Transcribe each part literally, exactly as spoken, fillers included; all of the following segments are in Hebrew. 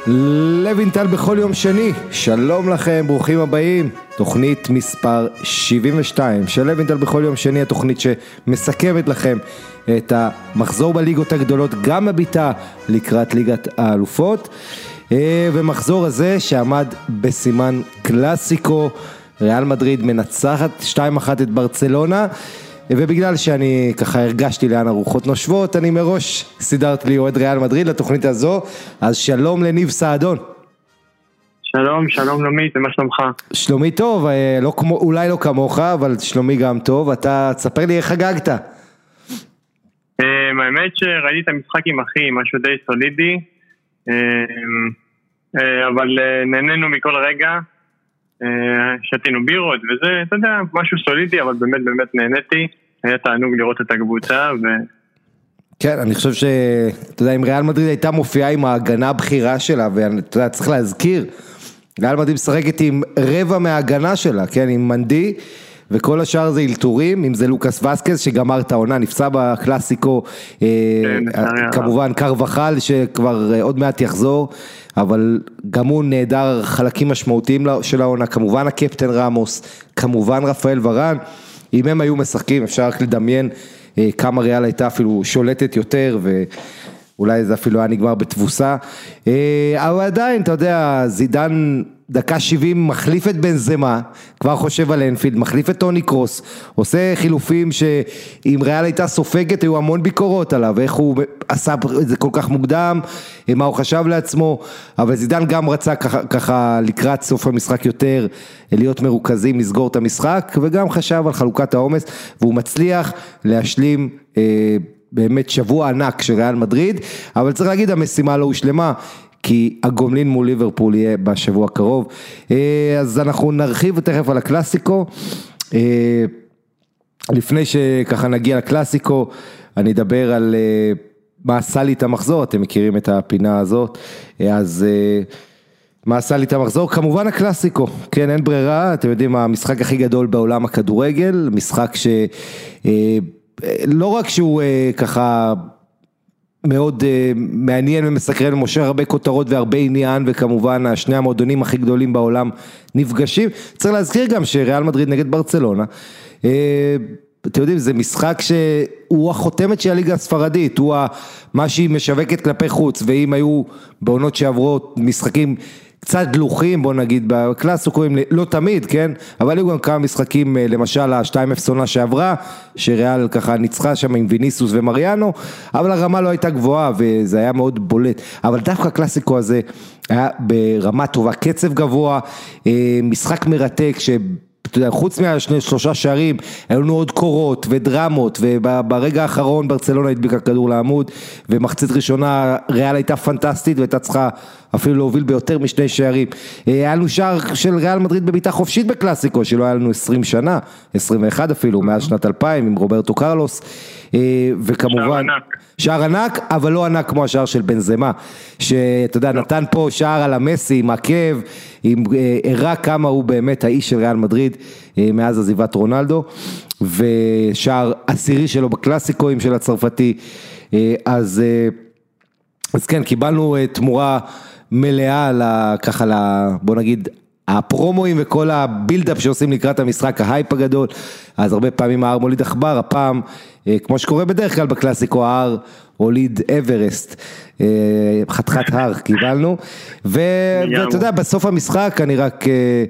לוינטל בכל יום שני, שלום לכם, ברוכים הבאים, תוכנית מספר שבעים ושתיים של לוינטל בכל יום שני, התוכנית שמסכמת לכם את המחזור בליגות הגדולות, גם הביטה לקראת ליגת האלופות, ומחזור הזה שעמד בסימן קלאסיקו, ריאל מדריד מנצחת שתיים אחת את ברצלונה, ובגלל שאני ככה הרגשתי לאן הרוחות נושבות, אני מראש סידרתי לי אוהד ריאל מדריד לתוכנית הזו, אז שלום לניב סעדון. שלום, שלום לומי, ומה שלומך? שלומי טוב, לא כמו, אולי לא כמוך, אבל שלומי גם טוב, אתה תספר לי איך חגגת. האמת שראיתי את המשחק עם אחי, משהו די סולידי, אבל נהנינו מכל רגע, שתינו בירות וזה, אתה יודע, משהו סולידי, אבל באמת באמת נהניתי, היה תענוג לראות את הקבוצה ו... כן, אני חושב שאתה יודע, אם ריאל מדריד הייתה מופיעה עם ההגנה הבחירה שלה, ואתה יודע, צריך להזכיר, ריאל מדריד משחקת עם רבע מההגנה שלה, כן, עם מנדי, וכל השאר זה אילתורים, אם זה לוקאס וסקז שגמר את העונה, נפצע בקלאסיקו, כמובן קרבחל שכבר עוד מעט יחזור, אבל גם הוא נהדר חלקים משמעותיים של העונה, כמובן הקפטן רמוס, כמובן רפאל ורן, אם הם היו משחקים אפשר רק לדמיין כמה ריאל הייתה אפילו שולטת יותר, ואולי זה אפילו היה נגמר בתבוסה, אבל עדיין אתה יודע, זידן דקה שבעים מחליף את בנזמה, כבר חושב על אנפילד, מחליף את טוני קרוס, עושה חילופים שאם ריאל הייתה סופגת, היו המון ביקורות עליו, ואיך הוא עשה את זה כל כך מוקדם, מה הוא חשב לעצמו, אבל זידן גם רצה ככה, ככה לקראת סוף המשחק יותר, להיות מרוכזים, לסגור את המשחק, וגם חשב על חלוקת העומס, והוא מצליח להשלים אה, באמת שבוע ענק של ריאל מדריד, אבל צריך להגיד, המשימה לא הושלמה, כי הגומלין מול ליברפול יהיה בשבוע הקרוב, אז אנחנו נרחיב תכף על הקלאסיקו, לפני שככה נגיע לקלאסיקו, אני אדבר על מה עשה לי את המחזור, אתם מכירים את הפינה הזאת, אז מה עשה לי את המחזור? כמובן הקלאסיקו, כן, אין ברירה, אתם יודעים, המשחק הכי גדול בעולם הכדורגל, משחק שלא רק שהוא ככה, מאוד uh, מעניין ומסקרן, ומושך הרבה כותרות והרבה עניין, וכמובן השני המועדונים הכי גדולים בעולם נפגשים. צריך להזכיר גם שריאל מדריד נגד ברצלונה, uh, אתם יודעים, זה משחק שהוא החותמת של הליגה הספרדית, הוא מה שהיא משווקת כלפי חוץ, ואם היו בעונות שעברו משחקים קצת דלוחים, בוא נגיד, בקלאסיקו, לא תמיד, כן? אבל היו גם כמה משחקים, למשל, ה-שתיים אפס עונה שעברה, שריאל ככה ניצחה שם עם ויניסוס ומריאנו, אבל הרמה לא הייתה גבוהה, וזה היה מאוד בולט. אבל דווקא הקלאסיקו הזה היה ברמה טובה, קצב גבוה, משחק מרתק, ש... אתה יודע, חוץ מהשני שלושה שערים, היו לנו עוד קורות ודרמות, וברגע האחרון ברצלונה הדביקה כדור לעמוד, ומחצית ראשונה ריאל הייתה פנטסטית, והייתה צריכה אפילו להוביל ביותר משני שערים. היה לנו שער של ריאל מדריד בביתה חופשית בקלאסיקו, שלא היה לנו עשרים שנה, עשרים ואחת אפילו, מאז שנת אלפיים, עם רוברטו קרלוס, וכמובן... שער ענק. שער ענק, אבל לא ענק כמו השער של בנזמה, שאתה יודע, נתן פה שער על המסי, עם עקב, עם הראה כמה הוא באמת האיש של ריאל מדריד, מאז עזיבת רונלדו, ושער עשירי שלו בקלאסיקואים של הצרפתי, אז, אז כן, קיבלנו תמורה מלאה, ככה, בוא נגיד, הפרומואים וכל הבילדאפ שעושים לקראת המשחק, ההייפ הגדול, אז הרבה פעמים ההר מוליד אכבר, הפעם, כמו שקורה בדרך כלל בקלאסיקו, ההר הוליד אברסט, חתיכת הר קיבלנו, ואתה יודע, בסוף המשחק אני רק...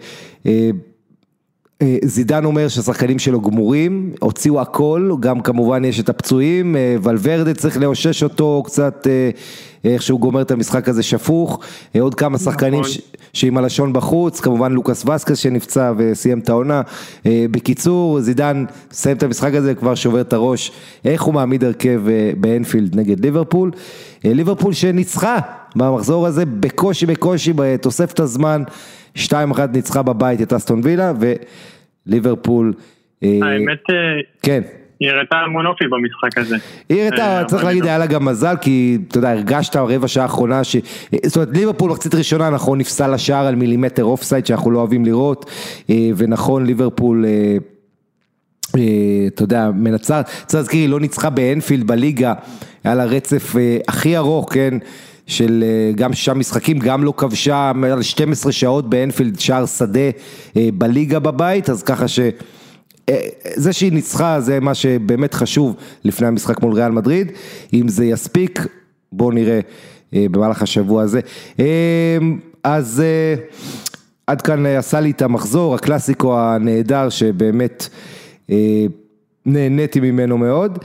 זידן אומר שהשחקנים שלו גמורים, הוציאו הכל, גם כמובן יש את הפצועים, ולוורדה צריך לאושש אותו קצת, איך שהוא גומר את המשחק הזה שפוך, עוד כמה שחקנים ש... שעם הלשון בחוץ, כמובן לוקאס וסקס שנפצע וסיים את העונה. בקיצור, זידן סיים את המשחק הזה, כבר שובר את הראש, איך הוא מעמיד הרכב באנפילד נגד ליברפול, ליברפול שניצחה במחזור הזה בקושי בקושי, בתוספת הזמן, שתיים אחת ניצחה בבית את אסטון וילה, וליברפול... האמת... כן. היא הראתה המון אופי במשחק הזה. היא הראתה, צריך להגיד, היה לה גם מזל, כי, אתה יודע, הרגשת רבע שעה האחרונה, ש... זאת אומרת, ליברפול מחצית ראשונה, נכון, נפסל לשער על מילימטר אופסייד, שאנחנו לא אוהבים לראות, ונכון, ליברפול... אתה יודע, מנצחת, צריך להזכיר, היא לא ניצחה באנפילד בליגה, היה לה רצף הכי ארוך, כן, של גם שישה משחקים, גם לא כבשה על שתים עשרה שעות באנפילד, שער שדה בליגה בבית, אז ככה ש... זה שהיא ניצחה, זה מה שבאמת חשוב לפני המשחק מול ריאל מדריד, אם זה יספיק, בואו נראה במהלך השבוע הזה. אז עד כאן עשה לי את המחזור, הקלאסיקו הנהדר, שבאמת נהניתי ממנו מאוד.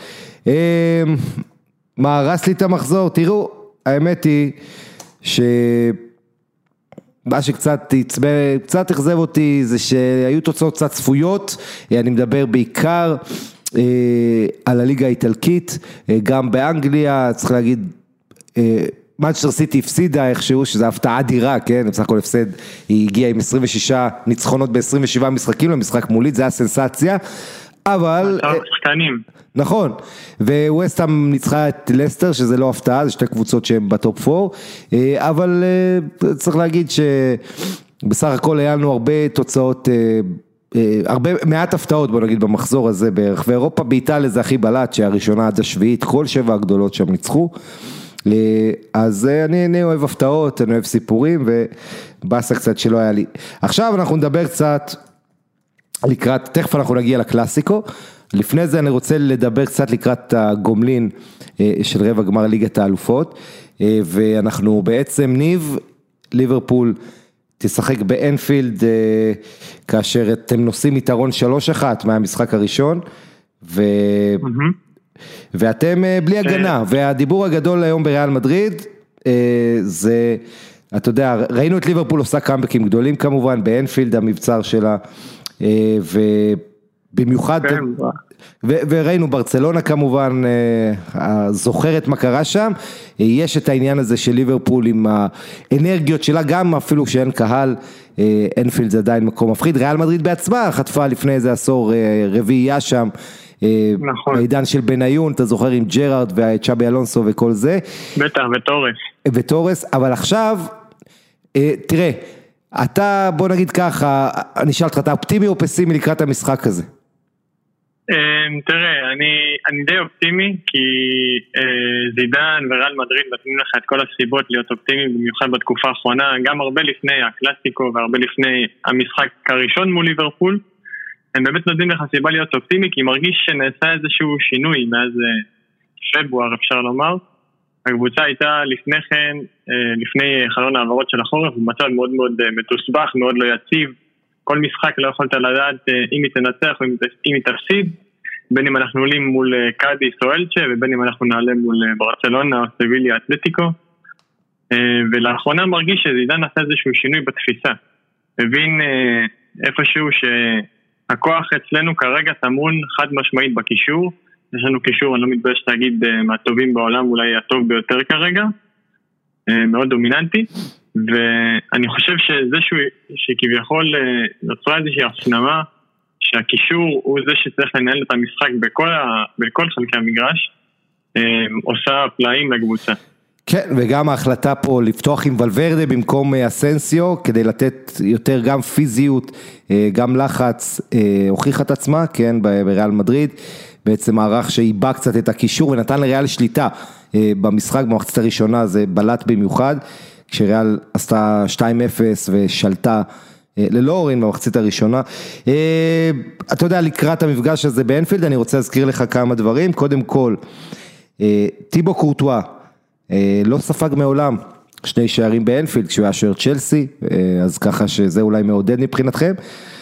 מה הרס לי את המחזור? תראו, האמת היא ש... מה שקצת הצבע, קצת אכזב אותי זה שהיו תוצאות קצת צפויות, אני מדבר בעיקר אה, על הליגה האיטלקית, אה, גם באנגליה, צריך להגיד, אה, מנצ'סטר סיטי הפסידה איכשהו, שזו הפתעה אדירה, כן, בסך הכל הפסד, היא הגיעה עם עשרים ושישה ניצחונות ב-עשרים ושבעה משחקים למשחק מולית, זה היה סנסציה, אבל... שחקנים. נכון, וווסטהאם ניצחה את לסטר, שזה לא הפתעה, זה שתי קבוצות שהן בטופ ארבע, אבל צריך להגיד שבסך הכל היה לנו הרבה תוצאות, הרבה, מעט הפתעות בוא נגיד במחזור הזה בערך, ואירופה באיטליה זה הכי בלט, שהראשונה עד השביעית, כל שבע הגדולות שם ניצחו, אז אני, אני אוהב הפתעות, אני אוהב סיפורים, ובאסה קצת שלא היה לי. עכשיו אנחנו נדבר קצת לקראת, תכף אנחנו נגיע לקלאסיקו, לפני זה אני רוצה לדבר קצת לקראת הגומלין של רבע גמר ליגת האלופות, ואנחנו בעצם ניב, ליברפול תשחק באנפילד, כאשר אתם נוסעים יתרון שלוש אחת מהמשחק הראשון, ו... ואתם בלי הגנה, והדיבור הגדול היום בריאל מדריד, זה, אתה יודע, ראינו את ליברפול עושה קאמבקים גדולים כמובן, באנפילד המבצר שלה, ו... במיוחד, וראינו ברצלונה כמובן, זוכרת מה קרה שם, יש את העניין הזה של ליברפול עם האנרגיות שלה, גם אפילו שאין קהל, אנפילד זה עדיין מקום מפחיד, ריאל מדריד בעצמה חטפה לפני איזה עשור רביעייה שם, בעידן של בניון, אתה זוכר עם ג'רארד וצ'אבי אלונסו וכל זה. בטח, וטורס. וטורס, אבל עכשיו, תראה, אתה, בוא נגיד ככה, אני שאלת לך, אתה אופטימי או פסימי לקראת המשחק הזה? תראה, אני, אני די אופטימי, כי זידן וריאל מדריד נותנים לך את כל הסיבות להיות אופטימי, במיוחד בתקופה האחרונה, גם הרבה לפני הקלאסיקו והרבה לפני המשחק הראשון מול ליברפול, הם באמת נותנים לך סיבה להיות אופטימי, כי מרגיש שנעשה איזשהו שינוי מאז פברואר, אפשר לומר. הקבוצה הייתה לפני כן, לפני חלון העברות של החורף, במצב מאוד מאוד מתוסבך, מאוד לא יציב. כל משחק לא יכולת לדעת אם היא תנצח או אם היא תפסיד, בין אם אנחנו עולים מול קאדיס או אלצ'ה, ובין אם אנחנו נעלה מול ברצלונה או סביליה אתלטיקו. ולאחרונה מרגיש שזידן עשה איזשהו שינוי בתפיסה. מבין איפשהו שהכוח אצלנו כרגע תמון חד משמעית בקישור, יש לנו קישור, אני לא מתבייש להגיד, מהטובים בעולם, אולי הטוב ביותר כרגע, מאוד דומיננטי, ואני חושב שזה שכביכול נוצרה איזושהי הפנמה, שהקישור הוא זה שצריך לנהל את המשחק בכל, בכל חלקי המגרש, עושה פלאים לקבוצה. כן, וגם ההחלטה פה לפתוח עם ולוורדה במקום אסנסיו, כדי לתת יותר גם פיזיות, גם לחץ, הוכיחה את עצמה, כן, בריאל מדריד, בעצם מערך שאיבא קצת את הקישור ונתן לריאל שליטה במשחק במחצית הראשונה, זה בלט במיוחד, כשריאל עשתה שתיים אפס ושלטה ללא אורין במחצית הראשונה. אתה יודע, לקראת המפגש הזה באנפילד, אני רוצה להזכיר לך כמה דברים, קודם כל, טיבו קורטואה, לא ספג מעולם שני שערים באנפילד, כשהוא היה שוער צ'לסי, אז ככה שזה אולי מעודד מבחינתכם,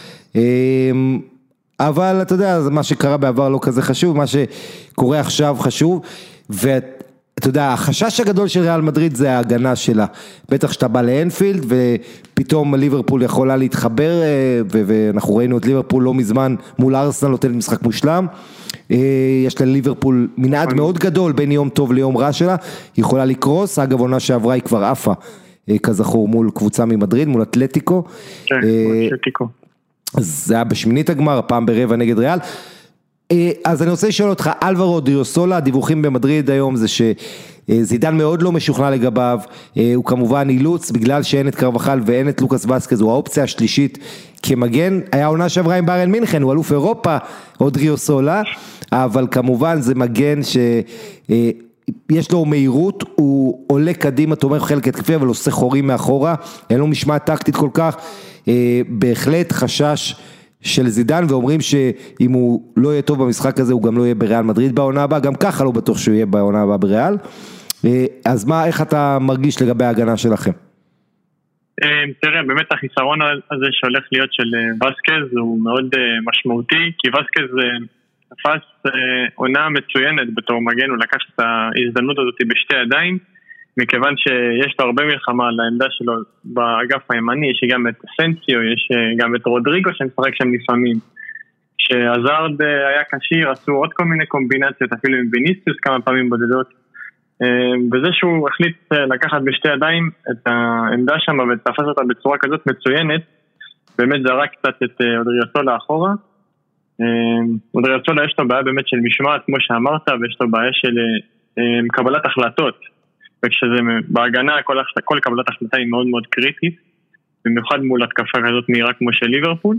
אבל אתה יודע, מה שקרה בעבר לא כזה חשוב, מה שקורה עכשיו חשוב, ואתה יודע, החשש הגדול של ריאל מדריד זה ההגנה שלה, בטח שאתה בא לאנפילד, ופתאום ליברפול יכולה להתחבר, ואנחנו ראינו את ליברפול לא מזמן מול ארסנל, נותנת משחק מושלם, יש לליברפול מנעד מאוד גדול בין יום טוב ליום רע שלה, היא יכולה לקרוס, אגב עונה שעברה היא כבר עפה, כזכור מול קבוצה ממדריד, מול אתלטיקו. כן, אתלטיקו. אז זה היה בשמינית הגמר, הפעם ברבע נגד ריאל. אז אני רוצה לשאול אותך, אלברו דיוסולה, הדיווחים במדריד היום זה שזידן מאוד לא משוכנע לגביו, הוא כמובן אילוץ, בגלל שאין את קרבחל ואין את לוקאס וסקז, הוא האופציה השלישית כמגן, היה עונה שעברה עם ביירן מינכן, הוא אלוף אירופה, או דיוסולה, אבל כמובן זה מגן ש... יש לו מהירות, הוא עולה קדימה, תומך חלק התקפי, אבל עושה חורים מאחורה, אין לו משמעת טקטית כל כך, בהחלט חשש של זידן, ואומרים שאם הוא לא יהיה טוב במשחק הזה, הוא גם לא יהיה בריאל מדריד בעונה הבאה, גם ככה לא בטוח שהוא יהיה בעונה הבאה בריאל, אז מה, איך אתה מרגיש לגבי ההגנה שלכם? תראה, באמת החיסרון הזה שהולך להיות של וסקז הוא מאוד משמעותי, כי וסקז תפס עונה מצוינת בתור מגן, הוא לקח את ההזדמנות הזאת בשתי ידיים, מכיוון שיש לו הרבה מלחמה על העמדה שלו באגף הימני, יש גם את סנסיו, יש גם את רודריגו שמשחק שם לפעמים, שהזארד היה קשיר, עשו עוד כל מיני קומבינציות, אפילו עם ויניסיוס כמה פעמים בודדות, וזה שהוא החליט לקחת בשתי ידיים את העמדה שם ותפס אותה בצורה כזאת מצוינת, באמת זרק קצת את אודריאסולה לאחורה. אודריאסולה יש לו בעיה באמת של משמעת כמו שאמרת, ויש לו בעיה של קבלת החלטות, וכשזה בהגנה כל, כל קבלת החלטה היא מאוד מאוד קריטית, במיוחד מול התקפה כזאת מהירה כמו של ליברפול.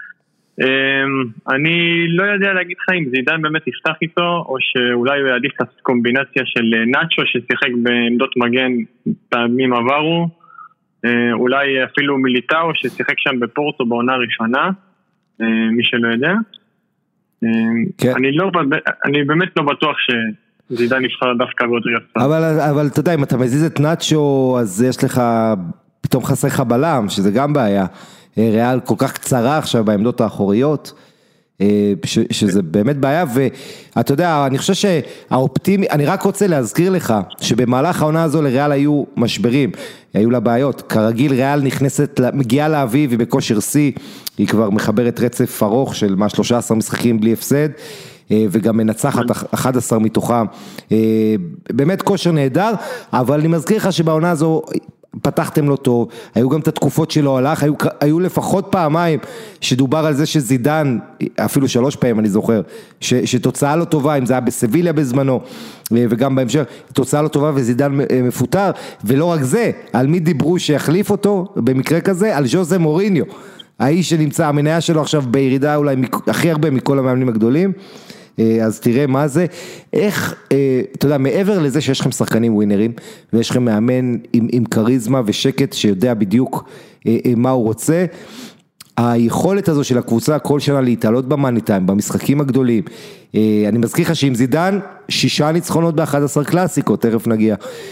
אני לא יודע להגיד לך אם זידן באמת יפתח איתו, או שאולי הוא יעדיף את הקומבינציה של נאצ'ו ששיחק בעמדות מגן פעמים עברו, אולי אפילו מיליטאו ששיחק שם בפורטו בעונה ראשונה, מי שלא יודע. אני, לא, אני באמת לא בטוח שזידן יבחר דווקא באודריאסולה. אבל, אבל אתה יודע, אם אתה מזיז את נאצ'ו, אז יש לך פתאום חסר לך בלם, שזה גם בעיה. ריאל כל כך קצרה עכשיו בעמדות האחוריות, שזה באמת בעיה, ואתה יודע, אני חושב שהאופטימי, אני רק רוצה להזכיר לך, שבמהלך העונה הזו לריאל היו משברים, היו לה בעיות, כרגיל ריאל נכנסת, מגיעה לאביב, היא בכושר סי, היא כבר מחברת רצף ארוך של מה שלושה עשר משחקים בלי הפסד, וגם מנצחת אחד עשר מתוכם, באמת כושר נהדר, אבל אני מזכיר לך שבעונה הזו, פתחתם לו טוב, היו גם את התקופות שלו הלך, היו, היו לפחות פעמיים שדובר על זה שזידן, אפילו שלוש פעמים אני זוכר, ש, שתוצאה לא טובה, אם זה היה בסביליה בזמנו, וגם בהמשך, תוצאה לא טובה וזידן מפוטר, ולא רק זה, על מי דיברו שיחליף אותו, במקרה כזה, על ז'וזה מוריניו, האיש שנמצא, המניה שלו עכשיו בירידה אולי הכי הרבה מכל המאמנים הגדולים, אז תראה מה זה, איך, אתה יודע, מעבר לזה שיש לכם שחקנים ווינרים, ויש לכם מאמן עם, עם קריזמה ושקט שיודע בדיוק מה הוא רוצה, היכולת הזו של הקבוצה כל שנה להתעלות במאניטיים, במשחקים הגדולים, אני מזכיר לך שעם זידן, שישה ניצחונות ב-אחת עשרה קלאסיקות, תכף נגיע,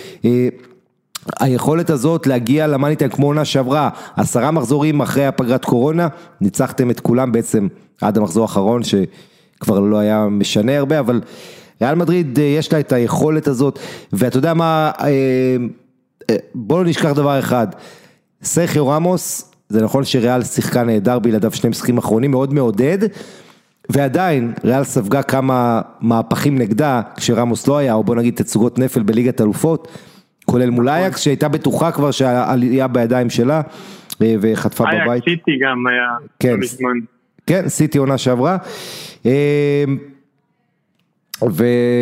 היכולת הזאת להגיע למאניטיים כמו עונה שעברה, עשרה מחזורים אחרי הפגרת קורונה, ניצחתם את כולם בעצם עד המחזור האחרון ש... כבר לא היה משנה הרבה, אבל ריאל מדריד יש לה את היכולת הזאת, ואתה יודע מה, בוא לא נשכח דבר אחד, סרחיו רמוס, זה נכון שריאל שיחקה נהדר בלעדיו שני משחקים אחרונים, מאוד מעודד, ועדיין ריאל ספגה כמה מהפכים נגדה, כשרמוס לא היה, או בוא נגיד תצוגות נפל בליגת אלופות, כולל מול אייקס, שהייתה בטוחה כבר שהעלייה בידיים שלה, וחטפה בבית. אייקס סיטי גם היה כן. בזמן. כן, סיטי עונה שעברה, ו...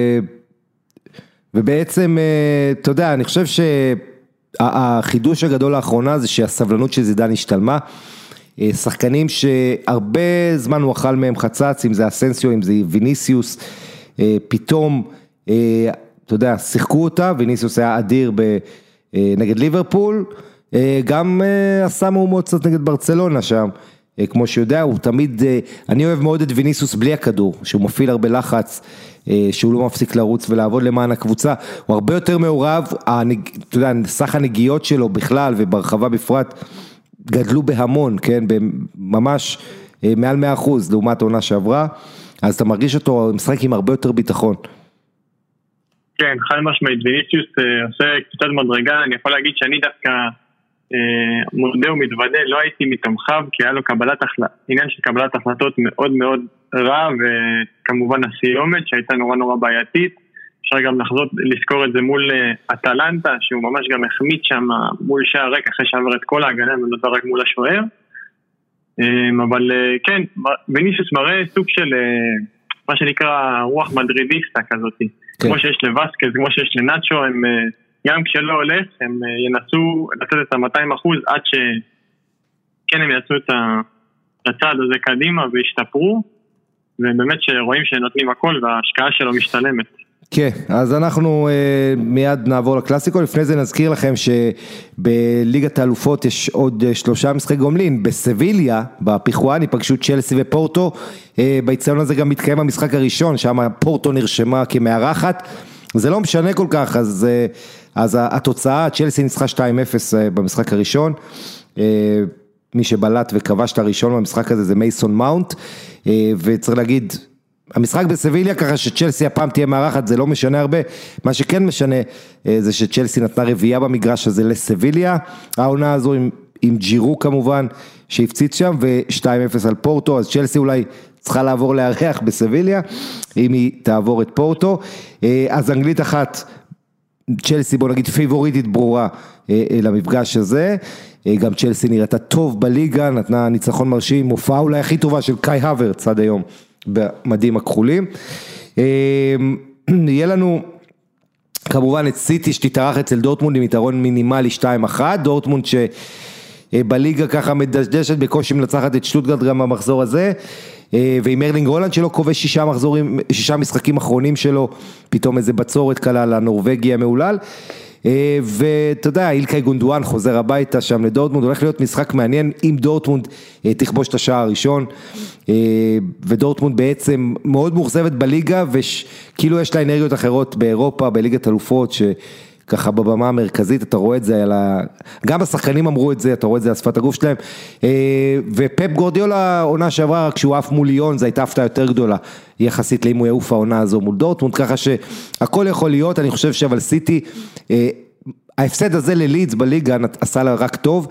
ובעצם, אתה יודע, אני חושב שהחידוש הגדול האחרונה זה שהסבלנות של זידן השתלמה, שחקנים שהרבה זמן הוא אכל מהם חצץ, אם זה אסנסיו, אם זה ויניסיוס, פתאום, אתה יודע, שיחקו אותה, ויניסיוס היה אדיר נגד ליברפול, גם עשה מהומות קצת נגד ברצלונה שם, כמו שיודע, הוא תמיד, אני אוהב מאוד את ויניסיוס בלי הכדור, שהוא מפעיל הרבה לחץ, שהוא לא מפסיק לרוץ ולעבוד למען הקבוצה, הוא הרבה יותר מעורב, אתה יודע, סך הנגיעות שלו בכלל וברחבה בפרט, גדלו בהמון, כן, ממש מעל מאה אחוז, לעומת העונה שעברה, אז אתה מרגיש אותו, משחק עם הרבה יותר ביטחון. כן, חד משמעית, ויניסיוס עושה קצת מדרגה, אני יכול להגיד שאני דווקא, מודה ומתוודה, לא הייתי מתמכב, כי היה לו קבלת החלטות, עניין של קבלת החלטות מאוד מאוד רע, וכמובן הסיומת שהייתה נורא נורא בעייתית, אפשר גם לחזור, לזכור את זה מול אטלנטה, שהוא ממש גם החמיץ שם מול שער ריק, אחרי שעבר את כל ההגנה, ולא רק מול השוער, אבל כן, ויניסיוס מראה סוג של, מה שנקרא רוח מדרידיסטה כזאת, כן. כמו שיש לווסקז, כמו שיש לנאצ'ו, הם גם כשלא הולך, הם ינסו לתת את ה-מאתיים אחוז עד שכן הם יעשו את הצעד הזה קדימה והשתפרו, ובאמת שרואים שנותנים הכל וההשקעה שלו משתלמת. כן, אז אנחנו uh, מיד נעבור לקלאסיקו, לפני זה נזכיר לכם שבליגת האלופות יש עוד uh, שלושה משחקי גומלין, בסביליה, בפיחואן, ייפגשו צ'לסי ופורטו, uh, באיצטדיון הזה גם מתקיים המשחק הראשון, שם פורטו נרשמה כמארחת, זה לא משנה כל כך, אז, uh, אז התוצאה, צ'לסי ניצחה שתיים אפס uh, במשחק הראשון, uh, מי שבלט וכבש את הראשון במשחק הזה זה מייסון מאונט, uh, וצריך להגיד, המשחק בסביליה, ככה שצ'לסי הפעם תהיה מארחת, זה לא משנה הרבה, מה שכן משנה זה שצ'לסי נתנה רביעייה במגרש הזה לסביליה, העונה הזו עם, עם ג'ירו כמובן, שהפציץ שם, ו-שתיים אפס על פורטו, אז צ'לסי אולי צריכה לעבור לארח בסביליה, אם היא תעבור את פורטו, אז אנגלית אחת, צ'לסי בוא נגיד פיבוריטית ברורה למפגש הזה, גם צ'לסי נראתה טוב בליגה, נתנה ניצחון מרשים, מופעה אולי הכי טובה של קאי הוורץ עד היום, במדים הכחולים. יהיה לנו כמובן את סיטי שתתארח אצל דורטמונד עם יתרון מינימלי שתיים אחת, דורטמונד שבליגה ככה מדשדשת בקושי מנצחת את שטוטגרט גם במחזור הזה, ועם ארלינג הולנד שלו כובש שישה מחזורים, שישה משחקים אחרונים שלו, פתאום איזה בצורת קלה לנורווגי המעולל, ואתה יודע, אילקאי גונדואן חוזר הביתה שם לדורטמונד, הולך להיות משחק מעניין אם דורטמונד תכבוש את השער הראשון, ודורטמונד בעצם מאוד מורסבת בליגה, וכאילו יש לה אנרגיות אחרות באירופה, בליגת אלופות, שככה בבמה המרכזית, אתה רואה את זה, גם השחקנים אמרו את זה, אתה רואה את זה על שפת הגוף שלהם, ופפ גורדיולה עונה שעברה, רק כשהוא עף מול ליון, זו הייתה הפתעה יותר גדולה, יחסית לאם הוא יעוף העונה הזו מול דורטמונד, ככה שהכל יכול להיות, אני חושב שאבל סיטי, ההפסד הזה ללידס בליגה עשה לה רק טוב,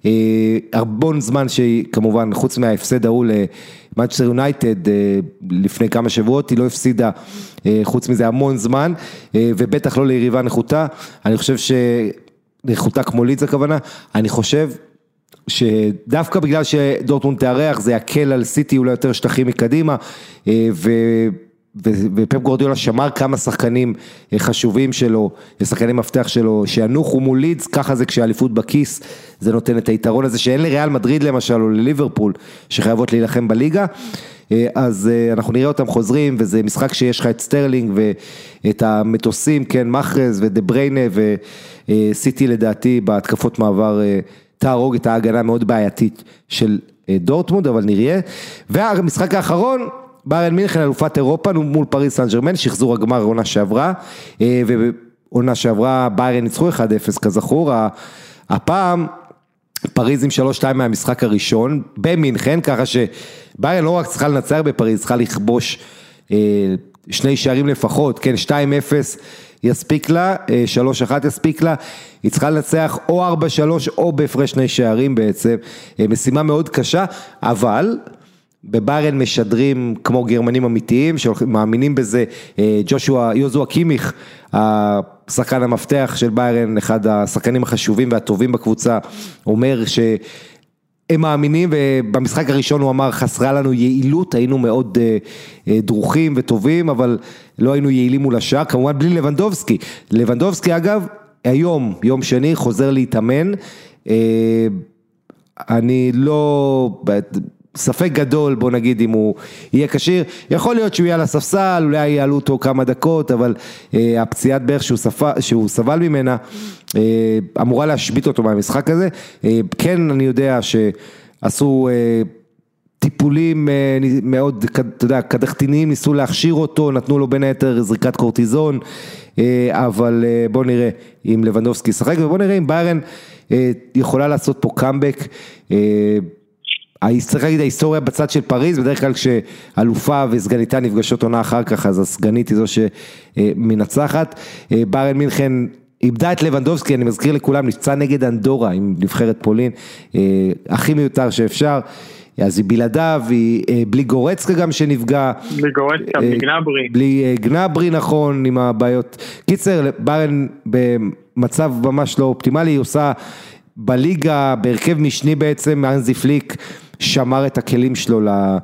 הרבה זמן שכמובן חוץ מההפסד ההוא למנצ'סטר יונייטד לפני כמה שבועות היא לא הפסידה חוץ מזה המון זמן ובטח לא ליריבה נחותה, אני חושב שנחותה כמו לידס הכוונה, אני חושב שדווקא בגלל שדורטמונד תארח זה יקל על סיטי אולי יותר שטחים מקדימה ו... ופפ גורדיולה שמר כמה שחקנים חשובים שלו, שחקני מפתח שלו, שינוחו מול לידס, ככה זה כשהאליפות בכיס, זה נותן את היתרון הזה, שאין לריאל מדריד למשל, או לליברפול, שחייבות להילחם בליגה, אז אנחנו נראה אותם חוזרים, וזה משחק שיש לך את סטרלינג, ואת המטוסים, כן, מחרז ודבריינה, וסיטי לדעתי, בהתקפות מעבר, תהרוג את ההגנה מאוד בעייתית של דורטמונד, אבל נראה, והמשחק האחרון, ביירן מינכן אלופת אירופה מול פריז סן ז'רמן, שחזור הגמר עונה שעברה, ועונה שעברה ביירן ניצחו אחד אפס כזכור, הפעם פריז עם שלוש שתיים מהמשחק הראשון, במינכן, ככה שביירן לא רק צריכה לנצח בפריז, צריכה לכבוש שני שערים לפחות, כן, שתיים אפס יספיק לה, שלוש אחת יספיק לה, היא צריכה לנצח או ארבע שלוש או בהפרש שני שערים בעצם, משימה מאוד קשה, אבל בביירן משדרים כמו גרמנים אמיתיים, שמאמינים בזה, ג'ושוע, יוזואה קימיך, השחקן המפתח של ביירן, אחד השחקנים החשובים והטובים בקבוצה, אומר שהם מאמינים, ובמשחק הראשון הוא אמר, חסרה לנו יעילות, היינו מאוד דרוכים וטובים, אבל לא היינו יעילים מול השאר, כמובן בלי לבנדובסקי. לבנדובסקי אגב, היום, יום שני, חוזר להתאמן, אני לא... ספק גדול, בוא נגיד, אם הוא יהיה קשיר, יכול להיות שהוא יהיה על הספסל, אולי יעלו אותו כמה דקות, אבל אה, הפציעת בערך שהוא, ספ... שהוא סבל ממנה, אה, אמורה להשבית אותו מהמשחק הזה, אה, כן, אני יודע שעשו אה, טיפולים אה, מאוד, אתה יודע, קדחתיניים, ניסו להכשיר אותו, נתנו לו בין היתר זריקת קורטיזון, אה, אבל אה, בוא נראה אם לבנדובסקי ישחק, ובוא נראה אם ביירן אה, יכולה לעשות פה קאמבק, אה, צריך להגיד ההיסטוריה בצד של פריז, בדרך כלל כשאלופה וסגניתה נפגשות עונה אחר כך, אז הסגנית היא זו שמנצחת, ביירן מינכן איבדה את לבנדובסקי, אני מזכיר לכולם, נפצע נגד אנדורה עם נבחרת פולין, הכי מיותר שאפשר, אז היא בלעדיו, היא בלי גורצקה גם שנפגע, בלי גורצקה, בלי גנברי, בלי גנברי נכון, עם הבעיות, קיצר, ביירן במצב ממש לא אופטימלי, היא עושה בליגה, בהרכב משני בעצם, אנזי פליק שמר את הכלים שלו,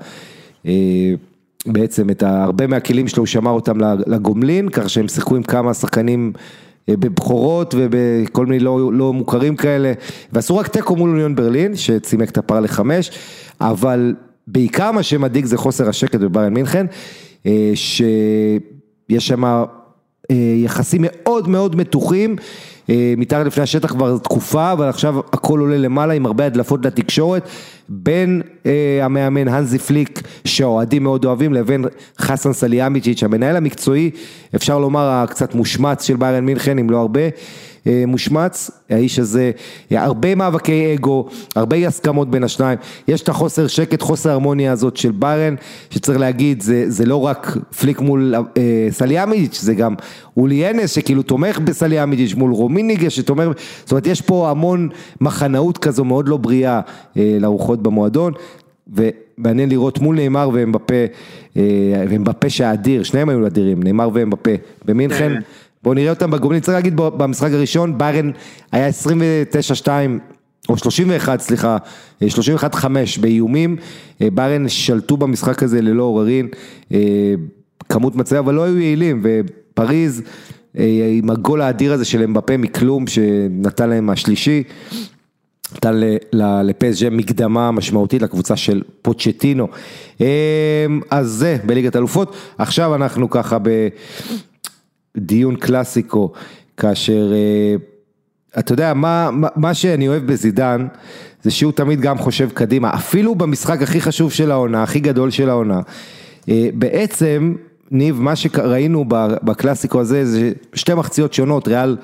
בעצם את הרבה מהכלים שלו, הוא שמר אותם לגומלין, כך שהם שיחקו עם כמה שחקנים בבחורות ובכל מיני לא, לא מוכרים כאלה, ועשו רק תיקו מול אוניון ברלין, שצימק את הפער לחמש, אבל בעיקר מה שמדאיג זה חוסר השקט בביירן מינכן, שיש שם יחסים מאוד מאוד מתוחים, מתחת לפני השטח כבר תקופה, אבל עכשיו הכל עולה למעלה עם הרבה הדלפות לתקשורת, בין המאמן הנזי פליק, שהאוהדים מאוד אוהבים, לבין חסן סליאמיצ'יץ', המנהל המקצועי, אפשר לומר קצת מושמץ של ביירן מינכן, אם לא הרבה, מושמץ, האיש הזה, הרבה מאבקי אגו, הרבה הסכמות בין השניים, יש את החוסר שקט, חוסר הרמוניה הזאת של ביירן, שצריך להגיד, זה, זה לא רק פליק מול אה, סליאמיץ', זה גם אולי אנס, שכאילו תומך בסליאמיץ' מול רומיניגה, שתומך, זאת אומרת, יש פה המון מחנאות כזו, מאוד לא בריאה אה, לרוחות במועדון, ומעניין לראות מול נאמר ואמבפה, אה, ואמבפה שהאדיר, שניהם היו אדירים, נאמר ואמבפה, במינכן, בואו נראה אותם בגומלין, צריך להגיד במשחק הראשון, ביירן היה עשרים ותשע שתיים, או שלושים ואחת, סליחה, שלושים ואחת חמש באיומים, ביירן שלטו במשחק הזה ללא עוררין, כמות מצב, אבל לא היו יעילים, ופריז, עם הגול האדיר הזה של אמבפה מכלום, שנתן להם השלישי, נתן לפי אס ג'י מקדמה משמעותית לקבוצה של פוצ'טינו, אז זה בליגת אלופות, עכשיו אנחנו ככה ב... דיון קלאסיקו, כאשר, אתה יודע, מה, מה שאני אוהב בזידן, זה שהוא תמיד גם חושב קדימה, אפילו במשחק הכי חשוב של העונה, הכי גדול של העונה, בעצם, ניב, מה שראינו בקלאסיקו הזה, זה שתי מחציות שונות, ריאל,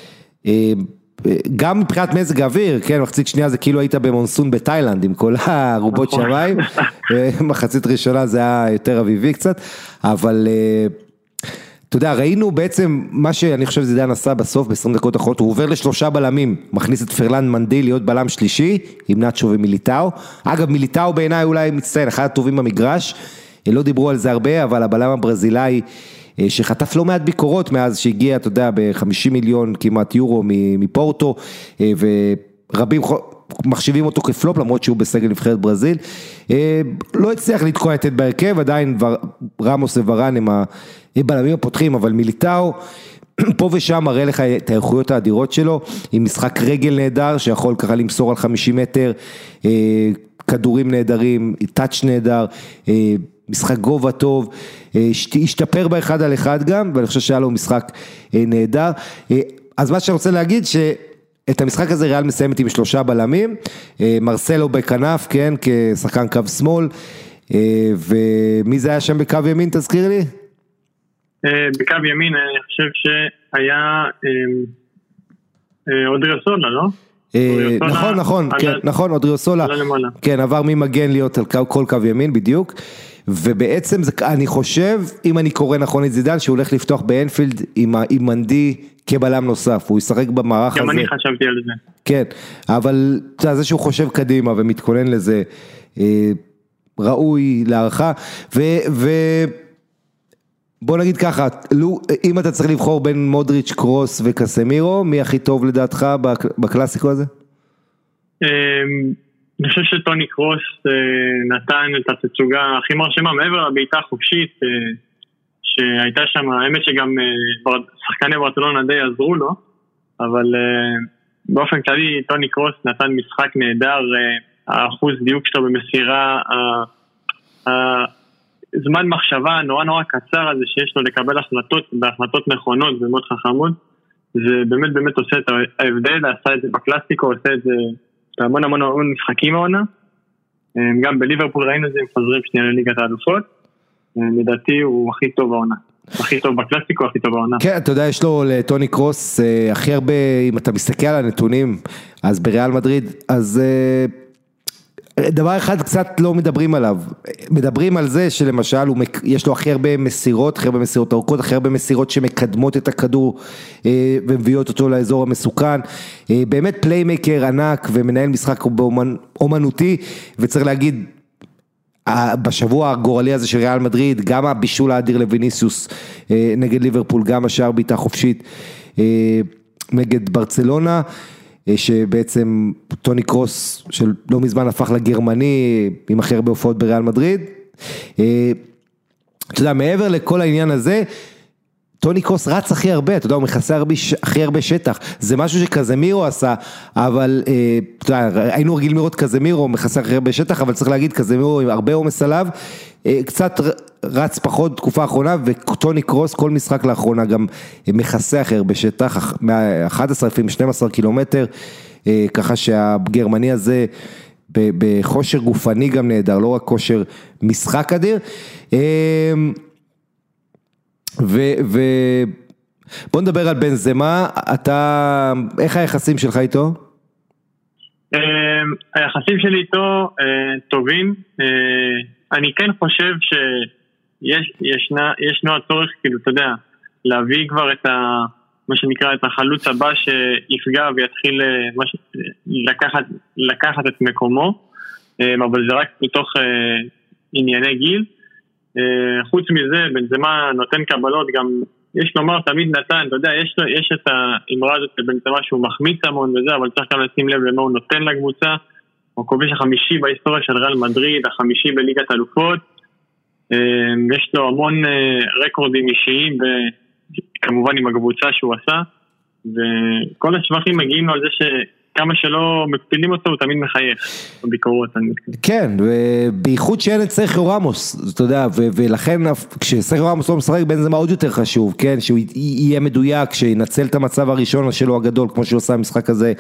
גם מבחינת מזג האוויר, כן, מחצית שנייה זה כאילו היית במונסון בתאילנד, עם כל הרובות שמיים, מחצית ראשונה זה היה יותר אביבי קצת, אבל... אתה יודע, ראינו בעצם מה שאני חושב זידן עשה בסוף, ב-עשרים דקות אחרות, הוא עובר לשלושה בלמים, מכניס את פרלנד מנדי להיות בלם שלישי, עם נאצ'ו ומיליטאו, אגב מיליטאו בעיניי אולי מצטיין, אחד הטובים במגרש, לא דיברו על זה הרבה, אבל הבלם הברזילאי, שחטף לא מעט ביקורות מאז שהגיע, אתה יודע, ב-חמישים מיליון כמעט יורו מפורטו, ורבים מחשיבים אותו כפלופ, למרות שהוא בסגל נבחרת ברזיל, לא הצליח לתקוע את בהרכב, עדיין רמוס וורן הם הבלמים הפותחים, אבל מיליטאו, פה ושם מראה לך את האיכויות האדירות שלו, עם משחק רגל נהדר, שיכול ככה למסור על חמישים מטר, כדורים נהדרים, טאץ' נהדר, משחק גובה טוב, השתפר באחד על אחד גם, ואני חושב שהיה לו משחק נהדר, אז מה שאני רוצה להגיד ש... את המשחק הזה ריאל מסיימת עם שלושה בלמים, מרסלו בכנף, כן, כשחקן קו שמאל, ומי זה היה שם בקו ימין, תזכיר לי? בקו ימין, אני חושב שהיה אודריוסולה, לא? נכון, נכון, כן, נכון, אודריוסולה, כן, עבר ממגן להיות על כל קו ימין, בדיוק, ובעצם אני חושב, אם אני קורא נכון את זידן, שהוא הולך לפתוח באנפילד עם מנדי כבלם נוסף, הוא ישחק במערך הזה. גם אני חשבתי על זה. כן, אבל זה שהוא חושב קדימה ומתכונן לזה, ראוי להערכה, ובוא נגיד ככה, אם אתה צריך לבחור בין מודריץ', קרוס וקסמירו, מי הכי טוב לדעתך בקלאסיקו הזה? אני חושב שטוני קרוס נתן את התצוגה הכי מרשימה, מעבר לבעיטה החופשית, שהייתה שם, האמת שגם שחקני ברצלונה די עזרו לו, אבל באופן כללי טוני קרוס נתן משחק נהדר, האחוז דיוק שלו במסירה, הזמן מחשבה נורא נורא קצר הזה שיש לו לקבל החלטות, בהחלטות נכונות ומאוד חכמות, זה באמת באמת עושה את ההבדל, עשה את זה בקלאסיקו, עושה את זה המון המון המון משחקים העונה, גם בליברפול ראינו את זה, הם חוזרים שנייה לליגת האלופות, לדעתי הוא הכי טוב העונה, הכי טוב בקלאסיקו, הכי טוב העונה. כן, אתה יודע, יש לו לטוני קרוס הכי הרבה, אם אתה מסתכל על הנתונים, אז בריאל מדריד, אז דבר אחד קצת לא מדברים עליו, מדברים על זה שלמשל יש לו הכי הרבה מסירות, הכי הרבה מסירות ארוכות, הכי הרבה מסירות שמקדמות את הכדור ומביאות אותו לאזור המסוכן, באמת פליימקר ענק ומנהל משחק אומנותי, וצריך להגיד, בשבוע הגורלי הזה של ריאל מדריד, גם הבישול האדיר לויניסיוס נגד ליברפול, גם השאר בעיטה חופשית נגד ברצלונה, שבעצם טוני קרוס של לא מזמן הפך לגרמני עם הכי הרבה הופעות בריאל מדריד. אתה יודע, מעבר לכל העניין הזה, טוני קרוס רץ הכי הרבה, אתה יודע, הוא מכסה הכי הרבה שטח, זה משהו שקזמירו עשה, אבל אתה יודע, היינו רגילים לראות קזמירו מכסה הכי הרבה שטח, אבל צריך להגיד, קזמירו עם הרבה עומס עליו, קצת רץ פחות תקופה האחרונה, וטוני קרוס כל משחק לאחרונה גם מכסה אחר בשטח, מ-אחד עשר אפילו שנים עשר קילומטר, ככה שהגרמני הזה בכושר גופני גם נהדר, לא רק כושר משחק אדיר. ובוא נדבר על בנזמה, אתה, איך היחסים שלך איתו? היחסים שלי איתו טובים, אני כן חושב שישנו הצורך, כאילו, אתה יודע, להביא כבר את ה... מה שנקרא את החלוץ הבא שיפגע ויתחיל לקחת, לקחת את מקומו, אבל זה רק בתוך ענייני גיל. חוץ מזה, בנזמה נותן קבלות, גם יש לומר תמיד נתן, אתה יודע, יש, יש את האמרה הזאת בבנזמה שהוא מחמיץ המון וזה, אבל צריך גם לשים לב למה הוא נותן לקבוצה. הוא כובש החמישי בהיסטוריה של ריאל מדריד, החמישי בליגת אלופות, יש לו המון רקורדים אישיים וכמובן עם הקבוצה שהוא עשה, וכל השבחים מגיעים לו על זה שכמה שלא מקפילים אותו הוא תמיד מחייך בביקורות. כן, ובייחוד שאין את סרחיו רמוס, אתה יודע, ולכן כשסרחיו רמוס לא משחק, בנזמה עוד יותר חשוב, כן, שהוא יהיה מדויק, שינצל את המצב הראשון שלו הגדול, כמו שהוא עושה במשחק הזה.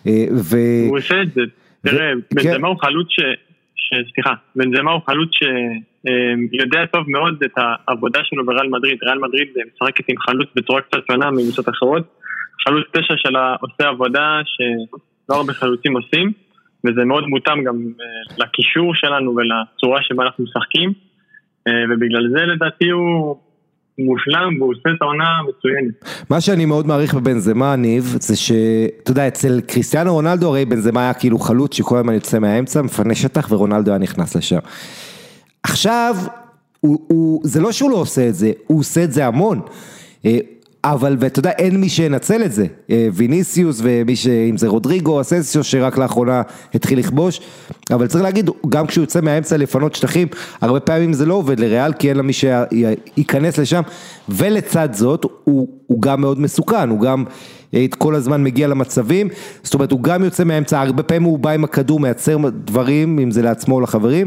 הוא עושה את זה. תראה, בנזמה הוא חלוץ ש... סליחה, בנזמה הוא חלוץ שיודע טוב מאוד את העבודה שלו בריאל מדריד. ריאל מדריד משחקת עם חלוץ בצורה קצת שונה מקבוצות אחרות. חלוץ תשע שלה עושה עבודה שלא הרבה חלוצים עושים, וזה מאוד מותאם גם לקישור שלנו ולצורה שבה אנחנו משחקים, ובגלל זה לדעתי הוא מושלם והוא עושה את העונה מצוינת. מה שאני מאוד מעריך בבנזמה, ניב, זה שאתה יודע, אצל קריסטיאנו רונלדו, הרי בנזמה היה כאילו חלוץ שכל הזמן יוצא מהאמצע, מפנה שטח, ורונלדו היה נכנס לשם. עכשיו, הוא, הוא, זה לא שהוא לא עושה את זה, הוא עושה את זה המון, אבל ואתה יודע, אין מי שינצל את זה, ויניסיוס ומי ש... אם זה רודריגו, אסנסיו שרק לאחרונה התחיל לכבוש, אבל צריך להגיד, גם כשהוא יוצא מהאמצע לפנות שטחים, הרבה פעמים זה לא עובד לריאל, כי אין לה מי שייכנס לשם, ולצד זאת, הוא, הוא גם מאוד מסוכן, הוא גם את כל הזמן מגיע למצבים, זאת אומרת, הוא גם יוצא מהאמצע, הרבה פעמים הוא בא עם הכדור, מייצר דברים, אם זה לעצמו או לחברים,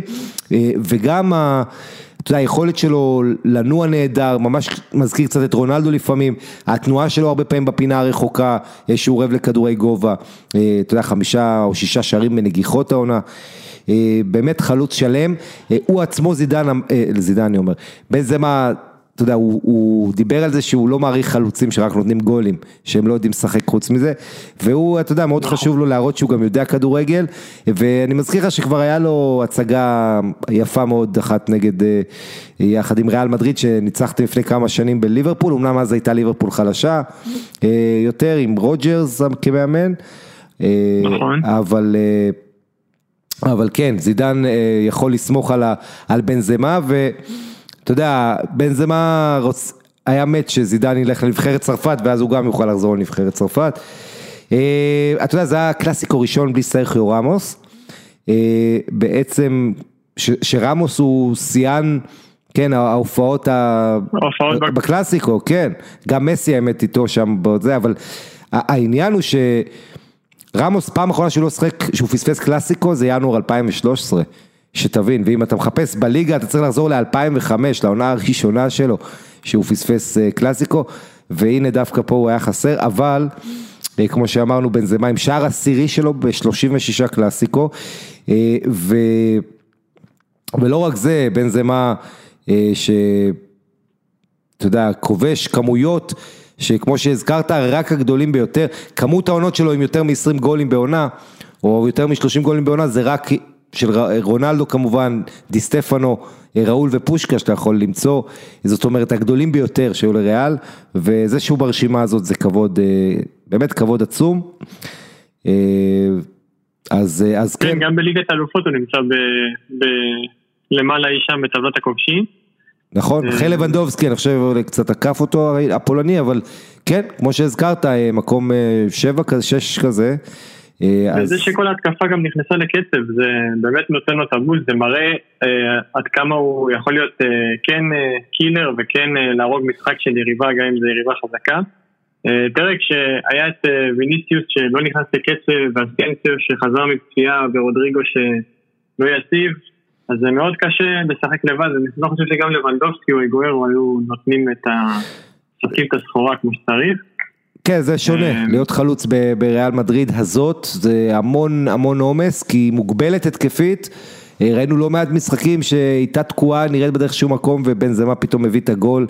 וגם ה... אתה יודע, היכולת שלו לנוע נהדר, ממש מזכיר קצת את רונלדו לפעמים, התנועה שלו הרבה פעמים בפינה הרחוקה, שהוא אוהב לכדורי גובה, אתה יודע, חמישה או שישה שערים בנגיחות העונה, באמת חלוץ שלם, הוא עצמו זידן, זידן אני אומר, בנזמה, אתה יודע, הוא, הוא דיבר על זה שהוא לא מעריך חלוצים שרק נותנים גולים, שהם לא יודעים לשחק חוץ מזה, והוא, אתה יודע, מאוד חשוב לו להראות שהוא גם יודע כדורגל, ואני מזכיר לך שכבר היה לו הצגה יפה מאוד אחת נגד, יחד עם ריאל מדריד, שניצחתם לפני כמה שנים בליברפול, אמנם אז הייתה ליברפול חלשה, יותר עם רוג'רס כמאמן, נכון. אבל... אבל כן, זידן יכול לסמוך על, על בנזמה, ו... אתה יודע, בנזמה רוצ... היה מת שזידן ילך לנבחרת צרפת, ואז הוא גם יוכל לחזור לנבחרת צרפת. אתה יודע, זה היה קלאסיקו ראשון בלי סרחיו רמוס. בעצם, ש... שרמוס הוא שיאן, כן, ההופעות ה... בקלאסיקו, כן. גם מסי האמת איתו שם בזה, אבל העניין הוא שרמוס פעם אחרונה שהוא לא שחק, שהוא פספס קלאסיקו, זה ינואר אלפיים ושלוש עשרה. שתבין, ואם אתה מחפש בליגה, אתה צריך לחזור ל-אלפיים וחמש, לעונה הראשונה שלו, שהוא פספס קלאסיקו, והנה דווקא פה הוא היה חסר, אבל, כמו שאמרנו, בנזמה עם שער עשירי שלו, ב-שלושים ושש קלאסיקו, ו... ולא רק זה, בנזמה, ש... אתה יודע, כובש כמויות, שכמו שהזכרת, רק הגדולים ביותר, כמות העונות שלו עם יותר מ-עשרים גולים בעונה, או יותר מ-שלושים גולים בעונה, זה רק... של רונלדו כמובן, די סטפנו, ראול ופושקה שאתה יכול למצוא, זאת אומרת הגדולים ביותר שהיו לריאל, וזה שהוא ברשימה הזאת זה כבוד, באמת כבוד עצום. אז, אז כן, כן. גם בליגת האלופות הוא נמצא ב, ב, למעלה אי שם בטבלת הכובשים. נכון, אחרי לבנדובסקי, אני חושב קצת עקף אותו הפולני, אבל כן, כמו שהזכרת, מקום שבע כזה, שש כזה, וזה שכל ההתקפה גם נכנסה לקצב, זה באמת נותן לו תבול, זה מראה אה, עד כמה הוא יכול להיות אה, כן אה, קילר וכן אה, להרוג משחק של יריבה, גם אם זה יריבה חזקה. אה, פרק שהיה את אה, ויניסיוס שלא נכנס לקצב, ואסנסיו שחזר מפציעה ורודריגו שלא יציב, אז זה מאוד קשה לשחק לבד, אני לא חושב שגם לבנדובסקי או היגוארו היו נותנים את ה... שחקים את הסחורה כמו שצריך. כן, זה שונה, להיות חלוץ בריאל מדריד הזאת, זה המון המון עומס, כי היא מוגבלת התקפית, ראינו לא מעט משחקים שהייתה תקועה, נראית בדרך שום מקום, ובנזמה פתאום מביא את הגול,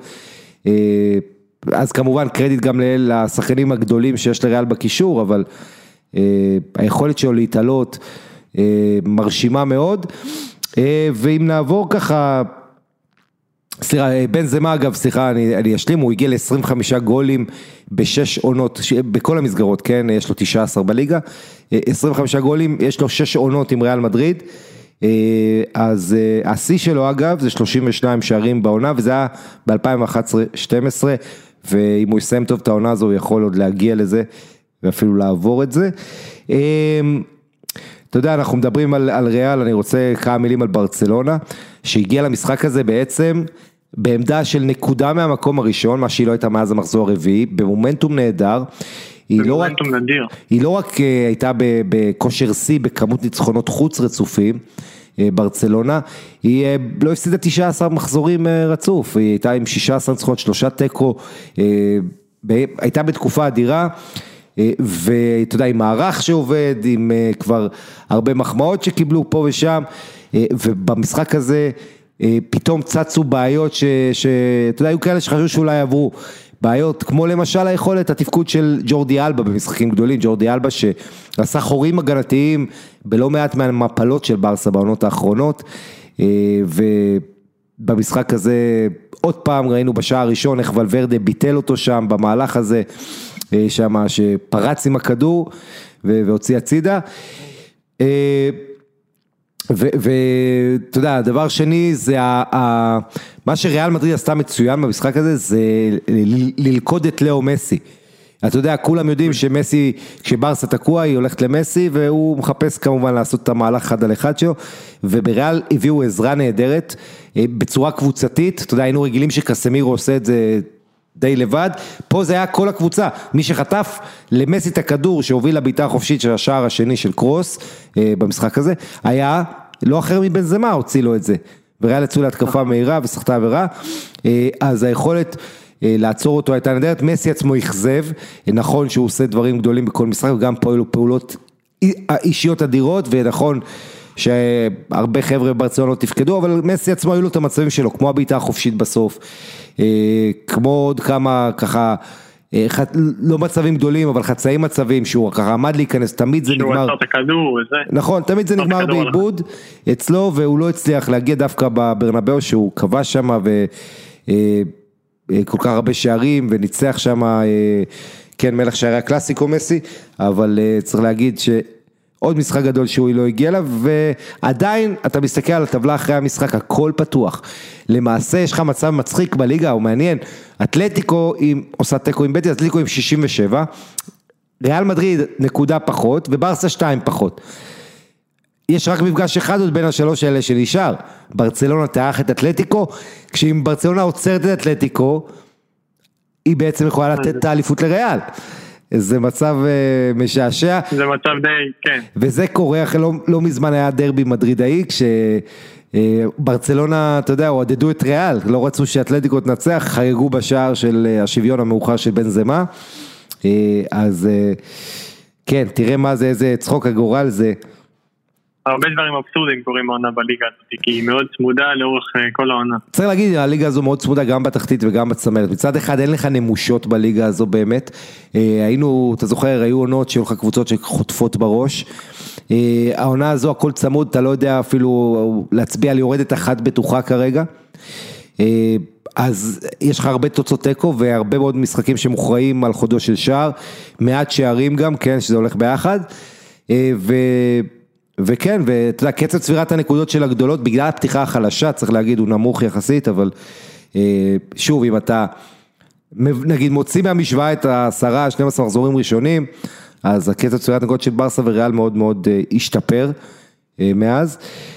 אז כמובן קרדיט גם לשחקנים הגדולים שיש לריאל בקישור, אבל היכולת שלו להתעלות מרשימה מאוד, ואם נעבור ככה, סליחה, בנזמה אגב, סליחה, אני, אני אשלים, הוא הגיע ל-עשרים וחמישה גולים בשש עונות, בכל המסגרות, כן, יש לו תשע עשרה בליגה, עשרים וחמישה גולים, יש לו שש עונות עם ריאל מדריד, אז השיא שלו אגב, זה שלושים ושניים שערים בעונה, וזה היה ב-אלפיים ואחת עשרה שתים עשרה, ואם הוא יסיים טוב את העונה הזו, הוא יכול עוד להגיע לזה, ואפילו לעבור את זה. אתה יודע, אנחנו מדברים על, על ריאל, אני רוצה כמה מילים על ברצלונה, שהגיע למשחק הזה בעצם, בעמדה של נקודה מהמקום הראשון, מה שהיא לא הייתה מאז המחזור הרביעי, במומנטום נהדר, היא לא רק, היא לא רק הייתה בכושר סי, בכמות ניצחונות חוץ רצופים, ברצלונה, היא לא הפסידה תשעה עשר מחזורים רצוף, היא הייתה עם שישה עשר ניצחונות, שלושה טקו, הייתה בתקופה אדירה, ואתה יודע, עם מערך שעובד, עם כבר הרבה מחמאות שקיבלו פה ושם, ובמשחק הזה פתאום צצו בעיות שאתה יודע, היו כאלה שחשבו שאולי עברו, בעיות כמו למשל היכולת, התפקוד של ג'ורדי אלבה במשחקים גדולים, ג'ורדי אלבה שעשה חורים הגנתיים בלא מעט מהמפלות של ברסה בעונות האחרונות, ובמשחק הזה עוד פעם ראינו בשעה הראשון איך ולוורדה ביטל אותו שם במהלך הזה, שם שפרץ עם הכדור והוציא הצידה, ואתה יודע, הדבר שני זה, מה שריאל מדריד עשתה מצוין במשחק הזה, זה ללכוד את לאו מסי. אתה יודע, כולם יודעים שמסי, כשברסה תקוע, היא הולכת למסי, והוא מחפש כמובן לעשות את המהלך אחד על אחד שלו, ובריאל הביאו עזרה נהדרת, בצורה קבוצתית, אתה יודע, היינו רגילים שקסמירו עושה את זה די לבד, פה זה היה כל הקבוצה, מי שחטף למסי את הכדור שהוביל לביתה החופשית של השער השני של קרוס במשחק הזה, היה לא אחר מבנזמה הוציא לו את זה, וריאל יצאו להתקפה מהירה ושחטה עבירה, אז היכולת לעצור אותו הייתה נהדרת, מסי עצמו יחזב, נכון שהוא עושה דברים גדולים בכל משחק, וגם פה היו פעולות אישיות אדירות, ונכון שהרבה חבר'ה ברצלונה תפקדו, אבל מסי עצמו היו לו את המצבים שלו, כמו הביתה החופשית בסוף, כמו עוד כמה ככה, לא מצבים גדולים, אבל חצאים מצבים, שהוא ככה עמד להיכנס, תמיד זה נגמר, שהוא עצר את הכדור וזה. נכון, תמיד זה נגמר באיבוד אצלו, והוא לא הצליח להגיע דווקא בברנבאו, שהוא קבע שם, וכל כך הרבה שערים, וניצח שם, כן, מלך שערי הקלאסיקו מסי, אבל צריך להגיד ש... עוד משחק גדול שהוא לא הגיע אליו, ועדיין אתה מסתכל על הטבלה אחרי המשחק, הכל פתוח. למעשה יש לך מצב מצחיק בליגה, הוא מעניין, אתלטיקו עם, עושה טקו עם בטי, אתלטיקו עם שישים ושבע, ריאל מדריד נקודה פחות, וברסה שתיים פחות. יש רק מפגש אחד עוד בין השלוש האלה שנשאר, ברצלונה תארח את אתלטיקו, כשאם ברצלונה עוצרת את אתלטיקו, היא בעצם יכולה לתת את האליפות לריאל. זה מצב משעשע. זה מצב די, כן. וזה קורה, אחרי לא, לא מזמן היה דרבי מדרידאי, כשברצלונה, אתה יודע, הועדדו את ריאל, לא רצו שאתלטיקו תנצח, חגגו בשער של השוויון המאוחר של בנזמה, אז כן, תראה מה זה, איזה צחוק הגורל זה. הרבה דברים אבסורדים קורים העונה בליגה הזאת, כי היא מאוד צמודה לאורך כל העונה. צריך להגיד, הליגה הזו מאוד צמודה גם בתחתית וגם בצמרת. מצד אחד אין לך נמושות בליגה הזו באמת. היינו, אתה זוכר, היו עונות שהיו לך קבוצות שחוטפות בראש. העונה הזו הכל צמוד, אתה לא יודע אפילו להצביע על יורדת אחת בטוחה כרגע. אז יש לך הרבה תוצאות תיקו והרבה מאוד משחקים שמוכרעים על חודו של שער. מעט שערים גם, כן, שזה הולך ביחד. ו... וכן, ואתה יודע, קצב צבירת הנקודות של הגדולות, בגלל הפתיחה החלשה, צריך להגיד, הוא נמוך יחסית, אבל שוב, אם אתה, נגיד, מוציא מהמשוואה את העשרה, שנים עשר מחזורים ראשונים, אז הקצב צבירת הנקודות של ברסה וריאל מאוד מאוד השתפר מאז.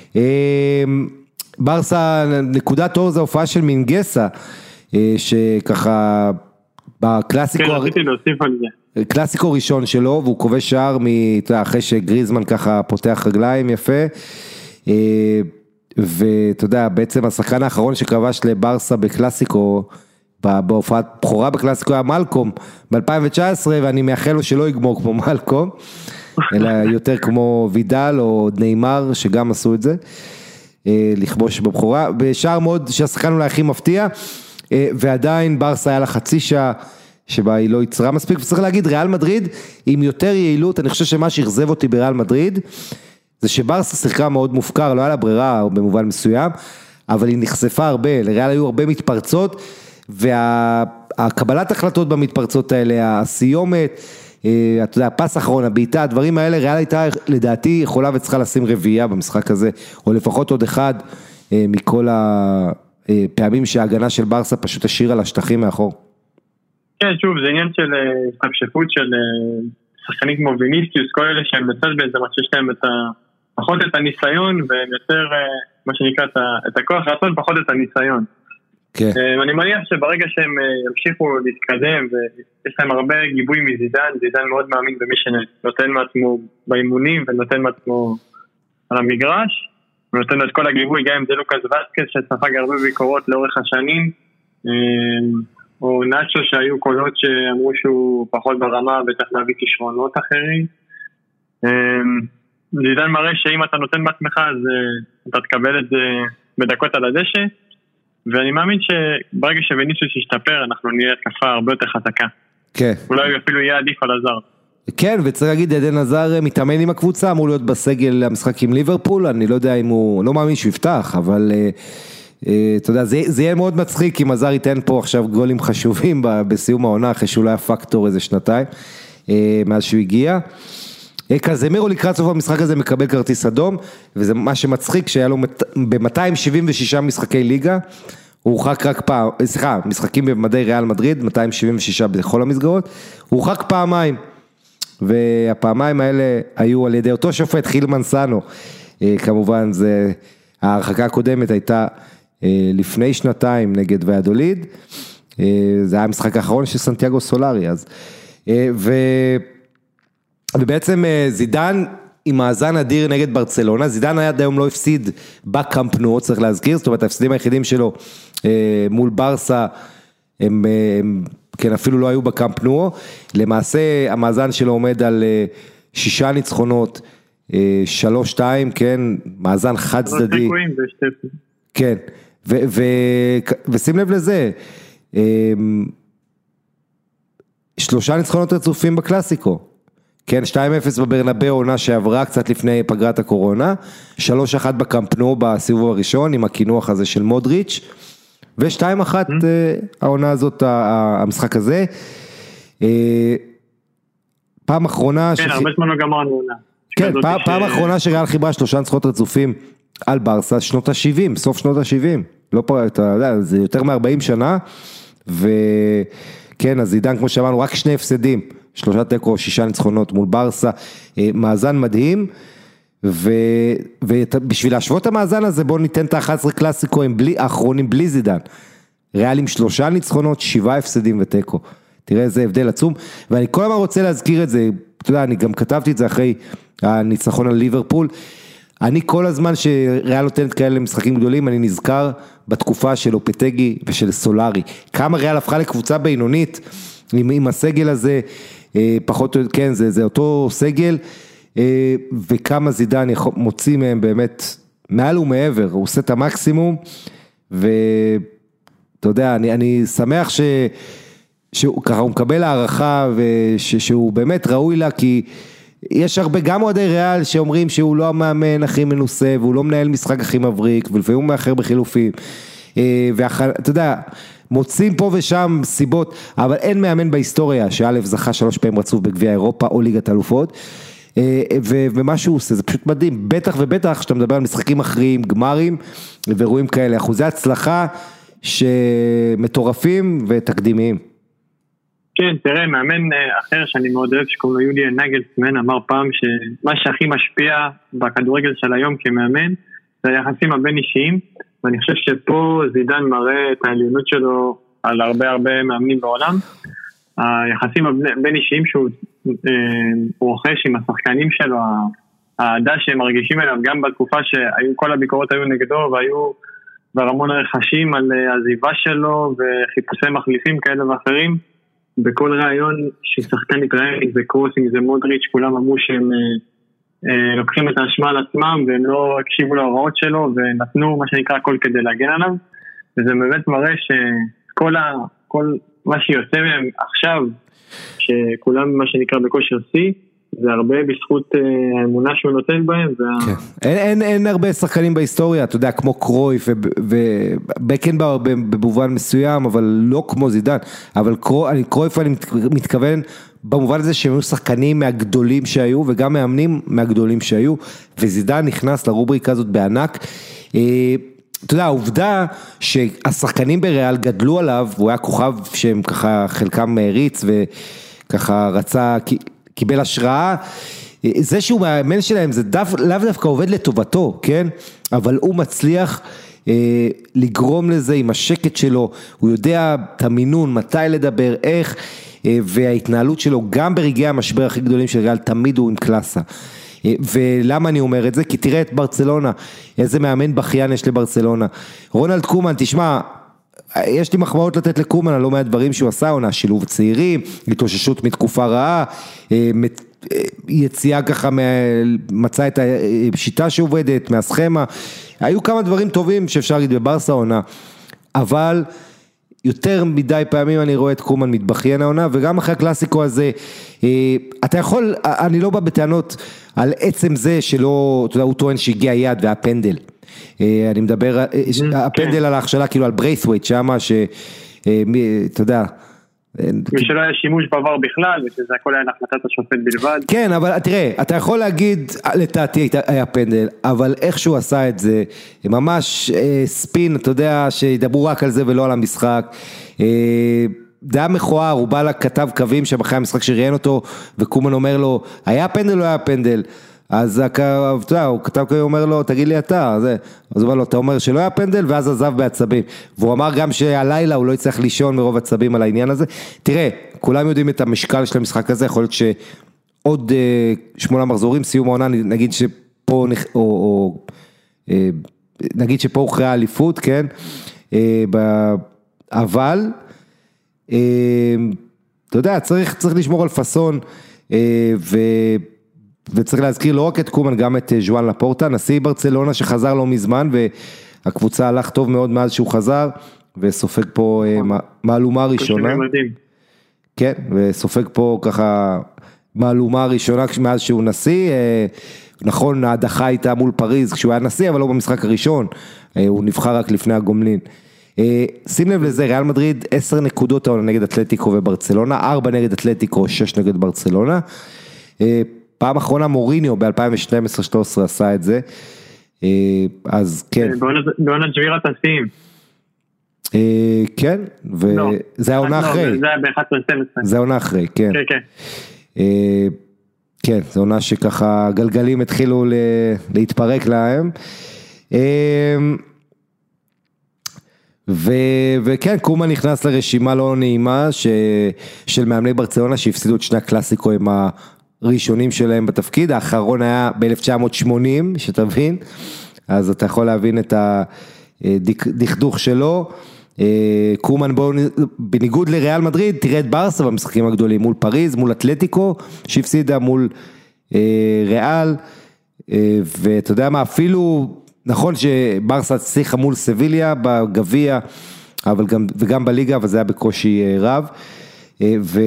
ברסה, נקודת אור זה הופעה של מינגסה, שככה, בקלאסיקו... כן, רציתי להוסיף על זה. קלאסיקו ראשון שלו, והוא כובש שער אחרי שגריזמן ככה פותח רגליים יפה, ואתה יודע, בעצם השחקן האחרון שכבש לברסה בקלאסיקו, בהופעת בחורה בקלאסיקו היה מלקום, ב-אלפיים תשע עשרה, ואני מאחל לו שלא יגמור כמו מלקום, אלא יותר כמו וידל או ניימר, שגם עשו את זה, לכבוש בבחורה, בשער מאוד שהשחקן אולי הכי מפתיע, ועדיין ברסה היה לה חצי שעה, שבה היא לא יצרה מספיק, וצריך להגיד, ריאל מדריד, עם יותר יעילות, אני חושב שמה שהחזב אותי בריאל מדריד, זה שברסה שיחקה מאוד מופקר, לא היה לה ברירה במובן מסוים, אבל היא נחשפה הרבה, לריאל היו הרבה מתפרצות, והקבלת החלטות במתפרצות האלה, הסיומת, אתה יודע, הפס האחרון, הבעיטה, הדברים האלה, ריאל הייתה לדעתי יכולה וצריכה לשים רביעייה במשחק הזה, או לפחות עוד אחד מכל הפעמים שההגנה של ברסה פשוט השאירה לשטחים מאחור. כן, שוב, זה עניין של ספשפות של שחקנים כמו ויניסיוס, כל אלה שהם בצד באיזה מה שיש להם פחות את הניסיון, והם יותר, מה שנקרא, את הכוח רצון, פחות את הניסיון. כן. אני מניח שברגע שהם ימשיכו להתקדם, ויש להם הרבה גיבוי מזידן, זידן מאוד מאמין במי שנותן מעצמו באימונים, ונותן מעצמו על המגרש, ונותן לו את כל הגיבוי, גם אם זה לוקאס וסקס, שספג הרבה ביקורות לאורך השנים, או נאצ'ו שהיו קולות שאמרו שהוא פחות ברמה וצריך להביא כישרונות אחרים. זידן מראה שאם אתה נותן בעצמך אז אתה תקבל את זה בדקות על הדשא, ואני מאמין שברגע שוויניסיוס ישתפר אנחנו נהיה התקפה הרבה יותר חזקה. כן. אולי אפילו יהיה עדיף על הזר. כן, וצריך להגיד, עדן עזר מתאמן עם הקבוצה, אמור להיות בסגל המשחק עם ליברפול, אני לא יודע אם הוא, לא מאמין שהוא יפתח, אבל אתה יודע, זה, זה יהיה מאוד מצחיק אם עזר ייתן פה עכשיו גולים חשובים בסיום העונה, אחרי שהוא לא היה פקטור איזה שנתיים, מאז שהוא הגיע. קזמירו לקראת סוף המשחק הזה מקבל כרטיס אדום, וזה מה שמצחיק שהיה לו ב-מאתיים שבעים ושישה משחקי ליגה, הוא הורחק רק פעם, סליחה, משחקים במדי ריאל מדריד, מאתיים שבעים ושישה בכל המסגרות, הוא הורחק פעמיים, והפעמיים האלה היו על ידי אותו שופט חיל מנסנו, כמובן זה, ההרחקה הקודמת הייתה לפני שנתיים נגד ויאדוליד, זה היה המשחק האחרון של סנטיאגו סולארי, אז, ו... ובעצם זידן עם מאזן אדיר נגד ברצלונה, זידן עד היום לא הפסיד בקאמפ נו, צריך להזכיר, זאת אומרת ההפסדים היחידים שלו מול ברסה, הם, הם כן אפילו לא היו בקאמפ נו, למעשה המאזן שלו עומד על שישה ניצחונות, שלוש שתיים, כן, מאזן חד צדדי, כן, ו, ו, ושים לב לזה, שלושה ניצחונות רצופים בקלאסיקו, כן, שתיים אפס בברנבאו, עונה שעברה קצת לפני פגרת הקורונה, שלוש אחת בקאמפ נו בסיבוב הראשון, עם הכינוח הזה של מודריץ', ו-שתיים אחת העונה הזאת, המשחק הזה. פעם אחרונה... כן, הרבה זמן לא גמרנו עונה. כן, פעם אחרונה שריאל חיברה שלושה ניצחונות רצופים על ברסה, שנות ה-שבעים, סוף שנות ה-שבעים. לא פה, אתה יודע, זה יותר מ-ארבעים שנה, וכן, אז זידן, כמו שאמרנו, רק שני הפסדים, שלושה תיקו, שישה ניצחונות מול ברסה, מאזן מדהים, ובשביל להשוות המאזן הזה, בואו ניתן את ה-אחד עשר קלאסיקו האחרונים בלי זידן, ריאל עם שלושה ניצחונות, שבעה הפסדים ותיקו, תראה איזה הבדל עצום, ואני כל הזמן רוצה להזכיר את זה, אתה יודע, אני גם כתבתי את זה אחרי הניצחון על ליברפול, אני כל הזמן שריאל נותנת כאלה משחקים גדולים, אני נזכר בתקופה של אופטגי ושל סולארי, כמה ריאל הפכה לקבוצה בינונית, עם, עם הסגל הזה, פחות, כן, זה, זה אותו סגל, וכמה זידן מוציא מהם באמת מעל ומעבר, הוא עושה את המקסימום, ואתה יודע, אני, אני שמח ש, שככה הוא מקבל הערכה, ושהוא באמת ראוי לה, כי יש הרבה גם אוהדי ריאל שאומרים שהוא לא המאמן הכי מנוסה, והוא לא מנהל משחק הכי מבריק, ולפעמים הוא מאחר בחילופים, ואתה יודע, מוצאים פה ושם סיבות, אבל אין מאמן בהיסטוריה, שא' זכה שלוש פעמים רצוף בגביע אירופה או ליגת אלופות, ומה שהוא עושה, זה פשוט מדהים, בטח ובטח שאתה מדבר על משחקים אחרים, גמרים, ורואים כאלה, אחוזי הצלחה שמטורפים ותקדימיים. כן, תראה, מאמן אחר שאני מאוד אוהב, שקוראים לו יוליה נגלסמן, אמר פעם שמה שהכי משפיע בכדורגל של היום כמאמן, זה היחסים הבין אישיים, ואני חושב שפה זידן מראה את העליונות שלו על הרבה הרבה מאמנים בעולם, היחסים הבין אישיים שהוא רוכש עם השחקנים שלו, העדה שהם מרגישים אליו, גם בתקופה שהיו, כל הביקורות היו נגדו, והיו ברמון הרחשים על הזיבה שלו, וחיפושי מחליפים כאלה ואחרים, בכל רעיון ששחקן התראיין, אם זה קרוס, אם זה מודריץ', כולם אמרו שהם אה, לוקחים את האשמה על עצמם, והם לא הקשיבו להוראות שלו, ונתנו מה שנקרא הכל כדי להגן עליו, וזה באמת מראה שכל ה, כל מה שיוצא מהם עכשיו, שכולם מה שנקרא בכושר C, זה הרבה בזכות האמונה שהוא נותן בהם. וה... כן. אין, אין, אין הרבה שחקנים בהיסטוריה, אתה יודע, כמו קרויף ובקנבאואר במובן מסוים, אבל לא כמו זידן, אבל קרויף אני מתכוון במובן הזה שהם היו שחקנים מהגדולים שהיו, וגם מאמנים מהגדולים שהיו, וזידן נכנס לרובריקה הזאת בענק. אתה יודע, העובדה שהשחקנים בריאל גדלו עליו, והוא היה כוכב שהם ככה חלקם הריץ וככה רצה, קיבל השראה, זה שהוא מאמן שלהם זה דו, לאו דווקא עובד לטובתו, כן? אבל הוא מצליח אה, לגרום לזה עם השקט שלו, הוא יודע את המינון, מתי לדבר, איך, אה, וההתנהלות שלו גם ברגעי המשבר הכי גדולים של ריאל, תמיד הוא עם קלאסה. ולמה אני אומר את זה? כי תראה את ברצלונה, איזה מאמן בכיין יש לברצלונה. רונלד קומן, תשמע, יש לי מחמאות לתת לקומן על לא מעט דברים שהוא עשה, עונה שילוב צעירים, התאוששות מתקופה רעה, יציאה ככה, מצא את השיטה שעובדת, מהסכמה, היו כמה דברים טובים שאפשר להגיד בברסה עונה, אבל יותר מדי פעמים אני רואה את קומן מתבכיין העונה, וגם אחרי הקלאסיקו הזה, אתה יכול, אני לא בא בטענות על עצם זה שלא, אתה יודע, הוא טוען שהגיע יד והיה פנדל, אני מדבר, הפנדל על ההכשלה כאילו על בריית'ווייט שמה, שאתה יודע, ושלא היה שימוש בעבר בכלל, ושזה הכל היה להחלטת השופט בלבד. כן, אבל תראה, אתה יכול להגיד, לטעתי היה פנדל, אבל איך שהוא עשה את זה, ממש ספין, אתה יודע, שידברו רק על זה ולא על המשחק, זה היה מכוער, הוא בא לכתב קווים שבחרי המשחק שראיין אותו, וקומן אומר לו, היה פנדל או היה פנדל? אז הוא כתב כזה אומר לו, תגיד לי אתה, אז הוא אומר לו, אתה אומר שלא היה פנדל, ואז עזב בעצבים, והוא אמר גם שהלילה הוא לא יצטרך לישון מרוב עצבים על העניין הזה. תראה, כולם יודעים את המשקל של המשחק הזה, יכול להיות שעוד שמונה מחזורים, סיום העונה, נגיד שפה, או, או נגיד שפה הוכרעה אליפות, כן, אבל, אתה יודע, צריך, צריך לשמור על פסון, ו... וצריך להזכיר לא רק את קומן, גם את ז'ואן לפורטה, נשיא ברצלונה שחזר לא מזמן, והקבוצה הלך טוב מאוד מאז שהוא חזר, וסופג פה מהלומה ראשונה. כן, וסופג פה ככה מהלומה ראשונה מאז שהוא נשיא, נכון, ההדחה הייתה מול פריז כשהוא היה נשיא, אבל לא במשחק הראשון, הוא נבחר רק לפני הגומלין. שים לב לזה, ריאל מדריד עשר נקודות נגד אתלטיקו וברצלונה, ארבע נגד אתלטיקו, שש נגד ברצלונה, פעם אחרונה מוריניו ב-אלפיים ושתים עשרה שלוש עשרה עשה את זה, אז כן. בעונת שבירת השיאים. כן, וזה העונה אחרי. זה היה ב-אחת עשרה שתים עשרה. זה העונה אחרי, כן. כן, כן. כן, זו עונה שככה גלגלים התחילו להתפרק להם. וכן, קומן נכנס לרשימה לא נעימה של מאמני ברצלונה שהפסידו את שני הקלאסיקו עם ה... ראשונים שלהם בתפקיד, האחרון היה ב-אלף תשע מאות שמונים, שתבין, אז אתה יכול להבין את הדכדוך שלו, קומן בואו, בניגוד לריאל מדריד, תראה את ברסה במשחקים הגדולים, מול פריז, מול אתלטיקו, שהפסידה מול ריאל, ואתה יודע מה, אפילו, נכון שברסה הצליחה מול סביליה בגביע, אבל גם, וגם בליגה, אבל זה היה בקושי רב, ו...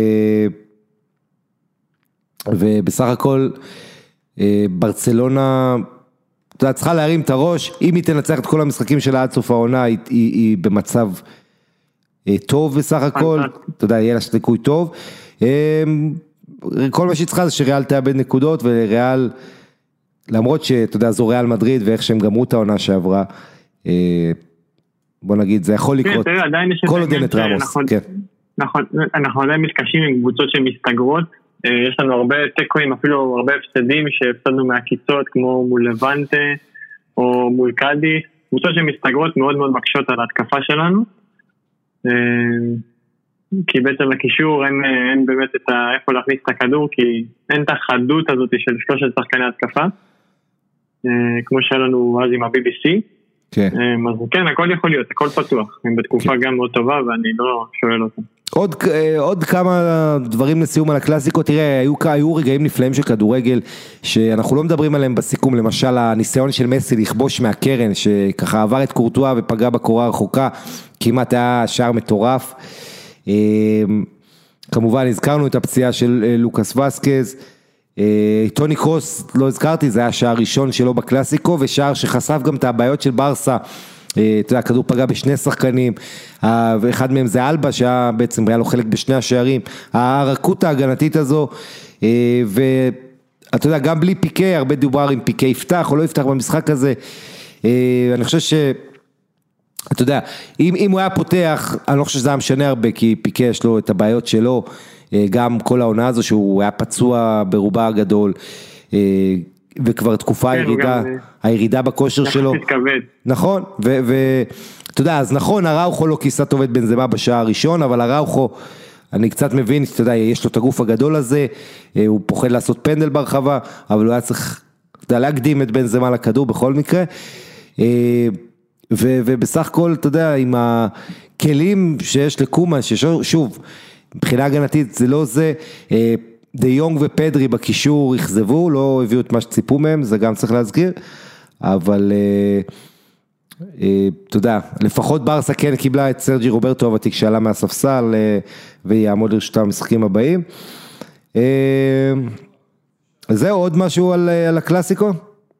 ובסך הכל ברצלונה צריכה להרים את הראש, אם היא תנצח את כל המשחקים שלה עד סוף העונה, היא, היא, היא במצב טוב בסך הכל, אתה יודע, יהיה לה שתיקוי טוב, כל מה שהיא צריכה זה שריאל תאבד נקודות, וריאל, למרות שאתה יודע, זו ריאל מדריד, ואיך שהם גמרו את העונה שעברה, בוא נגיד, זה יכול לקרות, כל עוד אין את רמוס, כן. נכון, אנחנו עדיין מתקשים עם קבוצות שמסתגרות, יש לנו הרבה טקויים, אפילו הרבה הפסדים שהפסדנו מהקיצות, כמו מול לבנטה או מול קאדי, קבוצות שמסתגרות מאוד מאוד מקשות על ההתקפה שלנו, כי בעצם לקישור אין, אין באמת את ה, איפה להכניס את הכדור, כי אין את החדות הזאת של שלושת שחקני התקפה, כמו שהיה לנו אז עם ה-בי בי סי. כן. אז כן, הכל יכול להיות, הכל פתוח. הם בתקופה גם מאוד טובה, ואני לא שואל אותם. עוד, עוד כמה דברים לסיום על הקלאסיקו, תראה, היו, היו רגעים נפלאים של כדורגל, שאנחנו לא מדברים עליהם בסיכום, למשל הניסיון של מסי לכבוש מהקרן, שככה עבר את קורטואה ופגע בקורה הרחוקה, כמעט היה שער מטורף. כמובן הזכרנו את הפציעה של לוקאס וסקז, טוני קרוס, לא הזכרתי, זה היה שער ראשון שלו בקלאסיקו, ושער שחשף גם את הבעיות של ברסה, אתה יודע, הכדור פגע בשני שחקנים, ואחד מהם זה אלבה, שהיה בעצם, היה לו חלק בשני השערים, הרכות ההגנתית הזו, ואתה יודע, גם בלי פיקה, הרבה דובר אם פיקה יפתח או לא יפתח במשחק הזה, אני חושב ש, אתה יודע, אם, אם הוא היה פותח, אני לא חושב שזה היה משנה הרבה, כי פיקה יש לו את הבעיות שלו, גם כל העונה הזו שהוא היה פצוע ברובה הגדול, וכבר תקופה הירידה, הירידה בכושר שלו. נכון, ואתה יודע, אז נכון, הראוכו לא כיסת עובד בנזמה בשעה הראשון, אבל הראוכו, אני קצת מבין, אתה יודע, יש לו את הגוף הגדול הזה, הוא פוחד לעשות פנדל ברחבה, אבל הוא היה צריך, אתה יודע, להקדים את בנזמה לכדור בכל מקרה, ובסך הכל, אתה יודע, עם הכלים שיש לקומן, ששוב, מבחינה הגנתית זה לא זה, די יונג ופדרי בקישור יחזבו, לא הביאו את מה שציפו מהם, זה גם צריך להזכיר, אבל אתה יודע, לפחות ברסה כן קיבלה את סרג'י רוברטו הוותיק שעלה מהספסל, ויעמוד לרשותם המשחקים הבאים. זהו, עוד משהו על, על הקלאסיקו?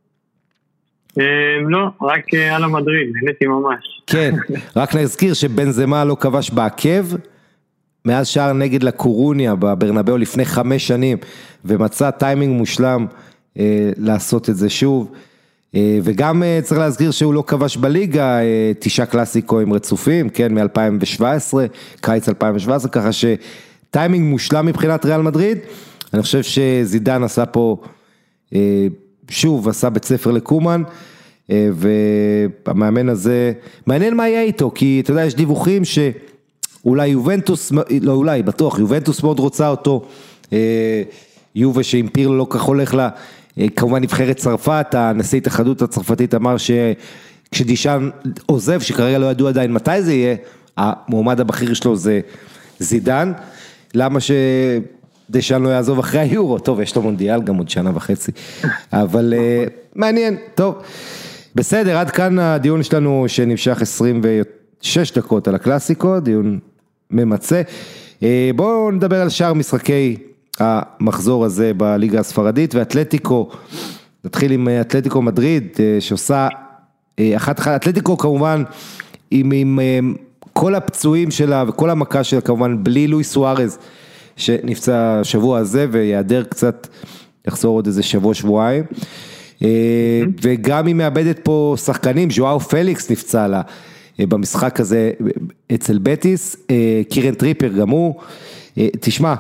לא, רק על המדריד, נהניתי ממש. כן, רק נזכיר שבנזמה לא כבש בעקב, מאז שער נגד לקורוניה בברנבאו לפני חמש שנים, ומצא טיימינג מושלם אה, לעשות את זה שוב, אה, וגם אה, צריך להזכיר שהוא לא כבש בליגה, אה, תשעה קלאסיקוים רצופים, כן, מ-אלפיים שבע עשרה, קיץ אלפיים שבע עשרה, ככה שטיימינג מושלם מבחינת ריאל מדריד, אני חושב שזידן עשה פה, אה, שוב עשה בית ספר לקומן, אה, והמאמן הזה, מעניין מה יהיה איתו, כי אתה יודע, יש דיווחים ש... אולי יובנטוס, לא אולי, בטוח, יובנטוס מאוד רוצה אותו, יובה שעם פירלו לא כך הולך לה, כמובן נבחרת צרפת, הנשיא התאחדות הצרפתית אמר שכשדישן עוזב, שכרגע לא ידעו עדיין מתי זה יהיה, המועמד הבכיר שלו זה זידן, למה שדישן לא יעזוב אחרי היורו, טוב, יש לו מונדיאל גם עוד שנה וחצי, אבל מעניין, טוב, בסדר, עד כאן הדיון שלנו שנמשך עשרים ושש דקות על הקלאסיקו, דיון ממצא. בואו נדבר על שאר משחקי המחזור הזה בליגה הספרדית, ואתלטיקו, נתחיל עם אתלטיקו מדריד, שעושה אחת אחת, אתלטיקו כמובן, עם, עם כל הפצועים שלה וכל המכה שלה, כמובן בלי לואי סוארז, שנפצע שבוע הזה, ויעדר קצת, יחזור עוד איזה שבוע שבועיים, וגם היא מאבדת פה שחקנים, ז'ואאו פליקס נפצע לה, במשחק הזה אצל בטיס, קירן טריפר גם הוא, תשמע,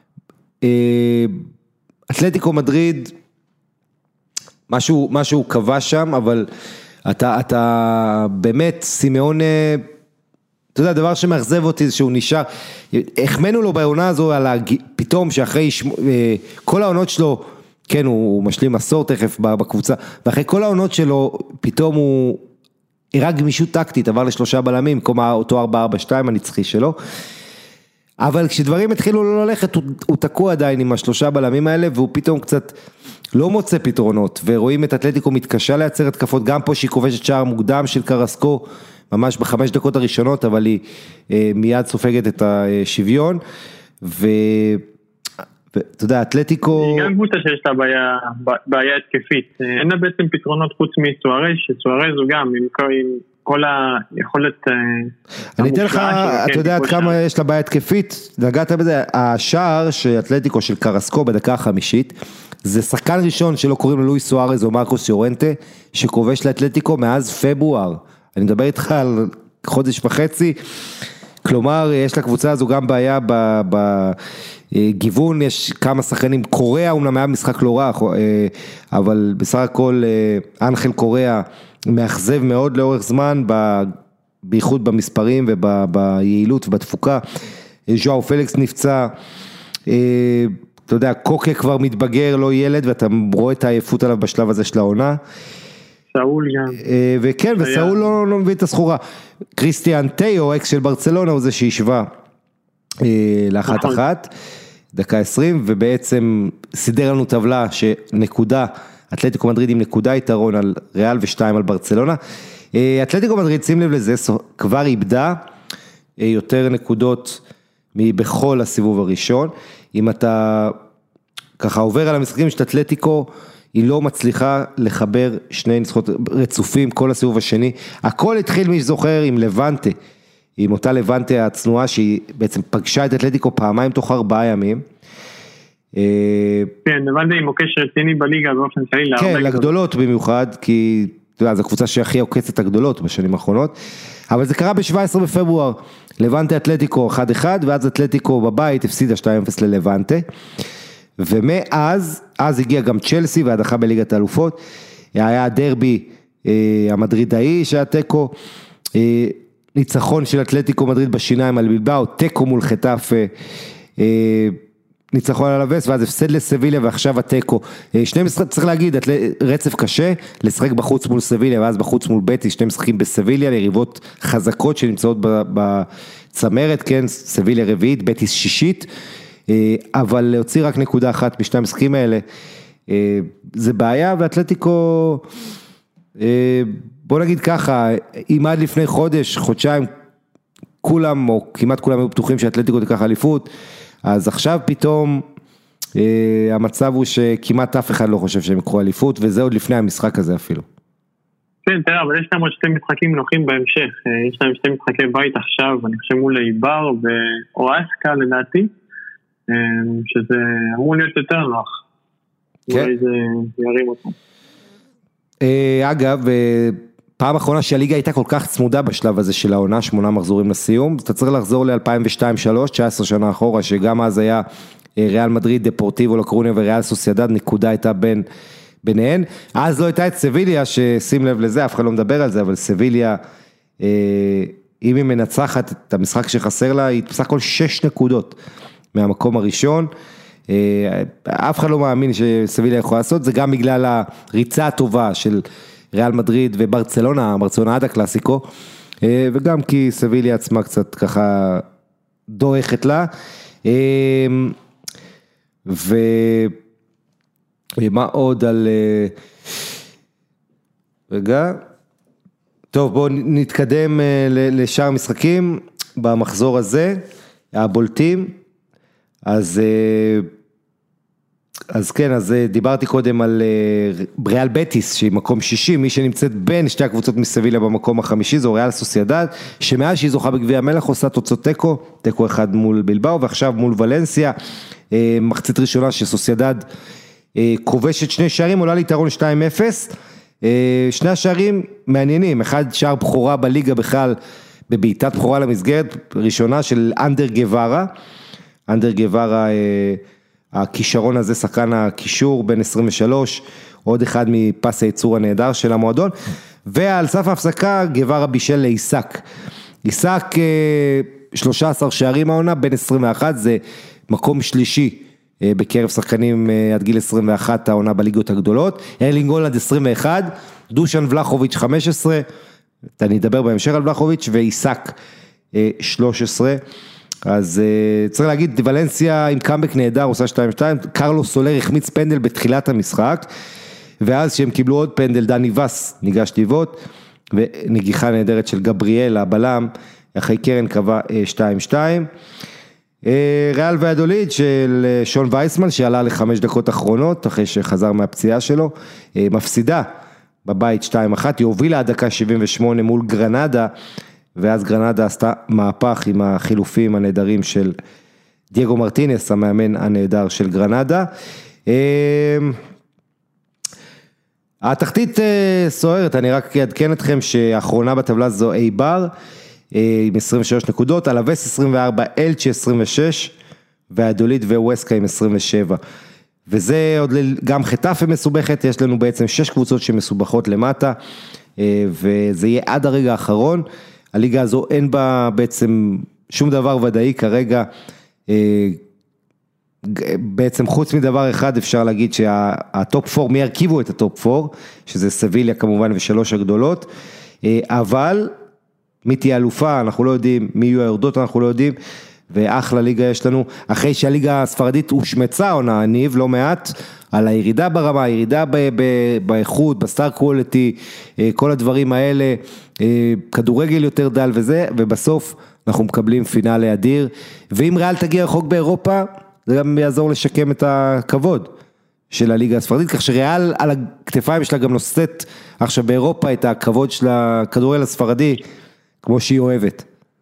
אתלטיקו מדריד, משהו, משהו קבע שם, אבל אתה, אתה באמת, סימאון, אתה יודע, הדבר שמאכזב אותי זה שהוא נשאר, החמנו לו בעונה הזו, על הג... פתאום שאחרי כל העונות שלו, כן, הוא משלים מסור תכף בקבוצה, ואחרי כל העונות שלו, פתאום הוא הראה גמישות טקטית, עבר לשלושה בלמים, כמו אותו ארבע ארבע שתיים הנצחי שלו, אבל כשדברים התחילו לא ללכת, הוא, הוא תקוע עדיין עם השלושה בלמים האלה, והוא פתאום קצת לא מוצא פתרונות, ורואים את אתלטיקו מתקשה לייצר התקפות, גם פה שהיא כובשת שער מוקדם של קרסקו, ממש בחמש דקות הראשונות, אבל היא אה, מיד סופגת את השוויון, ו... ואתה יודע, אתלטיקו... היא גם קבוצה שיש לה בעיה, בעיה התקפית, אין לה בעצם פתרונות חוץ מסוארז, שסוארז הוא גם עם כל היכולת... אני אתן לך, אתה יודע עד כמה יש לה בעיה התקפית, נגעת בזה, השער של אתלטיקו של קרסקו בדקה החמישית, זה שחקן ראשון שלא קוראים לו לואי סוארז או מרקוס יורנטה, שכובש לאתלטיקו מאז פברואר, אני מדבר איתך על חודש וחצי, כלומר יש לקבוצה הזו גם בעיה ב... ב גיוון, יש כמה שחקנים, קוריאה אומנם היה משחק לא רע, אבל בסך הכל אנחל קוריאה מאכזב מאוד לאורך זמן, בייחוד במספרים וביעילות ובתפוקה, ז'ואאו פליקס נפצע, אתה יודע, קוקה כבר מתבגר, לא ילד, ואתה רואה את העייפות עליו בשלב הזה של העונה. סאול גם. וכן, וסאול לא, לא מביא את הסחורה. קריסטיאן טיו, אקס של ברצלונה, הוא זה שישבה לאחת אחת, דקה עשרים, ובעצם סידר לנו טבלה שנקודה, אתלטיקו מדריד עם נקודה יתרון על ריאל ושתיים על ברצלונה. אתלטיקו מדריד, שים לב לזה, כבר איבדה יותר נקודות מבכל הסיבוב הראשון. אם אתה ככה עובר על המשחקים של אתלטיקו, היא לא מצליחה לחבר שני ניצחונות רצופים, כל הסיבוב השני. הכל התחיל מי שזוכר עם לבנטה, עם אותה לבנטה הצנועה, שהיא בעצם פגשה את אתלטיקו פעמיים תוך ארבעה ימים. כן, לבנטה היא מוקש רציני בליגה באופן כללי. כן, לגדולות במיוחד, כי זו הקבוצה שהכי עוקצת הגדולות בשנים האחרונות, אבל זה קרה ב-שבעה עשר בפברואר, לבנטה אתלטיקו אחת אחת, ואז אתלטיקו בבית הפסידה שתיים אפס ללבנטה, ומאז, אז הגיע גם צ'לסי והדחה בליגת האלופות, היה הדרבי המדרידאי שהיה טקו, ניצחון של אתלטיקו מדריד בשיניים על בלבאו, טקו מול חטף, ניצחון על הווס, ואז הפסד לסביליה, ועכשיו הטקו. שני משחקים, צריך להגיד, רצף קשה, לשחק בחוץ מול סביליה, ואז בחוץ מול בטיס, שני משחקים בסביליה, ליריבות חזקות שנמצאות בצמרת, כן, סביליה רביעית, בטיס שישית, אבל להוציא רק נקודה אחת בשני המשחקים האלה, זה בעיה, ואתלטיקו, בוא נגיד ככה, אם עד לפני חודש, חודשיים, כולם, או כמעט כולם היו פתוחים שאתלטיקו תיקח אליפות, אז עכשיו פתאום אה, המצב הוא שכמעט אף אחד לא חושב שהם יקחו אליפות, וזה עוד לפני המשחק הזה אפילו. כן, תראה, אבל יש להם עוד שתי משחקים נוחים בהמשך, יש להם שתי משחקי בית עכשיו, אני חושב מול איבר ואואסקה לדעתי, שזה אמור להיות יותר נוח, כן. אולי זה ירים אותם. אה, אגב, אה, פעם אחרונה שהליגה הייתה כל כך צמודה בשלב הזה של העונה, שמונה מחזורים לסיום, אתה צריך לחזור ל-אלפיים ושתיים שלוש, תשע עשרה שנה אחורה, שגם אז היה ריאל מדריד, דפורטיבו לקרוניה וריאל סוסיידד, נקודה הייתה בין, ביניהן, אז לא הייתה את סביליה, ששים לב לזה, אף אחד לא מדבר על זה, אבל סביליה, אם היא מנצחת את המשחק שחסר לה, היא בסך הכל שש נקודות מהמקום הראשון, אף אחד לא מאמין שסביליה יכולה לעשות, זה גם בגלל הריצה הטובה של ריאל מדריד וברצלונה, ברצלונה עד הקלאסיקו, וגם כי סביליה עצמה קצת ככה דורכת לה, ומה עוד על, רגע, טוב בואו נתקדם לשאר המשחקים, במחזור הזה, הבולטים, אז אז כן, אז דיברתי קודם על ריאל בטיס, שהיא מקום שישי, מי שנמצאת בין שתי הקבוצות מסביליה במקום החמישי, זו ריאל סוסיידד, שמאז שהיא זוכה בגביע המלך, עושה תוצאות טקו, טקו אחד מול בלבאו, ועכשיו מול ולנסיה, מחצית ראשונה שסוסיידד כובשת שני שערים, עולה ליתרון שתיים אפס, שני השערים מעניינים, אחד שער בחורה בליגה בכלל, בבעיטת בחורה למסגרת, ראשונה של אנדר גווארה, אנדר גווארה, הכישרון הזה, שחקן הקישור בין עשרים ושלוש, עוד אחד מפס הייצור הנהדר של המועדון, ועל סף ההפסקה גווארה בישל לאיסק, איסק שלושה עשר שערים העונה, בין עשרים ואחת, זה מקום שלישי בקרב שחקנים עד גיל עשרים ואחת העונה בליגות הגדולות, ארלינג הולנד עשרים ואחת, דושן ולחוביץ' חמש עשרה, אני אדבר בהמשך על ולחוביץ', ואיסק שלוש עשרה, אז uh, צריך להגיד, ולנסיה עם קאמבק נהדר, עושה שתיים שתיים, קרלוס סולר החמיץ פנדל בתחילת המשחק, ואז שהם קיבלו עוד פנדל, דני וס ניגש טיבות, ונגיחה נהדרת של גבריאל, הבלם, אחרי קרן קבע שתיים שתיים, uh, ריאל ויאדוליד של uh, שון וייסמן, שעלה לחמש דקות אחרונות, אחרי שחזר מהפציעה שלו, uh, מפסידה בבית שתיים אחת, היא הובילה עד דקה שבעים ושמונה מול גרנדה, ואז גרנדה עשתה מהפך עם החילופים הנהדרים של דייגו מרטינס, המאמן הנהדר של גרנדה. התחתית סוערת, אני רק אעדכן אתכם שהאחרונה בטבלה זו איבר, עם עשרים ושלוש נקודות, אלווס עשרים וארבע, אלצ'ה עשרים ושש, והדוליד וווסקה עם עשרים ושבע. וזה עוד גם חטאפה מסובכת, יש לנו בעצם שש קבוצות שמסובכות למטה, וזה יהיה עד הרגע האחרון, הליגה הזו אין בה בעצם שום דבר ודאי כרגע, בעצם חוץ מדבר אחד אפשר להגיד שהטופ ארבע, מי ירכיבו את הטופ ארבע, שזה סביליה כמובן ושלוש הגדולות, אבל מי תהיה אלופה, אנחנו לא יודעים, מי יהיו היורדות, אנחנו לא יודעים, ואחלה ליגה יש לנו, אחרי שהליגה הספרדית הושמצה עונה, ניב לא מעט, על הירידה ברמה, הירידה באיכות, בסטאר קואליטי, כל הדברים האלה, כדורגל יותר דל וזה, ובסוף אנחנו מקבלים פינאלי אדיר, ואם ריאל תגיע רחוק באירופה, זה גם יעזור לשקם את הכבוד של הליגה הספרדית, כך שריאל על הכתפיים שלה גם נושאת עכשיו באירופה את הכבוד של הכדורגל הספרדי, כמו שהיא אוהבת.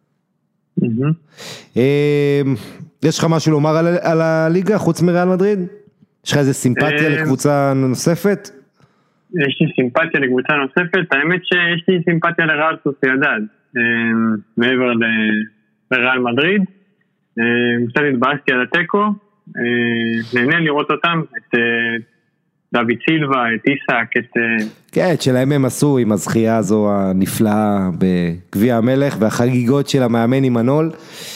יש לך משהו לומר על הליגה חוץ מריאל מדריד? יש לך איזה סימפתיה לקבוצה נוספת? יש לי סימפתיה לקבוצה נוספת, האמת שיש לי סימפתיה לריאל סוסיידד, מעבר לריאל מדריד, קצת התבאסתי על הטקו, נהנה לראות אותם, את דוד סילבה, את איסק, את... כן, את שלהם הם עשו עם הזכייה הזו הנפלאה בגביע המלך, והחגיגות של המאמן עם הנול,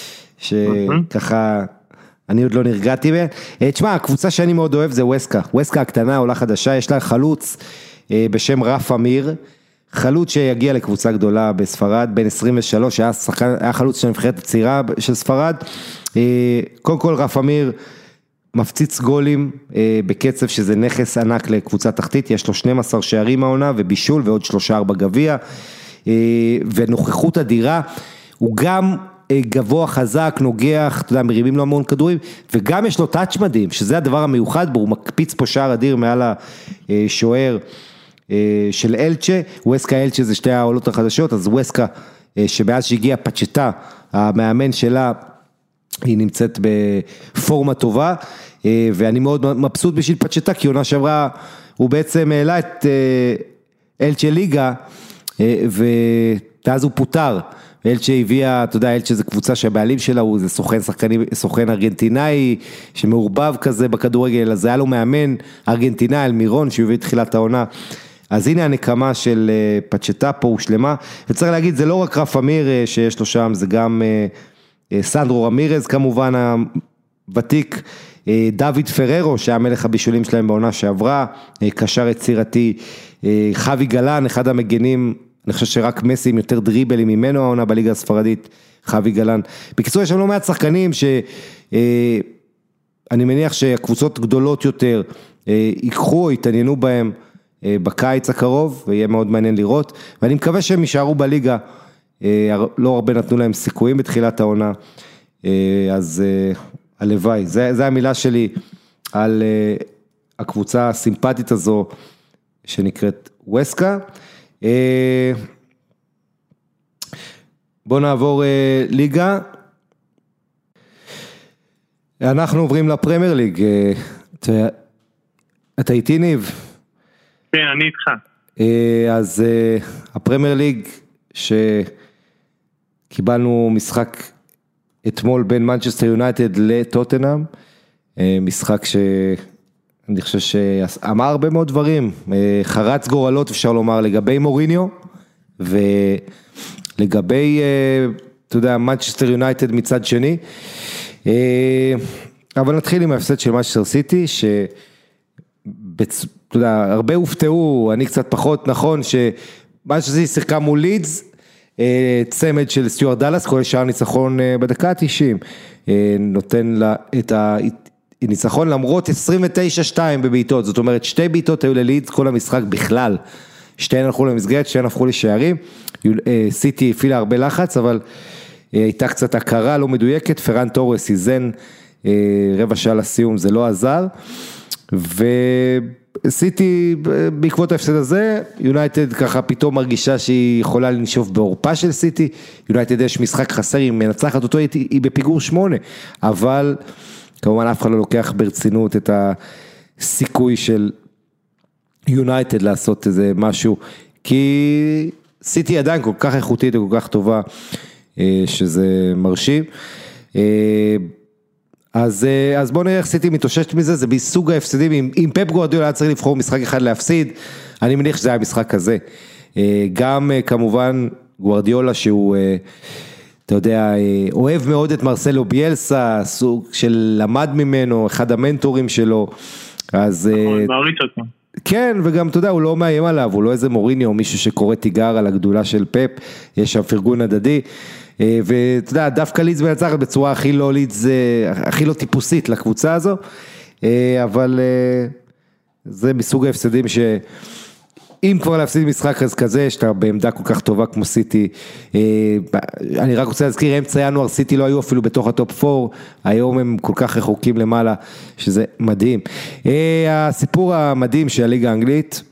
שככה אני עוד לא נרגעתי בה. תשמע, הקבוצה שאני מאוד אוהב זה ווסקה, ווסקה הקטנה, עולה חדשה, יש לה חלוץ בשם רף אמיר, חלוץ שיגיע לקבוצה גדולה בספרד, בין עשרים ושלוש, היה, שחקן, היה חלוץ של נבחרת הצעירה של ספרד, קודם כל רף אמיר מפציץ גולים בקצב שזה נכס ענק לקבוצה תחתית, יש לו שנים עשר שערים העונה ובישול ועוד שלושה ארבע גביע, ונוכחות אדירה, הוא גם גבוה חזק, נוגח, אתה יודע, מרימים לו המון כדורים, וגם יש לו טאץ' מדהים, שזה הדבר המיוחד בו, הוא מקפיץ פה שער אדיר מעל השוער של אלצ'ה, ווסקה אלצ'ה זה שתי העולות החדשות, אז ווסקה שמאז שהגיע פצ'טה, המאמן שלה, היא נמצאת בפורמה טובה, ואני מאוד מבסוט בשביל פצ'טה, כי עונה שעברה, הוא בעצם העלה את אלצ'ה ליגה, ואז הוא פוטר, אלצ'ה הביאה, אתה יודע, אלצ'ה זה קבוצה שהבעלים שלה, הוא זה סוכן שחקני, סוכן ארגנטינאי, שמעורבב כזה בכדורגל, אז היה לו מאמן ארגנטינאי, אלמירון, שהוא הביא את תחילת העונה, אז הנה הנקמה של פצ'טה פה, הוא שלמה, וצריך להגיד, זה לא רק רף אמיר שיש לו שם, זה גם סנדרו רמירז, כמובן הוותיק, דוד פררו, שהיה מלך הבישולים שלהם בעונה שעברה, קשר יצירתי, חווי גלן, אחד המגנים, אני חושב שרק מסי עם יותר דריבלים ממנו העונה בליגה הספרדית, חווי גלן. בקיצור, יש שם לא מעט שחקנים שאני מניח שהקבוצות גדולות יותר ייקחו, יתעניינו בהם בקיץ הקרוב, ויהיה מאוד מעניין לראות, ואני מקווה שהם יישארו בליגה, לא הרבה נתנו להם סיכויים בתחילת העונה, אז הלוואי, זה, זה המילה שלי על הקבוצה הסימפטית הזו, שנקראת ווסקה. בואו נעבור ליגה, אנחנו עוברים לפרמייר ליג, אתה איתי ניב? כן, אני איתך. אז הפרמייר ליג שקיבלנו משחק אתמול בין מנצ'סטר יונייטד לטוטנהאם, משחק שאני חושב שאמר הרבה מאוד דברים, חרץ גורלות אפשר לומר לגבי מוריניו, ולגבי, אתה יודע, מנצ'סטר יונייטד מצד שני, אבל נתחיל עם ההפסד של מנצ'סטר סיטי, ש... אתה יודע, הרבה הופתעו, אני קצת פחות נכון, שמה שזה שיחקה מול לידס, צמד של סטיוארט דאלאס, כל שער ניצחון בדקה ה-תשעים, נותן לה את הניצחון למרות עשרים ותשע שתיים בביתות, זאת אומרת שתי ביתות היו ללידס, כל המשחק בכלל, שתיהן הלכו למסגרת, שתיהן הפכו לשערים, סיטי הפעילה הרבה לחץ, אבל הייתה קצת הכרה לא מדויקת, פרן טורס איזן רבע שעה לסיום, זה לא עזר, וסיטי בעקבות ההפסד הזה, יונייטד ככה פתאום מרגישה שהיא יכולה לנשוף בעורפה של סיטי, יונייטד יש משחק חסר, היא מנצחת אותו, היא בפיגור שמונה, אבל כמובן אף אחד לא לוקח ברצינות את הסיכוי של יונייטד לעשות איזה משהו, כי סיטי עדיין כל כך איכותית וכל כך טובה, שזה מרשים, אז, אז בואו נראה איך סיטי מתאוששת מזה, זה בסוג ההפסדים, אם, אם פפ גוארדיולה היה צריך לבחור משחק אחד להפסיד, אני מניח שזה היה משחק כזה, גם כמובן גוארדיולה שהוא אתה יודע, אוהב מאוד את מרסלו ביאלסה, סוג של למד ממנו, אחד המנטורים שלו, אז... נכון, מעריץ אותו. כן, וגם אתה יודע, הוא לא מאיים עליו, הוא לא איזה מוריני או מישהו שקורא תיגר על הגדולה של פפ, יש שם פרגון הדדי, ואתה יודע, דווקא לידס מנצחת בצורה הכי לא לידס, הכי לא טיפוסית לקבוצה הזו, אבל זה מסוג ההפסדים שאם כבר להפסיד משחק אז כזה, שאתה בעמדה כל כך טובה כמו סיטי, אני רק רוצה להזכיר, אמצע ינואר סיטי לא היו אפילו בתוך הטופ ארבע, היום הם כל כך רחוקים למעלה, שזה מדהים. הסיפור המדהים של הליגה האנגלית,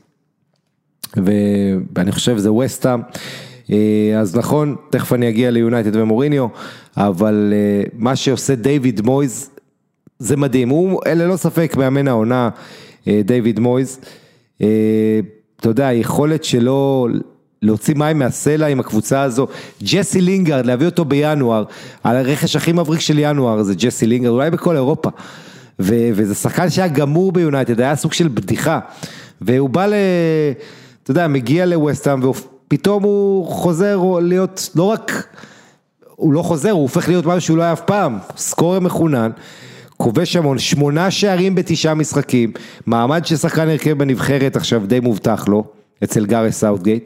ואני חושב זה ווסטהאם, אז נכון, תכף אני אגיע ליונייטד ומוריניו, אבל מה שעושה דיוויד מויז, זה מדהים, הוא ללא ספק מאמן העונה, דיוויד מויז, אתה יודע, היכולת שלו להוציא מים מהסלע עם הקבוצה הזו, ג'סי לינגארד, להביא אותו בינואר, על הרכש הכי מבריק של ינואר, זה ג'סי לינגארד, אולי בכל אירופה, ו- וזה שחקן שהיה גמור ביונייטד, היה סוג של בדיחה, והוא בא ל... אתה יודע, מגיע לווסטהאם, ופתאום הוא חוזר להיות, לא רק, הוא לא חוזר, הוא הופך להיות משהו שהוא לא היה אף פעם, סקורר מחונן, כובש המון, שמונה שערים בתשעה משחקים, מעמד ששחקן הרכב בנבחרת, עכשיו די מובטח לו, אצל גארת' סאות'גייט,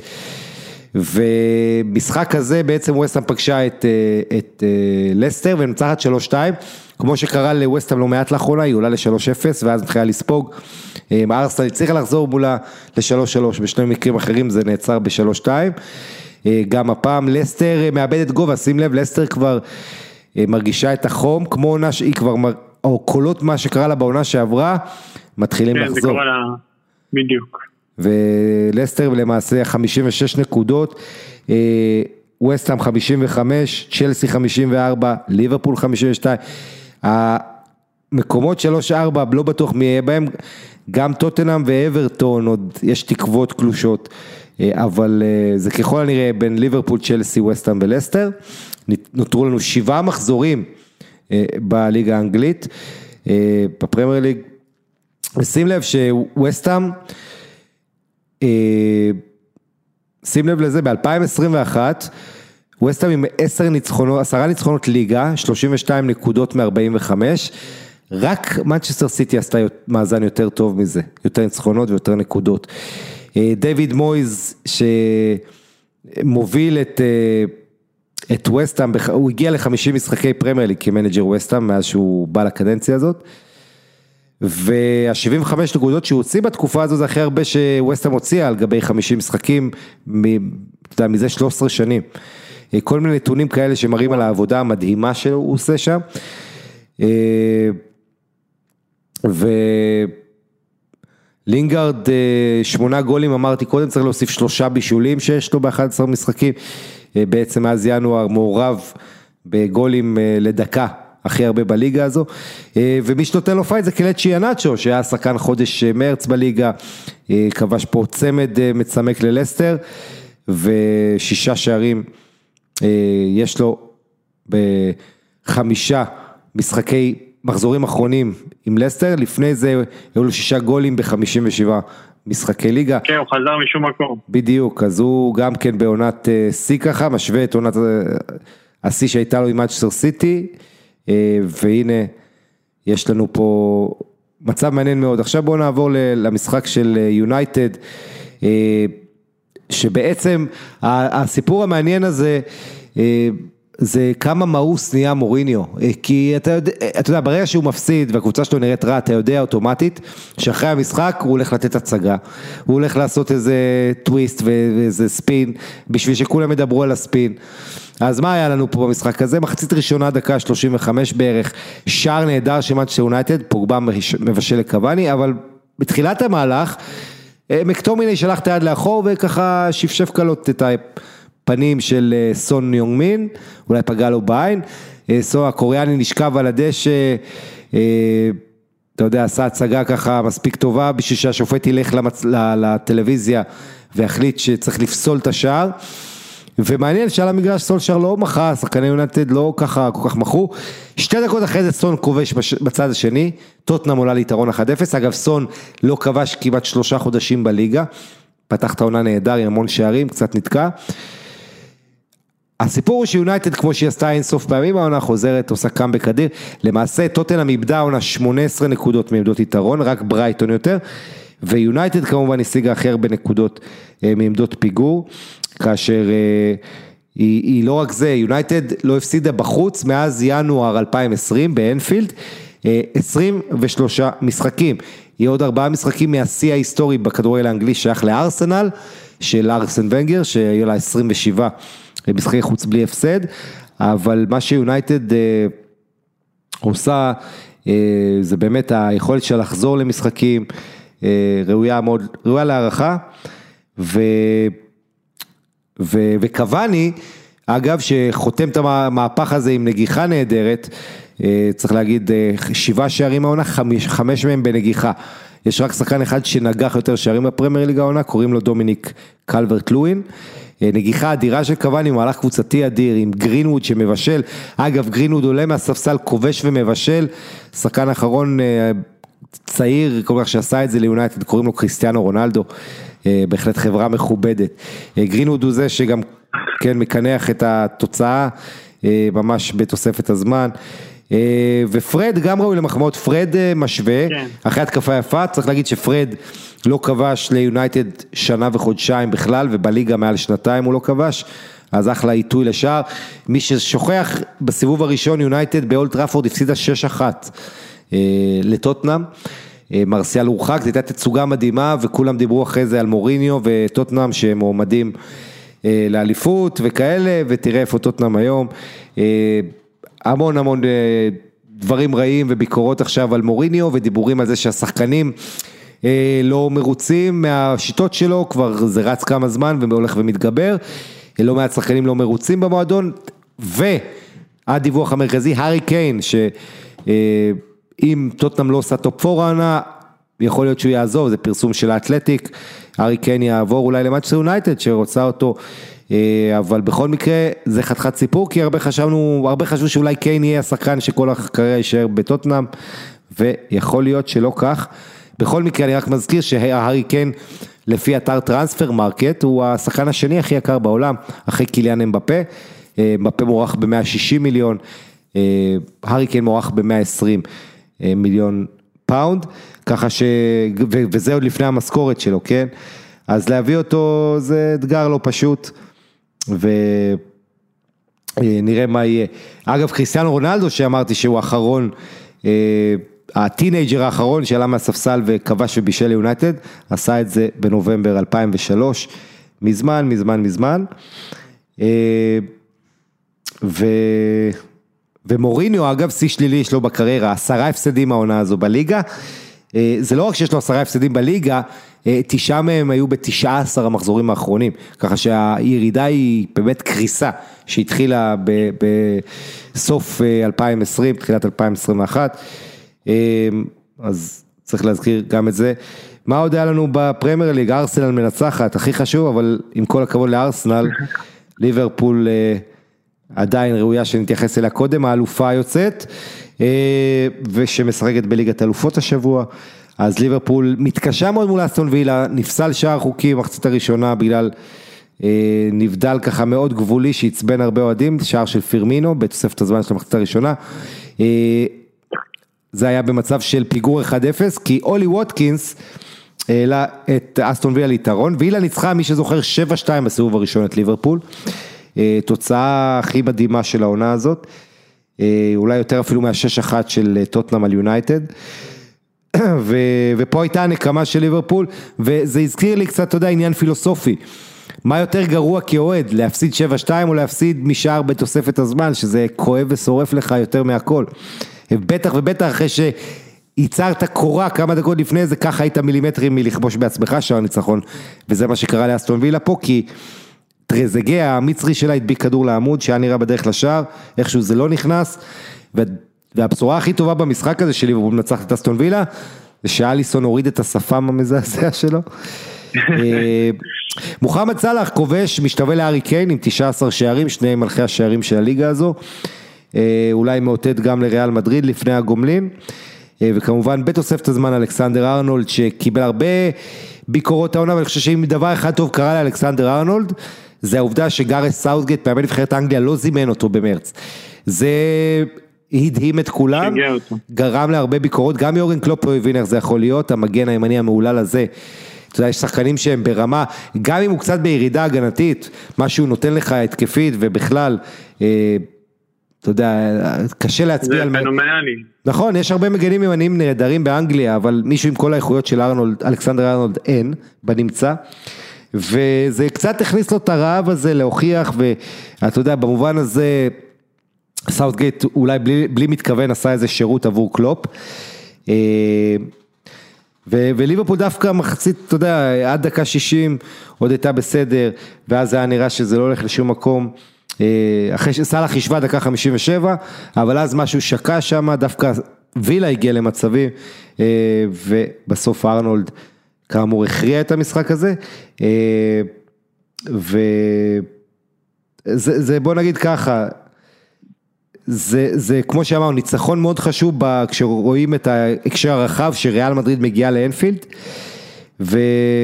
ומשחק כזה בעצם ווסטהאם פגשה את, את לסטר, ונצחת שלוש שתיים, כמו שקרה לווסטהאם לא מעט לאחרונה, היא עולה ל-שלוש אפס, ואז מתחילה לספוג, ארסנל הצליחה לחזור מולה ל-שלוש שלוש, בשני מקרים אחרים זה נעצר ב-שלוש שתיים, גם הפעם לסטר מאבדת גובה, שים לב, לסטר כבר מרגישה את החום, כמו עונה שהיא כבר, או קולות מה שקרה לה בעונה שעברה, מתחילים כן, לחזור. זה קורה לה בדיוק. ולסטר למעשה חמישים ושש נקודות, ווסטהאם חמישים וחמש, צ'לסי חמישים וארבע, ליברפול חמישים ושתיים, המקומות שלוש ארבע, לא בטוח מי יהיה בהם, גם טוטנהאם ואברטון, עוד יש תקוות קלושות, אבל זה ככל הנראה בין ליברפול, צ'לסי, ווסטהאם ולסטר, נותרו לנו שבעה מחזורים בליגה האנגלית, בפרמייר ליג, ושים לב שווסטהאם, שים לב לזה, ב-אלפיים עשרים ואחת, ווסטהאם עם עשר ניצחונות, עשרה ניצחונות ליגה, שלושים ושתיים נקודות מ-ארבעים וחמש, רק מנצ'סטר סיטי עשתה מאזן יותר טוב מזה, יותר ניצחונות ויותר נקודות. דיוויד מויז, שמוביל את, את ווסטהאם, הוא הגיע ל-חמישים משחקי פרמייר ליג כמנג'ר ווסטהאם, מאז שהוא בא לקדנציה הזאת, וה-שבעים וחמש נקודות שהוא הוציא בתקופה הזו, זה הכי הרבה שווסטהאם הוציאה על גבי חמישים משחקים, מזה שלוש עשרה שנים. כל מיני נתונים כאלה שמראים על העבודה המדהימה שהוא עושה שם. ולינגארד, שמונה גולים, אמרתי קודם, צריך להוסיף שלושה בישולים שיש לו ב-אחד עשר משחקים, בעצם אז ינואר מעורב בגולים לדקה, הכי הרבה בליגה הזו, ומי שנותן לו פייט זה קלצ'י איהנצ'ו, שהיה שחקן חודש מרץ בליגה, כבש פה צמד מצמק ללסטר, ושישה שערים יש לו בחמישה משחקי מחזורים אחרונים עם לסטר, לפני זה היו לו שישה גולים ב-חמישים ושבעה משחקי ליגה. כן, הוא חזר משום מקום. בדיוק, אז הוא גם כן בעונת סי ככה, משווה את עונת הסי שהייתה לו עם מנצ'סטר סיטי, והנה יש לנו פה מצב מעניין מאוד. עכשיו בואו נעבור למשחק של יונייטד, שבעצם הסיפור המעניין הזה זה כמה מאוס נהיה מוריניו, כי אתה יודע, אתה יודע, ברגע שהוא מפסיד והקבוצה שלו נראית רע, אתה יודע אוטומטית שאחרי המשחק הוא הולך לתת הצגה, הוא הולך לעשות איזה טוויסט ואיזה ספין, בשביל שכולם ידברו על הספין. אז מה היה לנו פה במשחק הזה? מחצית ראשונה דקה שלושים וחמש בערך, שער נהדר של מנצ'סטר יונייטד, פוגבה מבשל לקוואני, אבל בתחילת המהלך, מקטומיני שלח את היד לאחור וככה שפשף קלות את הפנים של סון יונג מין, אולי פגע לו בעין, סון הקוריאני נשכב על הדשא, אתה יודע, עשה הצגה ככה מספיק טובה, בשביל שהשופט ילך למצ... לטלוויזיה והחליט שצריך לפסול את השער, ומעניין שעל המגרש סולשר לא מחה, שחקני יונייטד לא ככה כל כך מחו, שתי דקות אחרי זה סון כובש בצד השני, טוטנהאם עולה ליתרון אחד אפס, אגב סון לא כבש כמעט שלושה חודשים בליגה, פתח את העונה נהדר עם המון שערים, קצת נתקע, הסיפור הוא שיונייטד, כמו שהיא עשתה אינסוף פעמים, העונה חוזרת, עושה קאמבק אדיר, למעשה טוטנהאם איבדה העונה שמונה עשרה נקודות מעמדות יתרון, רק ברייטון יותר, ויונייטד כמובן השיגה הכי הרבה נקודות מעמדות פיגור, כאשר היא, היא לא רק זה, יונייטד לא הפסידה בחוץ מאז ינואר אלפיים ועשרים באנפילד, עשרים ושלושה משחקים, היא עוד ארבעה משחקים מהשיא ההיסטורי בכדורגל האנגלי שייך לארסנל, של ארסן ונגר, שהיו לה עשרים ושבע משחקי חוץ בלי הפסד, אבל מה שיונייטד אה, עושה, אה, זה באמת היכולת של לחזור למשחקים, אה, ראויה מאוד, ראויה להערכה, ו, ו, וקוואני, אגב, שחותם את המהפך הזה עם נגיחה נהדרת, אה, צריך להגיד, אה, שבעה שערים העונה, חמש, חמש מהם בנגיחה, יש רק שחקן אחד שנגח יותר שערים בפרמייר ליג העונה, קוראים לו דומיניק קלברט לואין, נגיחה אדירה של קוואני, מהלך קבוצתי אדיר, עם גרינווד שמבשל, אגב גרינווד עולה מהספסל, כובש ומבשל, שחקן אחרון צעיר, כל כך שעשה את זה ליונייטד, קוראים לו קריסטיאנו רונלדו, בהחלט חברה מכובדת, גרינווד הוא זה שגם כן מקנח את התוצאה, ממש בתוספת הזמן, ופרד גם ראוי למחמאות, פרד משווה, כן. אחרי התקפה יפה, צריך להגיד שפרד לא כבש ליונייטד שנה וחודשיים בכלל, ובליגה מעל שנתיים הוא לא כבש, אז אחלה עיתוי לשער, מי ששוכח בסיבוב הראשון יונייטד באולד טראפורד הפסידה שש אחת לטוטנאם, מרסיאל הורחק, זו הייתה תצוגה מדהימה, וכולם דיברו אחרי זה על מוריניו וטוטנאם שהם מועמדים לאליפות וכאלה, ותראה איפה טוטנאם היום, המון המון דברים רעים וביקורות עכשיו על מוריניו, ודיבורים על זה שהשחקנים לא מרוצים מהשיטות שלו, כבר זה רץ כמה זמן והולך ומתגבר, לא מעט שחקנים לא מרוצים במועדון, והדיווח המרכזי, הארי קיין, שאם טוטנאם לא עושה טופ פור העונה, יכול להיות שהוא יעזור, זה פרסום של האתלטיק, הארי קיין יעבור אולי למאנצ'סטר יונייטד שרוצה אותו, אבל בכל מקרה זה חתיכת סיפור, כי הרבה חשבנו, הרבה חשבו שאולי קיין יהיה השחקן שכל הקריירה יישאר בטוטנאם, ויכול להיות שלא כך. בכל מקרה אני רק מזכיר שהארי קיין לפי אתר טרנספר מרקט הוא השחקן השני הכי יקר בעולם, אחרי קיליאן אמבפה, אמבפה מוערך ב-מאה ושישים מיליון, הארי קיין מוערך ב-מאה ועשרים מיליון פאונד, ככה ש... וזה עוד לפני המשכורת שלו, כן? אז להביא אותו זה אתגר לא פשוט, ונראה מה יהיה. אגב, קריסטיאנו רונלדו שאמרתי שהוא האחרון, הטינג'ר האחרון שעלה מהספסל וכבש ובישל ליונייטד, עשה את זה בנובמבר אלפיים ושלוש, מזמן, מזמן, מזמן. ו... ומוריניו, אגב, שיא שלילי יש לו בקריירה, עשרה הפסדים העונה הזו בליגה, זה לא רק שיש לו עשרה הפסדים בליגה, תשעה מהם היו בתשעה עשר המחזורים האחרונים, ככה שהירידה היא באמת קריסה, שהתחילה בסוף אלפיים ועשרים, תחילת אלפיים עשרים ואחת, אז צריך להזכיר גם את זה. מה עוד היה לנו בפרמייר ליג? ארסנל מנצחת, הכי חשוב, אבל עם כל הכבוד לארסנל, ליברפול עדיין ראויה שנתייחס אליה קודם, האלופה היוצאת, ושמשחקת בליגת אלופות השבוע, אז ליברפול מתקשה מאוד מול אסטון וילה, נפסל שער חוקי במחצית הראשונה, בגלל נבדל ככה מאוד גבולי, שהצבן הרבה אוהדים, שער של פירמינו, בתוספת הזמן של המחצית הראשונה, זה היה במצב של פיגור אחד אפס, כי אולי ווטקינס העלה את אסטון וילה ליתרון, וילה ניצחה, מי שזוכר, שבע שתיים בסיבוב הראשון את ליברפול, תוצאה הכי מדהימה של העונה הזאת, אולי יותר אפילו מה-שש אחת של טוטנאם על יונייטד, ופה הייתה הנקמה של ליברפול, וזה הזכיר לי קצת, אתה יודע, עניין פילוסופי, מה יותר גרוע כאוהד, להפסיד שבע שתיים או להפסיד משאר בתוספת הזמן, שזה כואב ושורף לך יותר מהכל, בטח ובטח אחרי שייצרת קורה כמה דקות לפני זה, ככה היית מילימטרים מלכבוש בעצמך שער ניצחון, וזה מה שקרה לאסטון וילה פה, כי טרזגה, המצרי שלה הדביק כדור לעמוד, שהיה נראה בדרך לשער, איכשהו זה לא נכנס, והבשורה הכי טובה במשחק הזה שלי, והוא מנצח את אסטון וילה, זה שאליסון הוריד את השפם המזעזע שלו. מוחמד סלאח כובש, משתווה להארי קיין עם תשעה עשר שערים, שני מלכי השערים של הליגה הזו, אולי מאותת גם לריאל מדריד לפני הגומלין, וכמובן בתוספת הזמן אלכסנדר ארנולד, שקיבל הרבה ביקורות העונה, ואני חושב שאם דבר אחד טוב קרה לאלכסנדר ארנולד, זה העובדה שגארת' סאות'גייט, מאמן נבחרת אנגליה, לא זימן אותו במרץ. זה הדהים את כולם, גרם להרבה ביקורות, גם יורגן קלופ לא הבין איך זה יכול להיות, המגן הימני המעולל הזה, אתה יודע, יש שחקנים שהם ברמה, גם אם הוא קצת בירידה הגנתית, מה שהוא נותן לך התקפית, ובכלל, אה, אתה יודע, קשה להצביע על... זה פנומנלי. נכון, יש הרבה מגנים ימניים נהדרים באנגליה, אבל מישהו עם כל האיכויות של ארנולד, אלכסנדר ארנולד אין, בנמצא, וזה קצת הכניס לו את הרעב הזה להוכיח, ואתה יודע, במובן הזה, סאות'גייט אולי בלי, בלי מתכוון עשה איזה שירות עבור קלופ, ו- וליברפול דווקא מחצית, אתה יודע, עד דקה שישים עוד הייתה בסדר, ואז היה נראה שזה לא הולך לשום מקום, אחרי שסלאח ישבה דקה חמישים ושבע, אבל אז משהו שקע שם, דווקא וילה הגיע למצבים, ובסוף ארנולד כאמור הכריע את המשחק הזה, וזה, זה, בוא נגיד ככה, זה, זה כמו שאמרנו, ניצחון מאוד חשוב ב, כשרואים את ההקשר הרחב שריאל מדריד מגיעה לאנפילד, ו,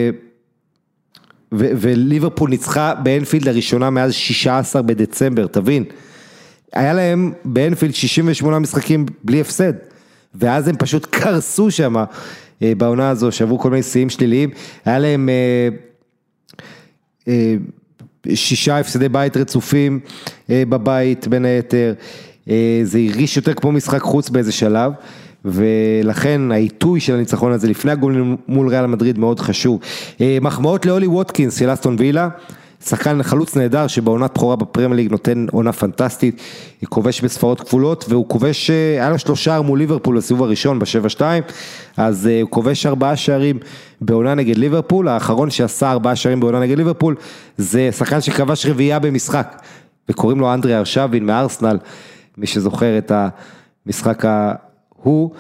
ו, וליברפול ניצחה באנפילד לראשונה מאז שישה עשר בדצמבר, תבין, היה להם באנפילד שישים ושמונה משחקים בלי הפסד, ואז הם פשוט קרסו שם, בעונה הזו, שעברו כל מיני שיאים שליליים, היה להם אה, אה, שישה הפסדי בית רצופים אה, בבית בין היתר, אה, זה הרגיש יותר כמו משחק חוץ באיזה שלב, ולכן העיתוי של הניצחון הזה לפני הגול מול ריאל מדריד מאוד חשוב. אה, מחמאות לאולי ווטקינס של אסטון וילה, שחקן חלוץ נהדר שבעונת בחורה בפרמייר ליג נותן עונה פנטסטית, כובש בספרות כפולות, והוא כובש, היה לו שלושה שער מול ליברפול בסיבוב הראשון ב-שבע שתיים, אז הוא כובש ארבעה שערים בעונה נגד ליברפול, האחרון שעשה ארבעה שערים בעונה נגד ליברפול, זה שחקן שכבש רביעייה במשחק, וקוראים לו אנדרי ארשבין מארסנל, מי שזוכר את המשחק ההוא.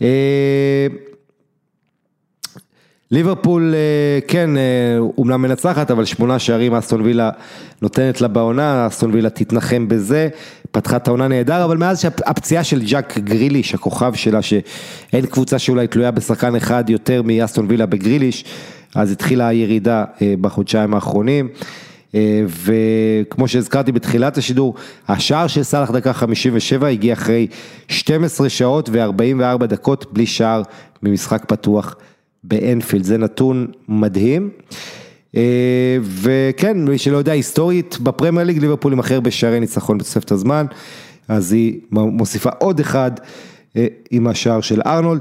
ליברפול, כן, אומנם מנצחת, אבל שמונה שערים אסטון וילה נותנת לה בעונה, אסטון וילה תתנחם בזה, פתחה את העונה נהדר, אבל מאז שהפציעה של ג'ק גריליש, הכוכב שלה, שאין קבוצה שאולי תלויה בשחקן אחד יותר מאסטון וילה בגריליש, אז התחילה הירידה בחודשיים האחרונים, וכמו שהזכרתי בתחילת השידור, השער של סלאח דקה חמישים ושבע הגיע אחרי שתים עשרה שעות ו-ארבעים וארבע דקות בלי שער ממשחק פתוח באנפילד, זה נתון מדהים, וכן, מי שלא יודע, היסטורית, בפרמייר ליג ליברפול עם הכי הרבה שערי ניצחון בתוספת הזמן, אז היא מוסיפה עוד אחד עם השער של ארנולד.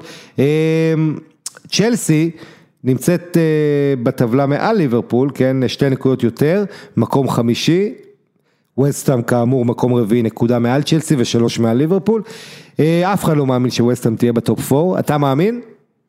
צ'לסי נמצאת בטבלה מעל ליברפול, כן, שתי נקודות יותר, מקום חמישי, ווסטהאם כאמור מקום רביעי, נקודה מעל צ'לסי ושלוש מעל ליברפול, אף אחד לא מאמין שווסטהאם תהיה בטופ ארבע, אתה מאמין?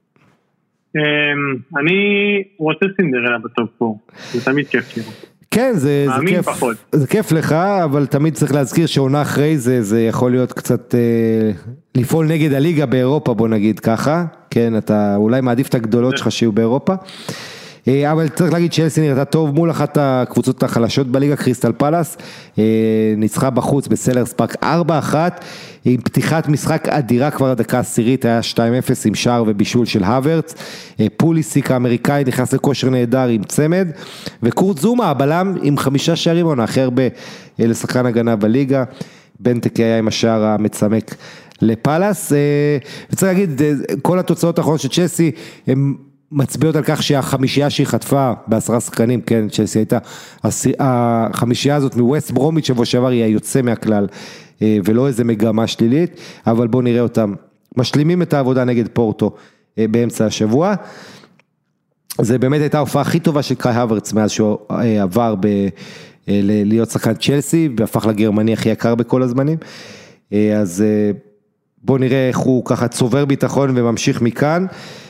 אני רוצה סינדרלה בטופ ארבע, זה תמיד כיף לי. כן, זה, זה, כיף, זה כיף לך, אבל תמיד צריך להזכיר שעונה אחרי זה, זה יכול להיות קצת אה, לפעול נגד הליגה באירופה, בוא נגיד ככה, כן, אתה אולי מעדיף את הגדולות שלך שיהיו באירופה, אה, אבל צריך להגיד צ'לסי נראתה טוב מול אחת הקבוצות החלשות בליגה, קריסטל פלאס, אה, ניצחה בחוץ בסלרס פארק ארבע אחת, עם פתיחת משחק אדירה כבר הדקה העשירית, היה שתיים אפס עם שער ובישול של הוורץ, פוליסיק האמריקאי נכנס לכושר נהדר עם צמד, וקורט זומה הבלם עם חמישה שערים עונה, הכי הרבה לשחקן הגנה בליגה, בנטקי היה עם השער המצמק לפלאס, וצריך להגיד, כל התוצאות האחרונות של צ'לסי, הם מצביעות על כך שהחמישייה שהיא חטפה בעשרה שחקנים, כן, צ'לסי הייתה, החמישייה הזאת מווסט ברומיץ' שבוע שעבר היא היוצא מהכלל, ולא איזה מגמה שלילית, אבל בואו נראה אותם, משלימים את העבודה נגד פורטו באמצע השבוע, זה באמת הייתה ההופעה הכי טובה של קאי הוורץ, מאז שהוא עבר ב, להיות שחקן צ'לסי, והפך לגרמני הכי יקר בכל הזמנים, אז בואו נראה איך הוא ככה צובר ביטחון וממשיך מכאן,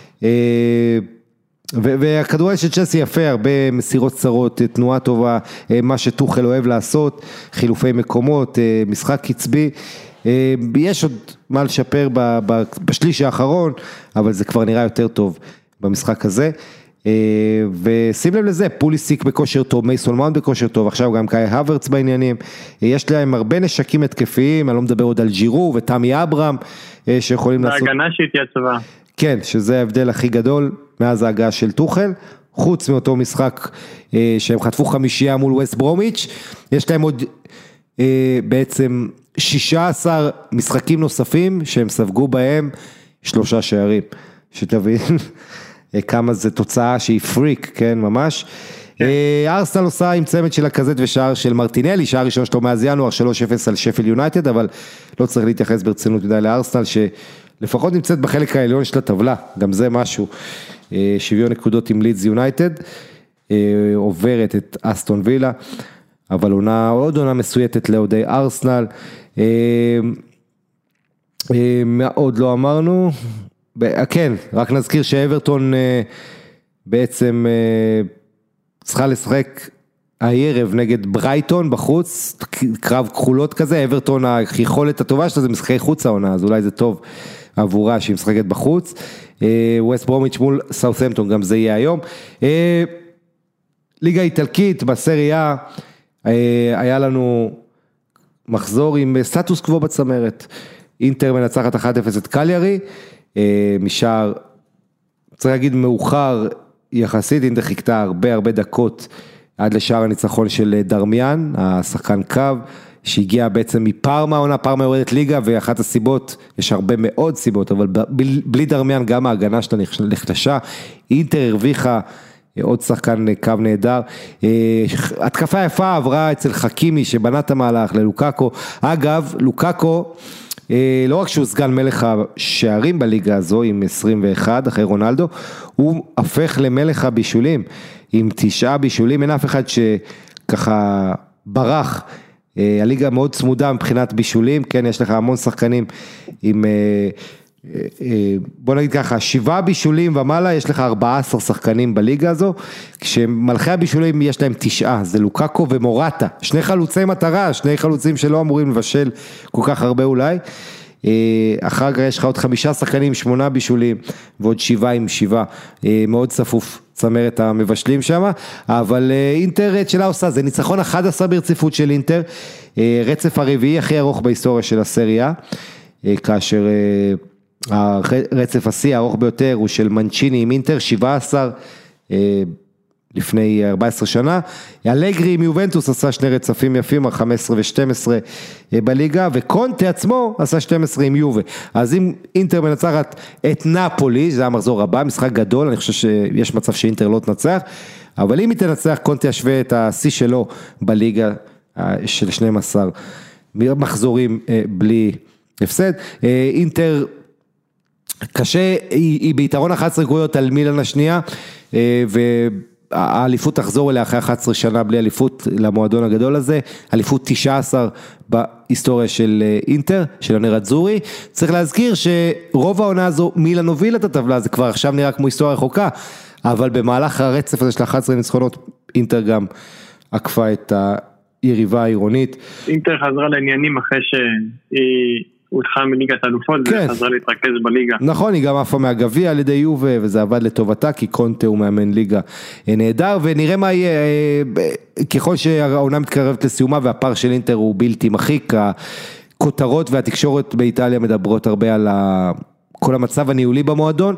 והכדורגל של צ'לסי יפה, הרבה מסירות צרות, תנועה טובה, מה שטוחל אוהב לעשות, חילופי מקומות, משחק קצבי, יש עוד מה לשפר בשליש האחרון, אבל זה כבר נראה יותר טוב במשחק הזה, ושים לב לזה, פוליסיק בכושר טוב, מייסון מאונט בכושר טוב, עכשיו גם קאי הוורץ בעניינים, יש להם הרבה נשקים התקפיים, אני לא מדבר עוד על ג'ירו ותמי אברהם, שיכולים לעשות... והגנה שהתייצבה. כן, שזה ההבדל הכי גדול מאז ההגעה של טוחל, חוץ מאותו משחק שהם חטפו חמישייה מול ווסט ברומיץ', יש להם עוד בעצם שישה עשר משחקים נוספים שהם ספגו בהם שלושה שערים, שתבין כמה זה תוצאה שהיא פריק, כן, ממש. ארסנל עושה עם צמד של הקזט ושער של מרטינלי, שער ראשון שלו מאז ינואר שלוש אפס על שפילד יונייטד, אבל לא צריך להתייחס ברצינות מדי לארסנל, שלפחות נמצאת בחלק העליון של הטבלה, גם זה משהו, שוויון נקודות עם לידס יונייטד, עוברת את אסטון וילה, אבל עונה, עוד עונה מסויטת לאוהדי ארסנל, עוד לא אמרנו, כן, רק נזכיר שאברטון בעצם צריכה לשחק הערב נגד ברייטון בחוץ, קרב כחולות כזה, אברטון היכולת הטובה שלה זה משחקי חוץ העונה, אז אולי זה טוב עבורה שהיא משחקת בחוץ, ווסט ברומיץ' מול סאות'המפטון, גם זה יהיה היום. ליגה איטלקית בסריה, היה לנו מחזור עם סטטוס קוו בצמרת, אינטר מנצחת אחת אפס את קליארי, משער, צריך להגיד מאוחר יחסית, אינטר חיכתה הרבה הרבה דקות עד לשער הניצחון של דרמיאן, השחקן קו, שהגיע בעצם מפרמה, עונה פרמה יורדת ליגה, ואחת הסיבות, יש הרבה מאוד סיבות, אבל בלי דרמיאן גם ההגנה שלה נחלשה, אינטר הרוויחה עוד שחקן קו נהדר, התקפה יפה עברה אצל חכימי שבנה את המהלך ללוקאקו, אגב לוקאקו, לא רק שהוא סגן מלך השערים בליגה הזו עם עשרים ואחת אחרי רונלדו, הוא הפך למלך הבישולים עם תשעה בישולים, אין אף אחד שככה ברח, הליגה מאוד צמודה מבחינת בישולים, כן יש לך המון שחקנים עם, בוא נגיד ככה, שבעה בישולים ומעלה, יש לך ארבעה עשר שחקנים בליגה הזו, כשמלכי הבישולים יש להם תשעה, זה לוקאקו ומורטה, שני חלוצי מטרה, שני חלוצים שלא אמורים לבשל כל כך הרבה אולי, אחר כך יש לך עוד חמישה שחקנים, שמונה בישולים, ועוד שבעה עם שבעה, מאוד צפוף צמרת המבשלים שם, אבל אינטר שלה עושה, זה ניצחון אחד עשר ברציפות של אינטר, רצף הרביעי הכי ארוך בהיסטוריה של הסריה, כאשר הרצף השיא הארוך ביותר הוא של מנצ'יני עם אינטר, שבע עשרה לפני ארבע עשרה שנה, אלגרי עם יובנטוס עשה שני רצפים יפים, חמש עשרה ו-שתים עשרה בליגה, וקונטה עצמו עשה שתים עשרה עם יובה, אז אם אינטר מנצחת את נפולי, זה המחזור הבא, משחק גדול, אני חושב שיש מצב שאינטר לא תנצח, אבל אם היא תנצח, קונטה ישווה את השיא שלו בליגה של שנים עשר מחזורים בלי הפסד, אינטר קשה, היא, היא ביתרון אחת עשרה נקודות על מילאן השנייה, והאליפות תחזור אליה אחרי אחת עשרה שנה בלי אליפות למועדון הגדול הזה, אליפות תשע עשרה בהיסטוריה של אינטר, של הנרדזורי, צריך להזכיר שרוב העונה הזו מילאן הוביל את הטבלה, זה כבר עכשיו נראה כמו היסטוריה רחוקה, אבל במהלך הרצף הזה של אחת עשרה ניצחונות, אינטר גם עקפה את היריבה העירונית. אינטר חזרה לעניינים אחרי שהיא הודחה מליגת האלופות, כן. וחזרה להתרכז בליגה. נכון, היא גם עפה מהגביע על ידי יובה, וזה עבד לטובתה, כי קונטה הוא מאמן ליגה נהדר, ונראה מה יהיה, ככל שהעונה מתקרבת לסיומה, והפער של אינטר הוא בלתי מחיק, הכותרות והתקשורת באיטליה מדברות הרבה על כל המצב הניהולי במועדון,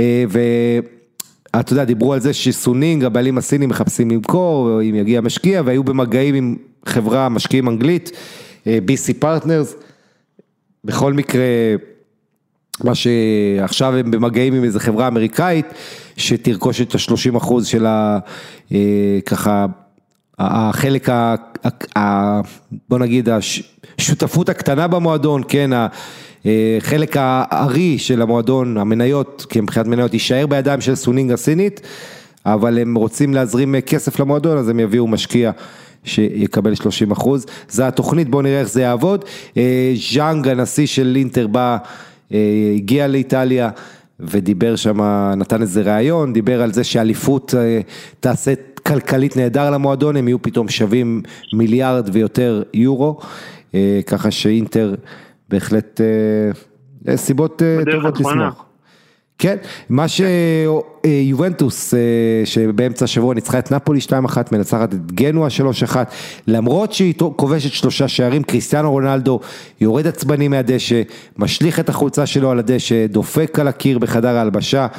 ואתה יודע, דיברו על זה שסונינג, הבעלים הסינים מחפשים למכור, או אם יגיע משקיע, והיו במגעים עם חברה משקיעים אנגלית, בי סי Partners, בכל מקרה, מה שעכשיו הם במגעים עם איזו חברה אמריקאית, שתרכוש את ה-שלושים אחוז של ה... ככה, החלק, ה, ה, בוא נגיד, השותפות הקטנה במועדון, כן, החלק הארי של המועדון, המניות, כי מבחינת מניות יישאר בידיים של סונינג הסינית, אבל הם רוצים להזרים כסף למועדון, אז הם יביאו משקיע שיקבל שלושים אחוז, זה התוכנית, בואו נראה איך זה יעבוד, ז'אנג הנשיא של אינטר בא, הגיע לאיטליה, ודיבר שם, נתן איזה רעיון, דיבר על זה שאליפות תעשה כלכלית נהדר למועדון, הם יהיו פתאום שווים מיליארד ויותר יורו, ככה שאינטר בהחלט סיבות טובות לשמוח. כן, מה שיובנטוס שבאמצע השבוע ניצחה את נפולי שתיים אחת, מנצחת את גנואה שלוש אחת, למרות שהיא כובשת שלושה שערים, קריסטיאנו רונלדו יורד עצבני מהדשא, משליך את החולצה שלו על הדשא, דופק על הקיר בחדר ההלבשה,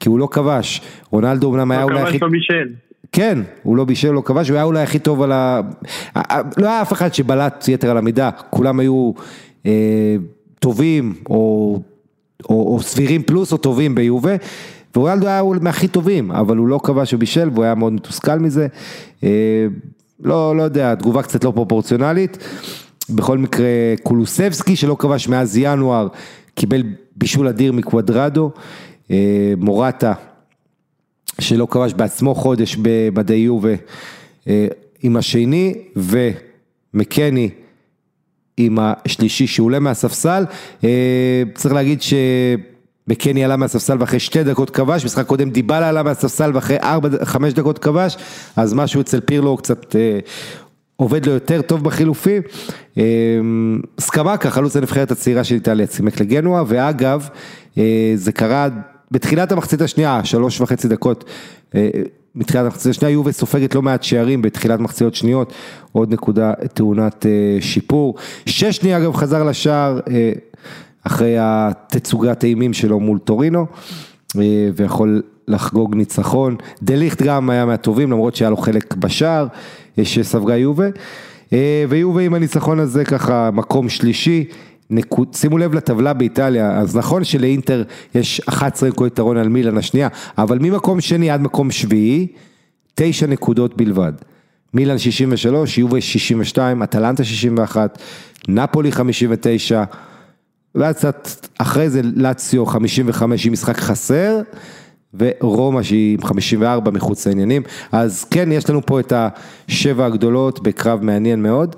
כי הוא לא כבש, רונלדו אומנם היה אולי... לא כבש לא בישל. כן, הוא לא בישל, לא כבש, הוא היה אולי הכי טוב על ה... לא היה אף אחד שבלט יתר על המידה, כולם היו אה, טובים, או, או, או סבירים פלוס, או טובים ביובה, ורונלדו היה מהכי טובים, אבל הוא לא כבש או בישל, והוא היה מאוד מתוסכל מזה, אה, לא, לא יודע, תגובה קצת לא פרופורציונלית, בכל מקרה קולוסבסקי, שלא כבש מאז ינואר, קיבל בישול אדיר מקוודרדו, אה, מורטה, שלא כבש בעצמו חודש במדי יובה עם השני, ומקני עם השלישי שעולה מהספסל. צריך להגיד שמקני עלה מהספסל ואחרי שתי דקות כבש, משחק קודם דיבלה עלה מהספסל ואחרי ארבע, חמש דקות כבש, אז משהו אצל פירלו קצת עובד לו יותר טוב בחילופים. סקמאקה, חלוץ הנבחרת הצעירה של איטליה, צימק לגנואה, ואגב, זה קרה בתחילת המחצית השנייה, שלוש וחצי דקות, מתחילת המחצית השנייה, יובה סופגת לא מעט שערים בתחילת מחציות שניות, עוד נקודה תאונת שיפור. שש שנייה אגב חזר לשער, אחרי התצוגת האימים שלו מול טורינו, ויכול לחגוג ניצחון. דליכט גם היה מהטובים, למרות שהיה לו חלק בשער, שספגה יובה, ויובה עם הניצחון הזה ככה מקום שלישי, נקוד, שימו לב לטבלה באיטליה, אז נכון שלאינטר יש אחת עשרה נקודות יתרון על מילאן השנייה, אבל ממקום שני עד מקום שביעי, תשע נקודות בלבד. מילאן שישים ושלוש, יובה שישים ושתיים, אטלנטה שישים ואחת, נפולי חמישים ותשע, ואז קצת אחרי זה לאציו חמישים וחמש עם משחק חסר, ורומא שהיא עם חמישים וארבע מחוץ לעניינים, אז כן, יש לנו פה את השבע הגדולות, בקרב מעניין מאוד.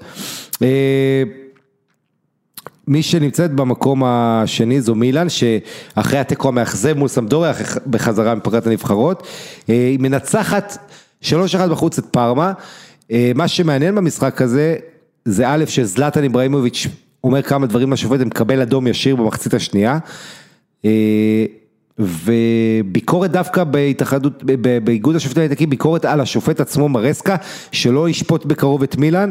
מי שנמצאת במקום השני זו מילאן, שאחרי התיקו המאכזב מול סמדוריה, בחזרה מפגרת הנבחרות, היא מנצחת שלוש אחת בחוץ את פארמה. מה שמעניין במשחק הזה, זה א' שזלטן איברהימוביץ' אומר כמה דברים לשופט, הם מקבל אדום ישיר במחצית השנייה, וביקורת דווקא בהתאחדות, באיגוד השופטים האיטלקי, ביקורת על השופט עצמו מרסקה, שלא ישפוט בקרוב את מילאן,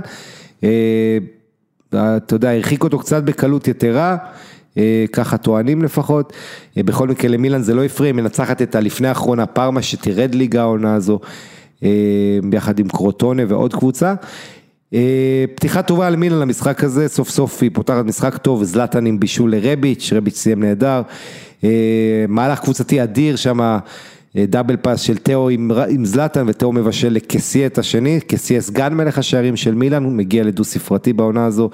אתה יודע, הרחיק אותו קצת בקלות יתרה, ככה טוענים לפחות, בכל מקרה למילאן זה לא הפריע, מנצחת את הלפני האחרונה פארמה שתרד ליגה העונה הזו, ביחד עם קרוטונה ועוד קבוצה, פתיחה טובה על מילאן למשחק הזה, סוף סוף היא פותחת משחק טוב, זלטן עם בישול לרביץ', רביץ' סיים נהדר, מהלך קבוצתי אדיר שם, דאבל פאס של תאו עם, עם זלטן, ותאו מבשל לקסיה את השני, קסיה סגן מלך השערים של מילאן, הוא מגיע לדו ספרתי בעונה הזו,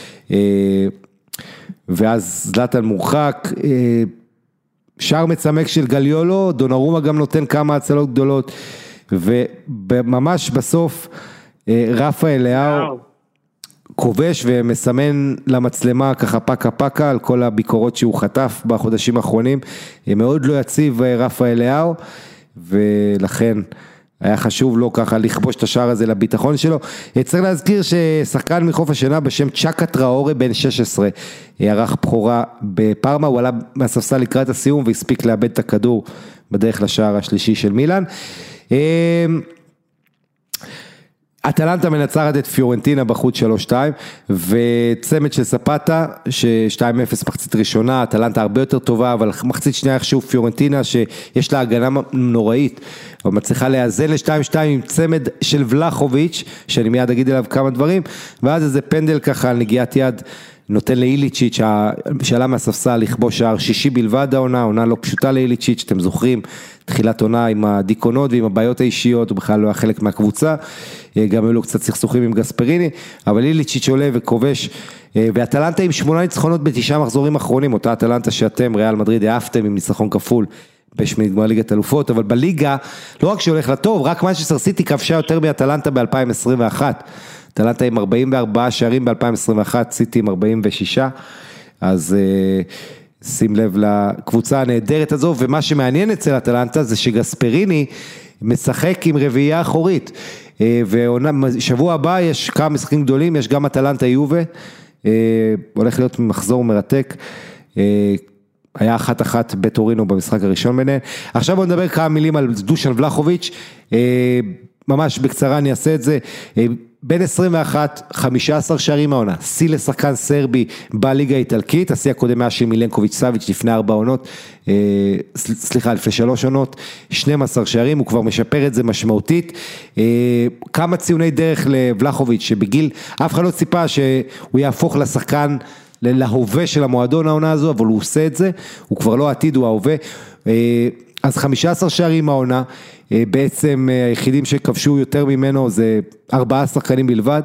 ואז זלטן מורחק, שער מצמק של גליולו, דונרומה גם נותן כמה הצלות גדולות, וממש בסוף, רפאל לאו כובש ומסמן למצלמה ככה פקה פקה על כל הביקורות שהוא חטף בחודשים האחרונים, מאוד לא יציב רפאל לאו, ולכן היה חשוב לו ככה לכבוש את השער הזה לביטחון שלו. צריך להזכיר ששחקן מחוף השינה בשם צ'קה טראורה בן שש עשרה, ערך בחורה בפארמה, הוא עלה מהספסל לקראת הסיום והספיק לאבד את הכדור בדרך לשער השלישי של מילאן. אטלנטה מנצחת את פיורנטינה בחוץ שלוש שתיים, וצמד של ספטה, ש-שתיים אפס מחצית ראשונה, אטלנטה הרבה יותר טובה, אבל מחצית שנייה איכשהו פיורנטינה, שיש לה הגנה נוראית, אבל מצליחה להיאזן ל-שתיים שתיים עם צמד של ולחוביץ', שאני מיד אגיד אליו כמה דברים, ואז איזה פנדל ככה על נגיעת יד, נותן לאיליצ'יץ' שעלה מהספסל לכבוש שער שישי בלבד העונה, עונה לא פשוטה לאיליצ'יץ', אתם זוכרים, תחילת עונה עם הדיכאונות ועם הבעיות האישיות, הוא בכלל לא היה חלק מהקבוצה, גם היו לו קצת סכסוכים עם גספריני, אבל איליצ'יץ' עולה וכובש, ואטלנטה עם שמונה ניצחונות בתשעה מחזורים אחרונים, אותה אטלנטה שאתם, ריאל מדריד, אהבתם עם ניצחון כפול, בשמינית גמר ליגת אלופות, אבל בליגה, לא רק שהולך לטוב, רק מנצ'סטר סיטי כבשה יותר מאטלנטה ב-אלפיים עשרים ואחת, אטלנטה עם ארבעים וארבעה שערים ב-אלפיים עשרים ואחת, סיטי עם ארבעים ושש, אז שים לב לקבוצה הנהדרת הזו, ומה שמעניין אצל אטלנטה זה שגספריני משחק עם רביעייה אחורית, ושבוע הבא יש כמה משחקים גדולים, יש גם אטלנטה יובה, הולך להיות מחזור מרתק, היה אחת אחת בטורינו במשחק הראשון ביניהם. עכשיו בוא נדבר כמה מילים על דושן ולחוביץ', ממש בקצרה אני אעשה את זה, בין עשרים ואחת, חמישה עשר שערים העונה, שיא לשחקן סרבי בליגה האיטלקית, השיא הקודם היה של מילנקוביץ' סאביץ' לפני ארבע עונות, סליחה, לפני שלוש עונות, שנים עשר שערים, הוא כבר משפר את זה משמעותית, כמה ציוני דרך לבלחוביץ' שבגיל, אף אחד לא ציפה שהוא יהפוך לשחקן להווה של המועדון העונה הזו, אבל הוא עושה את זה, הוא כבר לא עתיד, הוא ההווה, אז חמישה עשר שערים העונה, בעצם היחידים שכבשו יותר ממנו זה ארבעה שחקנים בלבד,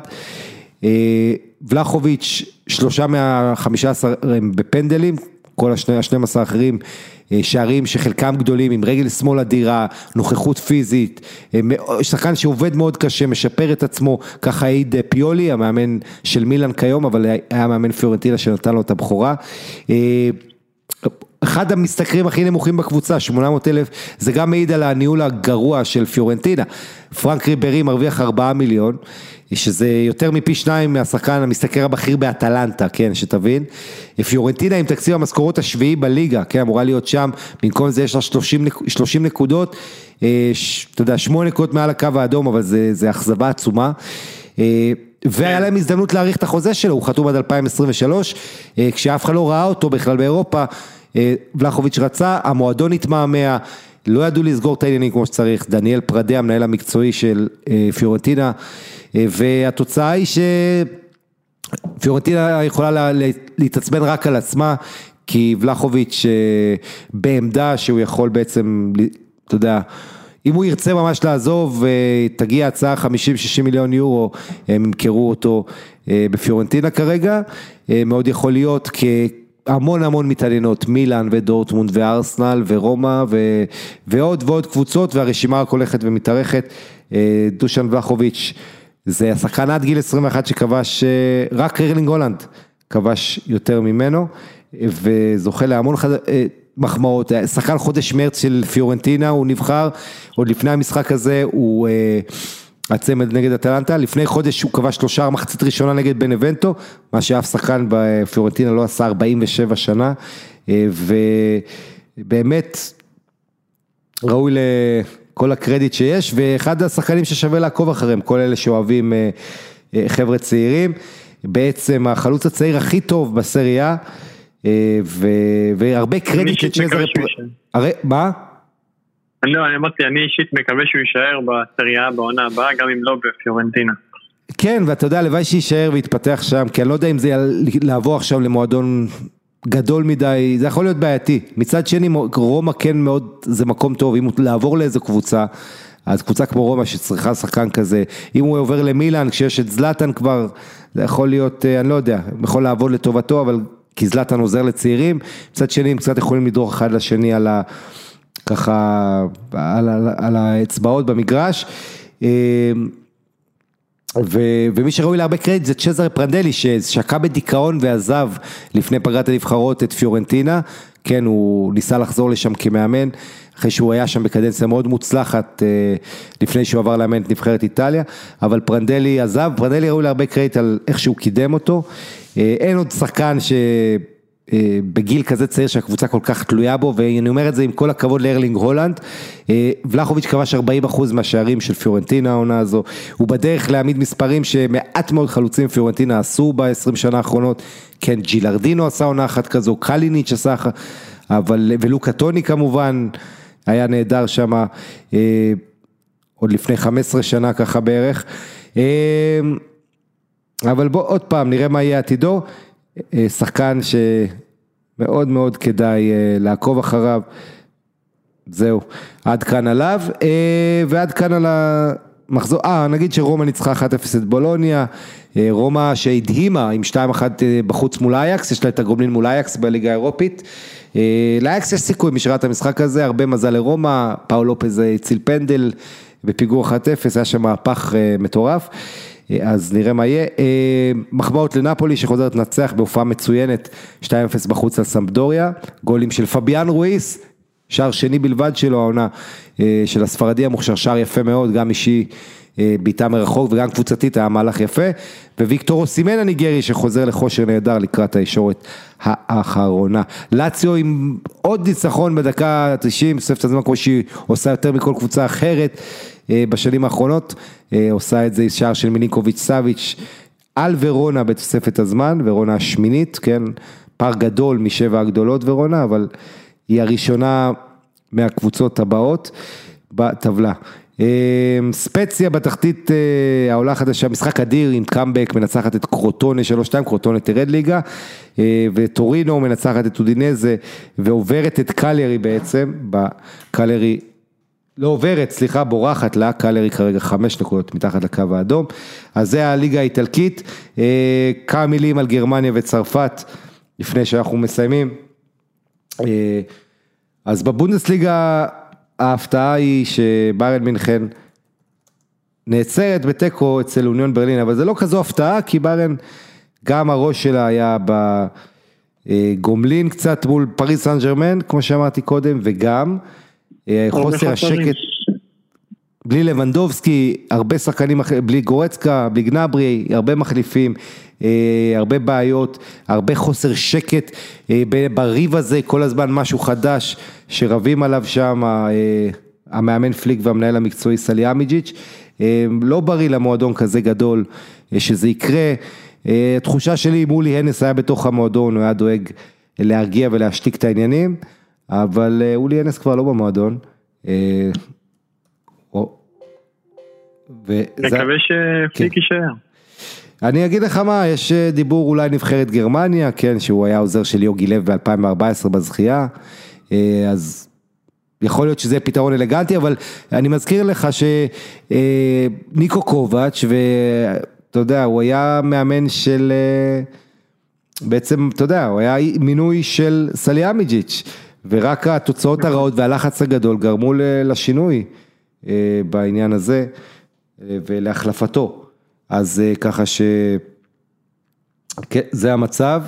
ולחוביץ' שלושה מה-חמישה עשר בפנדלים, כל ה-שנים עשר האחרים שערים שחלקם גדולים עם רגל שמאל אדירה, נוכחות פיזית, שחקן שעובד מאוד קשה, משפר את עצמו, ככה העיד פיולי, המאמן של מילאן כיום, אבל היה מאמן פיורנטינה שנתן לו את הבכורה, אחד המשתכרים הכי נמוכים בקבוצה, שמונה מאות אלף, זה גם מעיד על הניהול הגרוע של פיורנטינה, פרנק ריברי מרוויח ארבעה מיליון, שזה יותר מפי שניים מהשחקן המשתכר הבכיר באטלנטה, כן, שתבין, פיורנטינה עם תקציב המשכורות השביעי בליגה, כן, אמורה להיות שם, במקום זה יש לה שלושים נקודות, אתה יודע, שמונה נקודות מעל הקו האדום, אבל זה, זה אכזבה עצומה, והיה להם הזדמנות להאריך את החוזה שלו, הוא חתום עד אלפיים עשרים ושלוש, כשאף אחד לא ראה אותו בכלל באירופה, ולחוביץ' רצה, המועדון התמהמה, לא ידעו לסגור את העניינים כמו שצריך, דניאל פרדה, המנהל המקצועי של פיורנטינה, והתוצאה היא שפיורנטינה יכולה להתעצבן רק על עצמה, כי ולחוביץ' בעמדה שהוא יכול בעצם, אתה יודע, אם הוא ירצה ממש לעזוב, תגיע הצעה חמישים שישים מיליון יורו, הם ימכרו אותו בפיורנטינה כרגע, מאוד יכול להיות כ... המון המון מתעניינות, מילאן ודורטמונד וארסנל ורומא ו... ועוד ועוד קבוצות, והרשימה רק הולכת ומתארכת. דושן ולחוביץ' זה השחקן עד גיל עשרים ואחת שכבש, רק ארלינג הולנד כבש יותר ממנו, וזוכה להמון חד... מחמאות. שחקן חודש מרץ של פיורנטינה, הוא נבחר, עוד לפני המשחק הזה הוא... הצמד נגד אטלנטה, לפני חודש הוא קבע שלושה מחצית ראשונה נגד בנבנטו, מה שאף שחקן בפיורנטינה לא עשה ארבעים ושבע שנה, ובאמת ראוי לכל הקרדיט שיש, ואחד השחקנים ששווה לעקוב אחריהם, כל אלה שאוהבים חבר'ה צעירים, בעצם החלוץ הצעיר הכי טוב בסריה, והרבה קרדיט לצ'זר... מה? לא, אני אמרתי, אני אישית מקווה שהוא יישאר בסריה בעונה הבאה, גם אם לא בפיורנטינה. כן, ואתה יודע, לוואי שיישאר ויתפתח שם, כי אני לא יודע אם זה לעבור עכשיו למועדון גדול מדי, זה יכול להיות בעייתי. מצד שני, רומא כן מאוד, זה מקום טוב, אם הוא לעבור לאיזו קבוצה, אז קבוצה כמו רומא שצריכה שחקן כזה, אם הוא עובר למילאן, כשיש את זלטן כבר, זה יכול להיות, אני לא יודע, יכול לעבוד לטובתו, אבל כי זלטן עוזר לצעירים, מצד שני, הם קצת יכולים לדרוך אחד לשני על ה... ככה על, על, על האצבעות במגרש, ו, ומי שראוי להרבה קרדיט זה צ'זר פרנדלי ששקע בדיכאון ועזב לפני פגרת הנבחרות את פיורנטינה, כן, הוא ניסה לחזור לשם כמאמן, אחרי שהוא היה שם בקדנציה מאוד מוצלחת לפני שהוא עבר לאמן את נבחרת איטליה, אבל פרנדלי עזב, פרנדלי ראוי להרבה קרדיט על איך שהוא קידם אותו, אין עוד שחקן ש... בגיל כזה צעיר שהקבוצה כל כך תלויה בו, ואני אומר את זה עם כל הכבוד לארלינג הולנד, ולחוביץ' כבש ארבעים אחוז מהשערים של פיורנטינה העונה הזו, הוא בדרך להעמיד מספרים שמעט מאוד חלוצים פיורנטינה עשו ב-עשרים שנה האחרונות, כן, ג'ילרדינו עשה עונה אחת כזו, קליניץ' עשה, אבל, ולוקה טוני כמובן, היה נהדר שם, עוד לפני חמש עשרה שנה ככה בערך, אבל בוא עוד פעם נראה מה יהיה עתידו, שחקן שמאוד מאוד כדאי לעקוב אחריו, זהו, עד כאן עליו, ועד כאן על המחזור, אה, נגיד שרומא ניצחה אחת אפס את בולוניה, רומא שהדהימה עם שתיים אחת בחוץ מול אייקס, יש לה את הגומלין מול אייקס בליגה האירופית, לאייקס יש סיכוי, מי שראה את המשחק הזה, הרבה מזל לרומא, פאול לופז הציל פנדל, בפיגור אחת אפס, היה שם מהפך מטורף, אז נראה מה יהיה, מחמאות לנפולי שחוזרת לנצח בהופעה מצוינת, שתיים אפס בחוץ על סמפדוריה, גולים של פביאן רויס, שער שני בלבד שלו, העונה של הספרדי המוכשר, שער יפה מאוד, גם אישי ביתה מרחוק וגם קבוצתית, היה מהלך יפה, וויקטור אוסימן הניגרי שחוזר לכושר נהדר לקראת הישורת האחרונה. לאציו עם עוד ניצחון בדקה תשעים, סוף הזמן כמו שהיא עושה יותר מכל קבוצה אחרת, בשנים האחרונות, עושה את זה שער של מילינקוביץ' סאביץ' על ורונה בתוספת הזמן, ורונה השמינית, כן, פער גדול משבע הגדולות ורונה, אבל היא הראשונה מהקבוצות הבאות בטבלה. ספציה בתחתית העולה החדשה, משחק אדיר עם קאמבק, מנצחת את קרוטונה שלוש שתיים, קרוטונה תרד ליגה, וטורינו מנצחת את אודינזה, ועוברת את קלרי בעצם, בקלרי, לא עוברת, סליחה, בורחת לה, קלרי כרגע חמש נקודות מתחת לקו האדום, אז זה הליגה האיטלקית, כמה מילים על גרמניה וצרפת, לפני שאנחנו מסיימים, אז בבונדסליגה, ההפתעה היא שביירן מינכן נעצרת בטקו אצל אוניון ברלין, אבל זה לא כזו הפתעה, כי ביירן, גם הראש שלה היה בגומלין קצת מול פריז סן ז'רמן, כמו שאמרתי קודם, וגם חוסר השקט, בלי לבנדובסקי, הרבה שחקנים, בלי גורצקה, בלי גנברי, הרבה מחליפים, הרבה בעיות, הרבה חוסר שקט, בריב הזה כל הזמן משהו חדש, שרבים עליו שם, המאמן פליק והמנהל המקצועי סליאמיג'יץ', לא בריא למועדון כזה גדול, שזה יקרה, התחושה שלי אם אולי הנס היה בתוך המועדון, הוא היה דואג להרגיע ולהשתיק את העניינים, אבל אולי הנס כבר לא במועדון, נקווה שפליק יישאר. אני אגיד לך מה, יש דיבור אולי נבחרת גרמניה, כן, שהוא היה עוזר של יוגי לב ב-אלפיים וארבע עשרה בזכייה, אז יכול להיות שזה פתרון אלגנטי, אבל אני מזכיר לך שניקו קובץ' ואתה יודע, הוא היה מאמן של, בעצם, אתה יודע, הוא היה מינוי של סליאמיג'יץ', ורק התוצאות הרעות והלחץ הגדול גרמו לשינוי בעניין הזה, ולהחלפתו. אז ככה ש... זה המצב.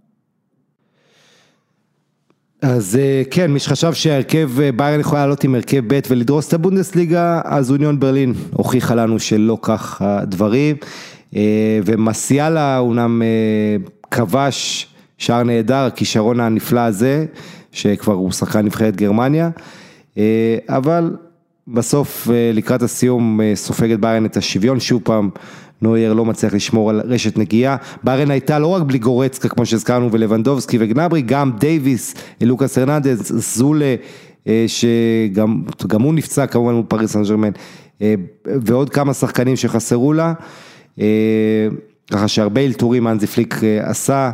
אז כן, מי שחשב שהרכב ביירן יכולה לעלות עם הרכב ב' ולדרוס את הבונדסליגה, אז אוניון ברלין הוכיחה לנו שלא כך הדברים, ומסיאלה אומנם כבש שער נהדר, הכישרון הנפלא הזה, שכבר הוא שחקן נבחרת גרמניה, אבל בסוף לקראת הסיום סופגת ביירן את השוויון, שוב פעם נוייר לא מצליח לשמור על רשת נגיעה, ביירן הייתה לא רק בלי גורצקה כמו שהזכרנו ולבנדובסקי וגנברי, גם דייביס, לוקאס הרננדז, זולה שגם גם הוא נפצע כמובן מול פריז סן ז'רמן, ועוד כמה שחקנים שחסרו לה, ככה שהרבה אלתורים אנזי פליק עשה,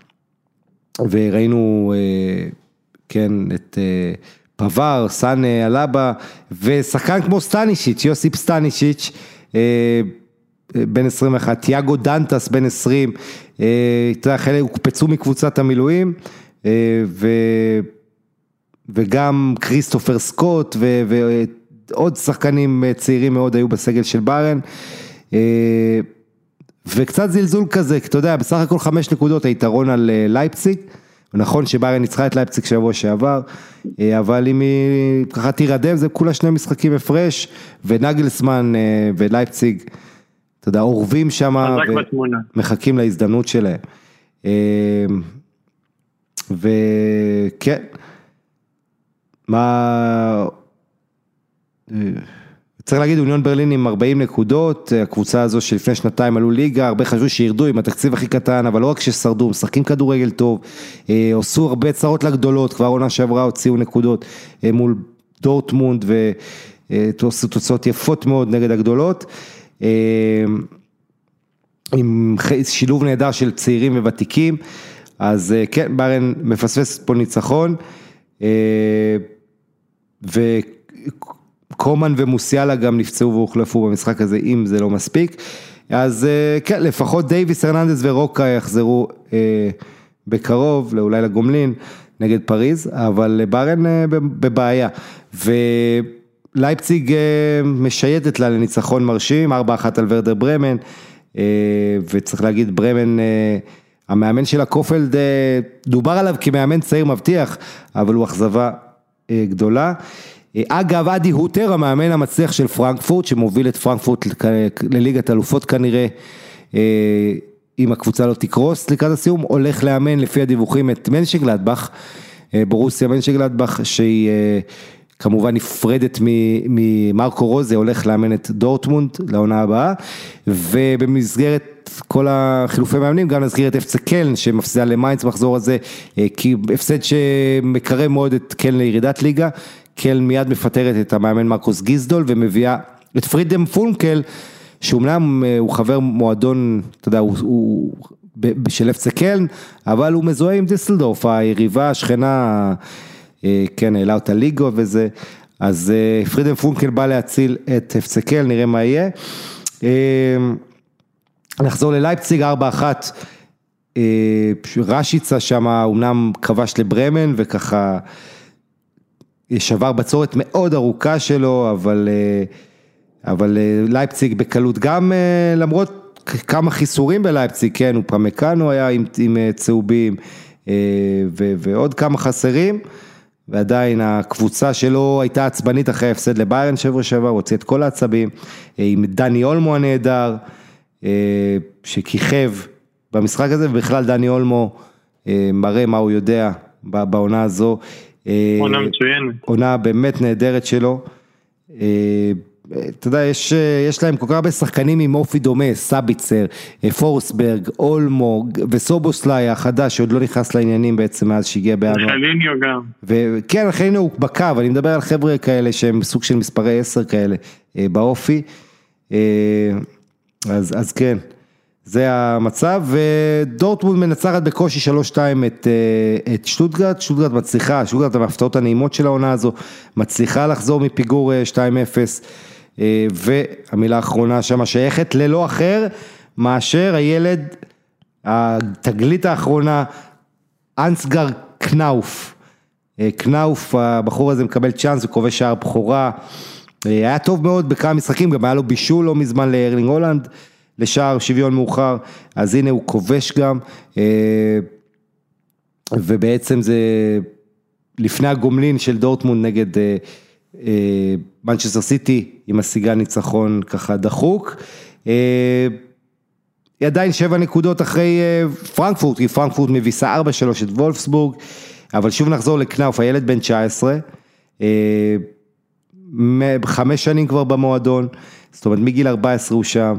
וראינו כן את פבר, סאנה, אלאבה, ושחקן כמו סטנישיץ', יוסיפ סטנישיץ', בן עשרים ואחת, תיאגו דנטס בן עשרים, חלק הוקפצו מקבוצת המילואים, ו, וגם כריסטופר סקוט, ו, ועוד שחקנים צעירים מאוד היו בסגל של ביירן, וקצת זלזול כזה, אתה יודע, בסך הכל חמש נקודות היתרון על לייפציג, נכון שביירן ניצחה את לייפציג שבוע שעבר, אבל אם היא ככה תירדם, זה כולה שני משחקים הפרש, ונגלסמן ולייפציג, אתה יודע, עורבים שם, ומחכים להזדמנות שלהם. וכן, מה... צריך להגיד, אוניון ברלין עם ארבעים נקודות, הקבוצה הזו שלפני שנתיים עלו ליגה, הרבה חשבו שירדו עם התקציב הכי קטן, אבל לא רק ששרדו, משחקים כדורגל טוב, עשו הרבה צרות לגדולות, כבר עונה שעברה הוציאו נקודות מול דורטמונד, ועשו תוצאות יפות מאוד נגד הגדולות, עם שילוב נהדר של צעירים וותיקים, אז כן, ביירן מפספס פה ניצחון, ו... קומן ומוסיאלה גם נפצעו והוחלפו במשחק הזה, אם זה לא מספיק, אז כן, לפחות דייביס, הרננדז ורוקה יחזרו אה, בקרוב, אולי לגומלין, נגד פריז, אבל ביירן אה, בבעיה, ולייפציג אה, משייטת לה לניצחון מרשים, ארבע אחת על ורדר ברמן, אה, וצריך להגיד ברמן, אה, המאמן של הקופלד, אה, דובר עליו כמאמן צעיר מבטיח, אבל הוא אכזבה אה, גדולה, אגב, אדי הוטר, המאמן המצליח של פרנקפורט, שמוביל את פרנקפורט לליגת אלופות כנראה, אם הקבוצה לא תקרוס לקראת הסיום, הולך לאמן לפי הדיווחים את מנשגלדבך, בורוסיה מנשגלדבך, שהיא כמובן נפרדת ממרקו רוזה, הולך לאמן את דורטמונד לעונה הבאה, ובמסגרת כל החילופי מאמנים, גם נזכיר את אפסה קלן, שמפסידה למיינץ מחזור הזה, כי הפסד שמקרב מאוד את קלן לירידת ליגה, קלן מיד מפטרת את המאמן מרקוס גיסדול, ומביאה את פרידם פונקל, שאומנם הוא חבר מועדון, אתה יודע, הוא, הוא של אפסה קלן, אבל הוא מזוהה עם דיסלדורף, היריבה, השכנה, כן, העלה אותה ליגו וזה, אז פרידם פונקל בא להציל את אפסה קלן, נראה מה יהיה. נחזור ללייפציג, ארבע אחת, רשיצה שם, אומנם כבש לברמן, וככה שבר בצורת מאוד ארוכה שלו, אבל, אבל לייפציג בקלות, גם למרות כמה חיסורים בלייפציג, כן, הוא פרמקנו היה עם, עם צהובים, ו, ועוד כמה חסרים, ועדיין הקבוצה שלו הייתה עצבנית אחרי הפסד לביירן שבוע שעבר, הוציא את כל העצבים, עם דני אולמו הנהדר, שכיכב במשחק הזה, ובכלל דני אולמו מראה מה הוא יודע בעונה הזו. עונה מצוינת. עונה באמת נהדרת שלו. אתה יודע, יש, יש להם כל כך הרבה שחקנים עם אופי דומה, סאביצר, פורסברג, אולמו וסובוסליי החדש, שעוד לא נכנס לעניינים בעצם מאז שהגיע בינואר. חליניו גם. וכן, חליניו הוא בקו, אני מדבר על חבר'ה כאלה שהם סוג של מספרי עשר כאלה באופי. אז, אז כן, זה המצב, ודורטמונד מנצחת בקושי שלוש שתיים את, את שטוטגרט, שטוטגרט מצליחה, שטוטגרט המפתעות הנעימות של העונה הזו, מצליחה לחזור מפיגור שתיים אפס, והמילה האחרונה שם שייכת ללא אחר, מאשר הילד, התגלית האחרונה, אנסגר קנאוף, קנאוף, הבחור הזה מקבל צ'אנס, הוא כובש שער בחורה, היה טוב מאוד בכמה משחקים, גם היה לו בישול לא מזמן לארלינג הולנד, לשער שוויון מאוחר, אז הנה הוא כובש גם, ובעצם זה לפני הגומלין של דורטמונד נגד מנצ'סטר סיטי, עם השיגה ניצחון ככה דחוק, היא עדיין שבע נקודות אחרי פרנקפורט, כי פרנקפורט מביסה ארבע שלוש את וולפסבורג, אבל שוב נחזור לקנאוף, הילד בן תשע עשרה, חמש שנים כבר במועדון, זאת אומרת מגיל ארבע עשרה הוא שם,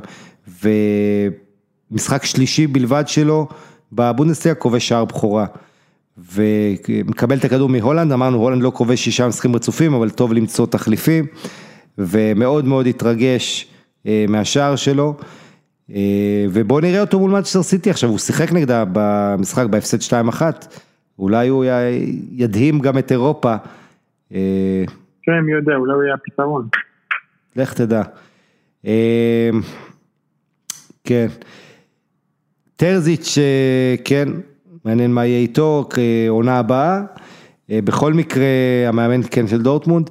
ומשחק שלישי בלבד שלו, בבונדסליגה כובש שער בחורה, ומקבל את הכדור מהולנד, אמרנו הולנד לא כובש שישה משחקים רצופים, אבל טוב למצוא תחליפים, ומאוד מאוד התרגש מהשער שלו, ובואו נראה אותו מול מנצ'סטר סיטי, עכשיו הוא שיחק נגדה במשחק בהפסד שתיים אחת, אולי הוא ידהים גם את אירופה, כן, מי יודע, אולי הוא יהיה הפתרון. לך תדע. כן. טרזיץ', כן, מעניין מה יהיה איתו, עונה הבאה. בכל מקרה, המאמן כן של דורטמונד.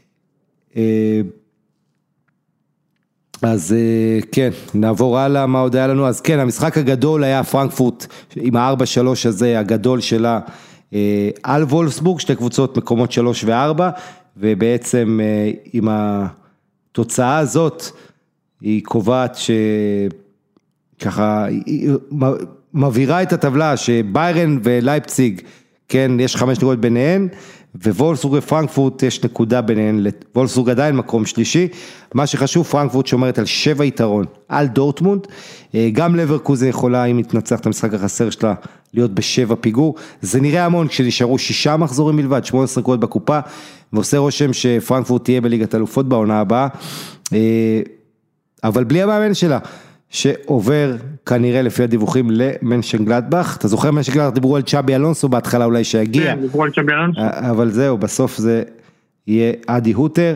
אז כן, נעבור הלאה, מה עוד היה לנו? אז כן, המשחק הגדול היה פרנקפורט, עם ה-ארבע שלוש הזה, הגדול שלה, על וולפסבורג, שתי קבוצות מקומות שלוש וארבע, ובעצם עם התוצאה הזאת, היא קובעת שככה, היא מבהירה את הטבלה, שביירן ולייפציג, כן, יש חמש נקודות ביניהן, ווולפסבורג ופרנקפורט יש נקודה ביניהן, וולפסבורג עדיין מקום שלישי, מה שחשוב, פרנקפורט שומרת על שבע יתרון, על דורטמונד, גם לברקוזן יכולה, אם יתנצח את המשחק החסר שלה, להיות בשבע פיגור, זה נראה המון, כשנשארו שישה מחזורים מלבד, שמונה עשרה נקודות בקופה, ועושה רושם שפרנקפורט תהיה בליגת אלופות בעונה הבאה, אבל בלי המאמן שלה, שעובר כנראה לפי הדיווחים למנשנגלדבך, אתה זוכר מנשנגלדבך, דיברו על צ'אבי אלונסו בהתחלה אולי שיגיע, כן, דיברו על צ'אבי אלונסו, אבל זהו, בסוף זה יהיה אדי הוטר,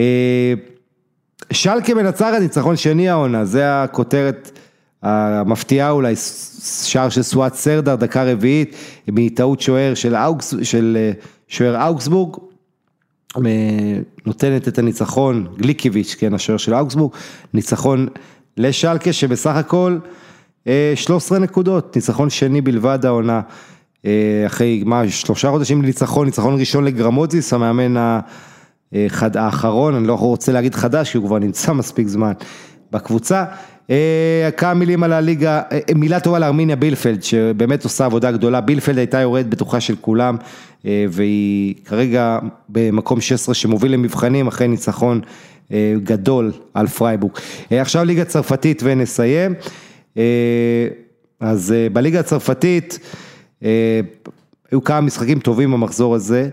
שלקה מנצחת, ניצחון שני העונה, זה הכותרת המפתיעה אולי, שער של סואט סרדר, דקה רביעית, מטעות שוער של, אוגס, של שוער אוגסבורג, נותנת את הניצחון, גליקביץ', כן, השוער של אוגסבורג, ניצחון לשלקה, שבסך הכל שלוש עשרה נקודות, ניצחון שני בלבד העונה, אחרי מה, שלושה חודשים לניצחון, ניצחון ראשון לגרמוטזיס, המאמן האחרון, אני לא רוצה להגיד חדש, כי הוא כבר נמצא מספיק זמן בקבוצה, כמה מילים על הליגה, מילה טובה לארמיניה בילפלד, שבאמת עושה עבודה גדולה, בילפלד הייתה יורד בתוכה של כולם, והיא כרגע במקום שש עשרה שמוביל למבחנים, אחרי ניצחון גדול על פרייבורג. עכשיו ליגה צרפתית ונסיים, אז בליגה הצרפתית, היו כמה משחקים טובים במחזור הזה,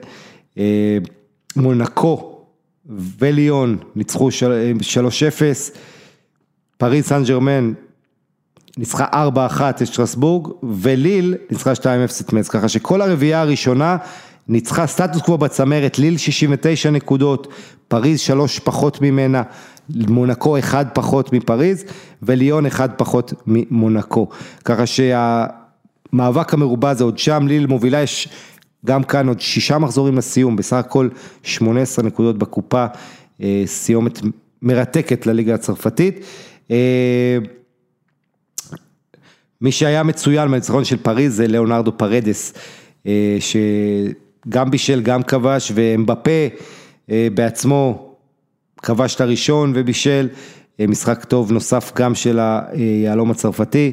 מונקו וליון ניצחו שלוש אפס, פריז סן ז'רמן ניצחה ארבע אחת את שטרסבורג, וליל ניצחה שתיים אפס את מץ, ככה שכל הרביעייה הראשונה ניצחה סטטוס קוו בצמרת, ליל שישים ותשע נקודות, פריז שלוש פחות ממנה, מונקו אחד פחות מפריז, וליון אחד פחות ממונקו, ככה שהמאבק המרובע זה עוד שם, ליל מובילה, יש גם כאן עוד שישה מחזורים לסיום, בסך הכל שמונה עשרה נקודות בקופה, סיומת מרתקת לליגה הצרפתית, מי שהיה מצוין מהניצחון של פריז זה ליאונרדו פרדס, שגם בישל גם כבש, ואמבפה בעצמו כבש את הראשון ובישל, משחק טוב נוסף גם של היהלום הצרפתי,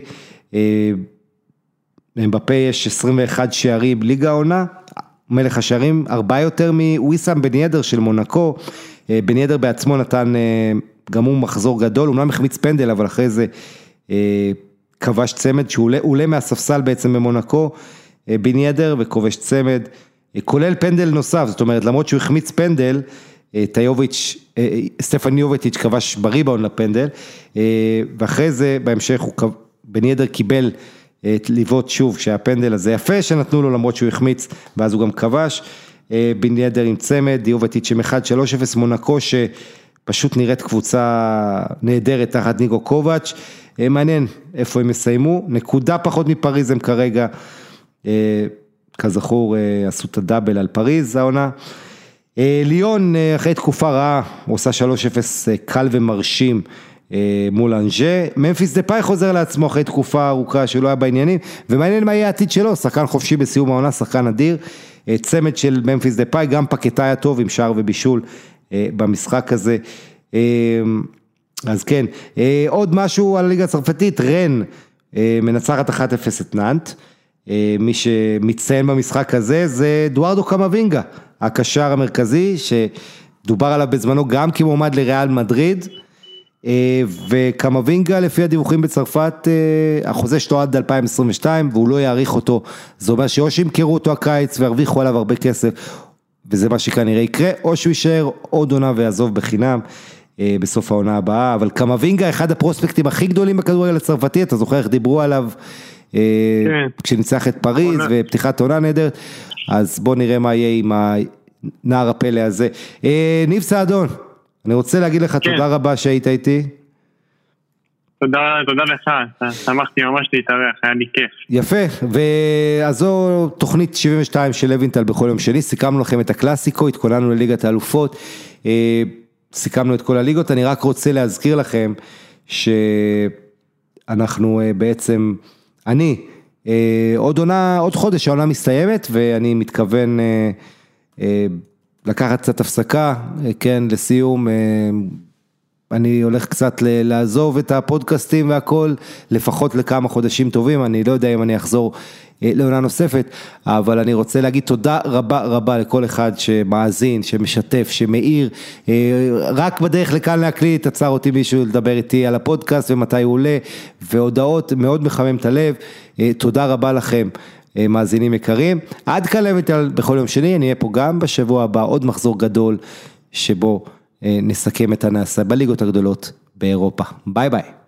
אמבפה יש עשרים ואחד שערים ליגה עונה, מלך השערים ארבעה יותר מוויסאם בן ידר של מונקו, בן ידר בעצמו נתן גם הוא מחזור גדול, הוא לא מחמיץ פנדל, אבל אחרי זה כבש צמד, שהוא עולה, עולה מהספסל בעצם במונקו, בן ידר וכובש צמד, כולל פנדל נוסף, זאת אומרת, למרות שהוא החמיץ פנדל, טיוביץ', סטפן יובטיץ' כבש בריבאון לפנדל, ואחרי זה בהמשך הוא, בן ידר קיבל לבעוט שוב, כשהפנדל הזה יפה שנתנו לו, למרות שהוא החמיץ, ואז הוא גם כבש, בן ידר עם צמד, יובטיץ' עם אחד שלוש אפס, מונקו שפשוט נראית קבוצה נהדרת תחת ניגו קובץ', מעניין איפה הם מסיימו, נקודה פחות מפריז הם כרגע, כזכור עשו את הדאבל על פריז העונה, ליון אחרי תקופה רעה, עושה שלוש אפס קל ומרשים מול אנג'ה, ממפיס דפאי חוזר לעצמו אחרי תקופה ארוכה שלא היה בעניינים, ומעניין מה יהיה העתיד שלו, שחקן חופשי בסיום העונה, שחקן אדיר, צמד של ממפיס דפאי, גם פקטה היה טוב עם שער ובישול במשחק הזה, אז כן, עוד משהו על הליגה הצרפתית, רן מנצחת אחת אפס את נאנט, מי שמציין במשחק הזה זה אדוארדו קמבינגה, הקשר המרכזי שדובר עליו בזמנו גם כמועמד לריאל מדריד, וקמבינגה לפי הדיווחים בצרפת, החוזה שלו עד אלפיים עשרים ושתיים והוא לא יאריך אותו, זה אומר שאו שימכרו אותו הקיץ והרוויחו עליו הרבה כסף, וזה מה שכנראה יקרה, או שהוא יישאר עוד עונה ויעזוב בחינם, בסוף העונה הבאה, אבל קמבינגה אחד הפרוספקטים הכי גדולים בכדורגל הצרפתי, אתה זוכר איך דיברו עליו כשניצח את פריז ופתיחת עונה נהדרת, אז בוא נראה מה יהיה עם הנער הפלא הזה. ניב סעדון, אני רוצה להגיד לך תודה רבה שהיית איתי. תודה, תודה לך, שמחתי ממש להתארח, היה לי כיף. יפה, ואז זו תוכנית שבעים ושתיים של לוינטל בכל יום שני, סיכמנו לכם את הקלאסיקו, התכוננו לליגת האלופות, סיכמנו את כל הליגות, אני רק רוצה להזכיר לכם שאנחנו בעצם, אני, עוד עונה, עוד חודש העונה מסתיימת, ואני מתכוון לקחת קצת הפסקה, כן, לסיום, אני הולך קצת לעזוב את הפודקאסטים והכל, לפחות לכמה חודשים טובים, אני לא יודע אם אני אחזור לעונה נוספת, אבל אני רוצה להגיד תודה רבה רבה לכל אחד שמאזין, שמשתף, שמאיר, רק בדרך לכאן להקליט, עצר אותי מישהו לדבר איתי על הפודקאסט ומתי הוא עולה, והודעות מאוד מחמם את הלב, תודה רבה לכם. מאזינים יקרים, עד כאן לוינטל בכל יום שני, אני אהיה פה גם בשבוע הבא, עוד מחזור גדול, שבו נסכם את הנעשה בליגות הגדולות באירופה. ביי ביי.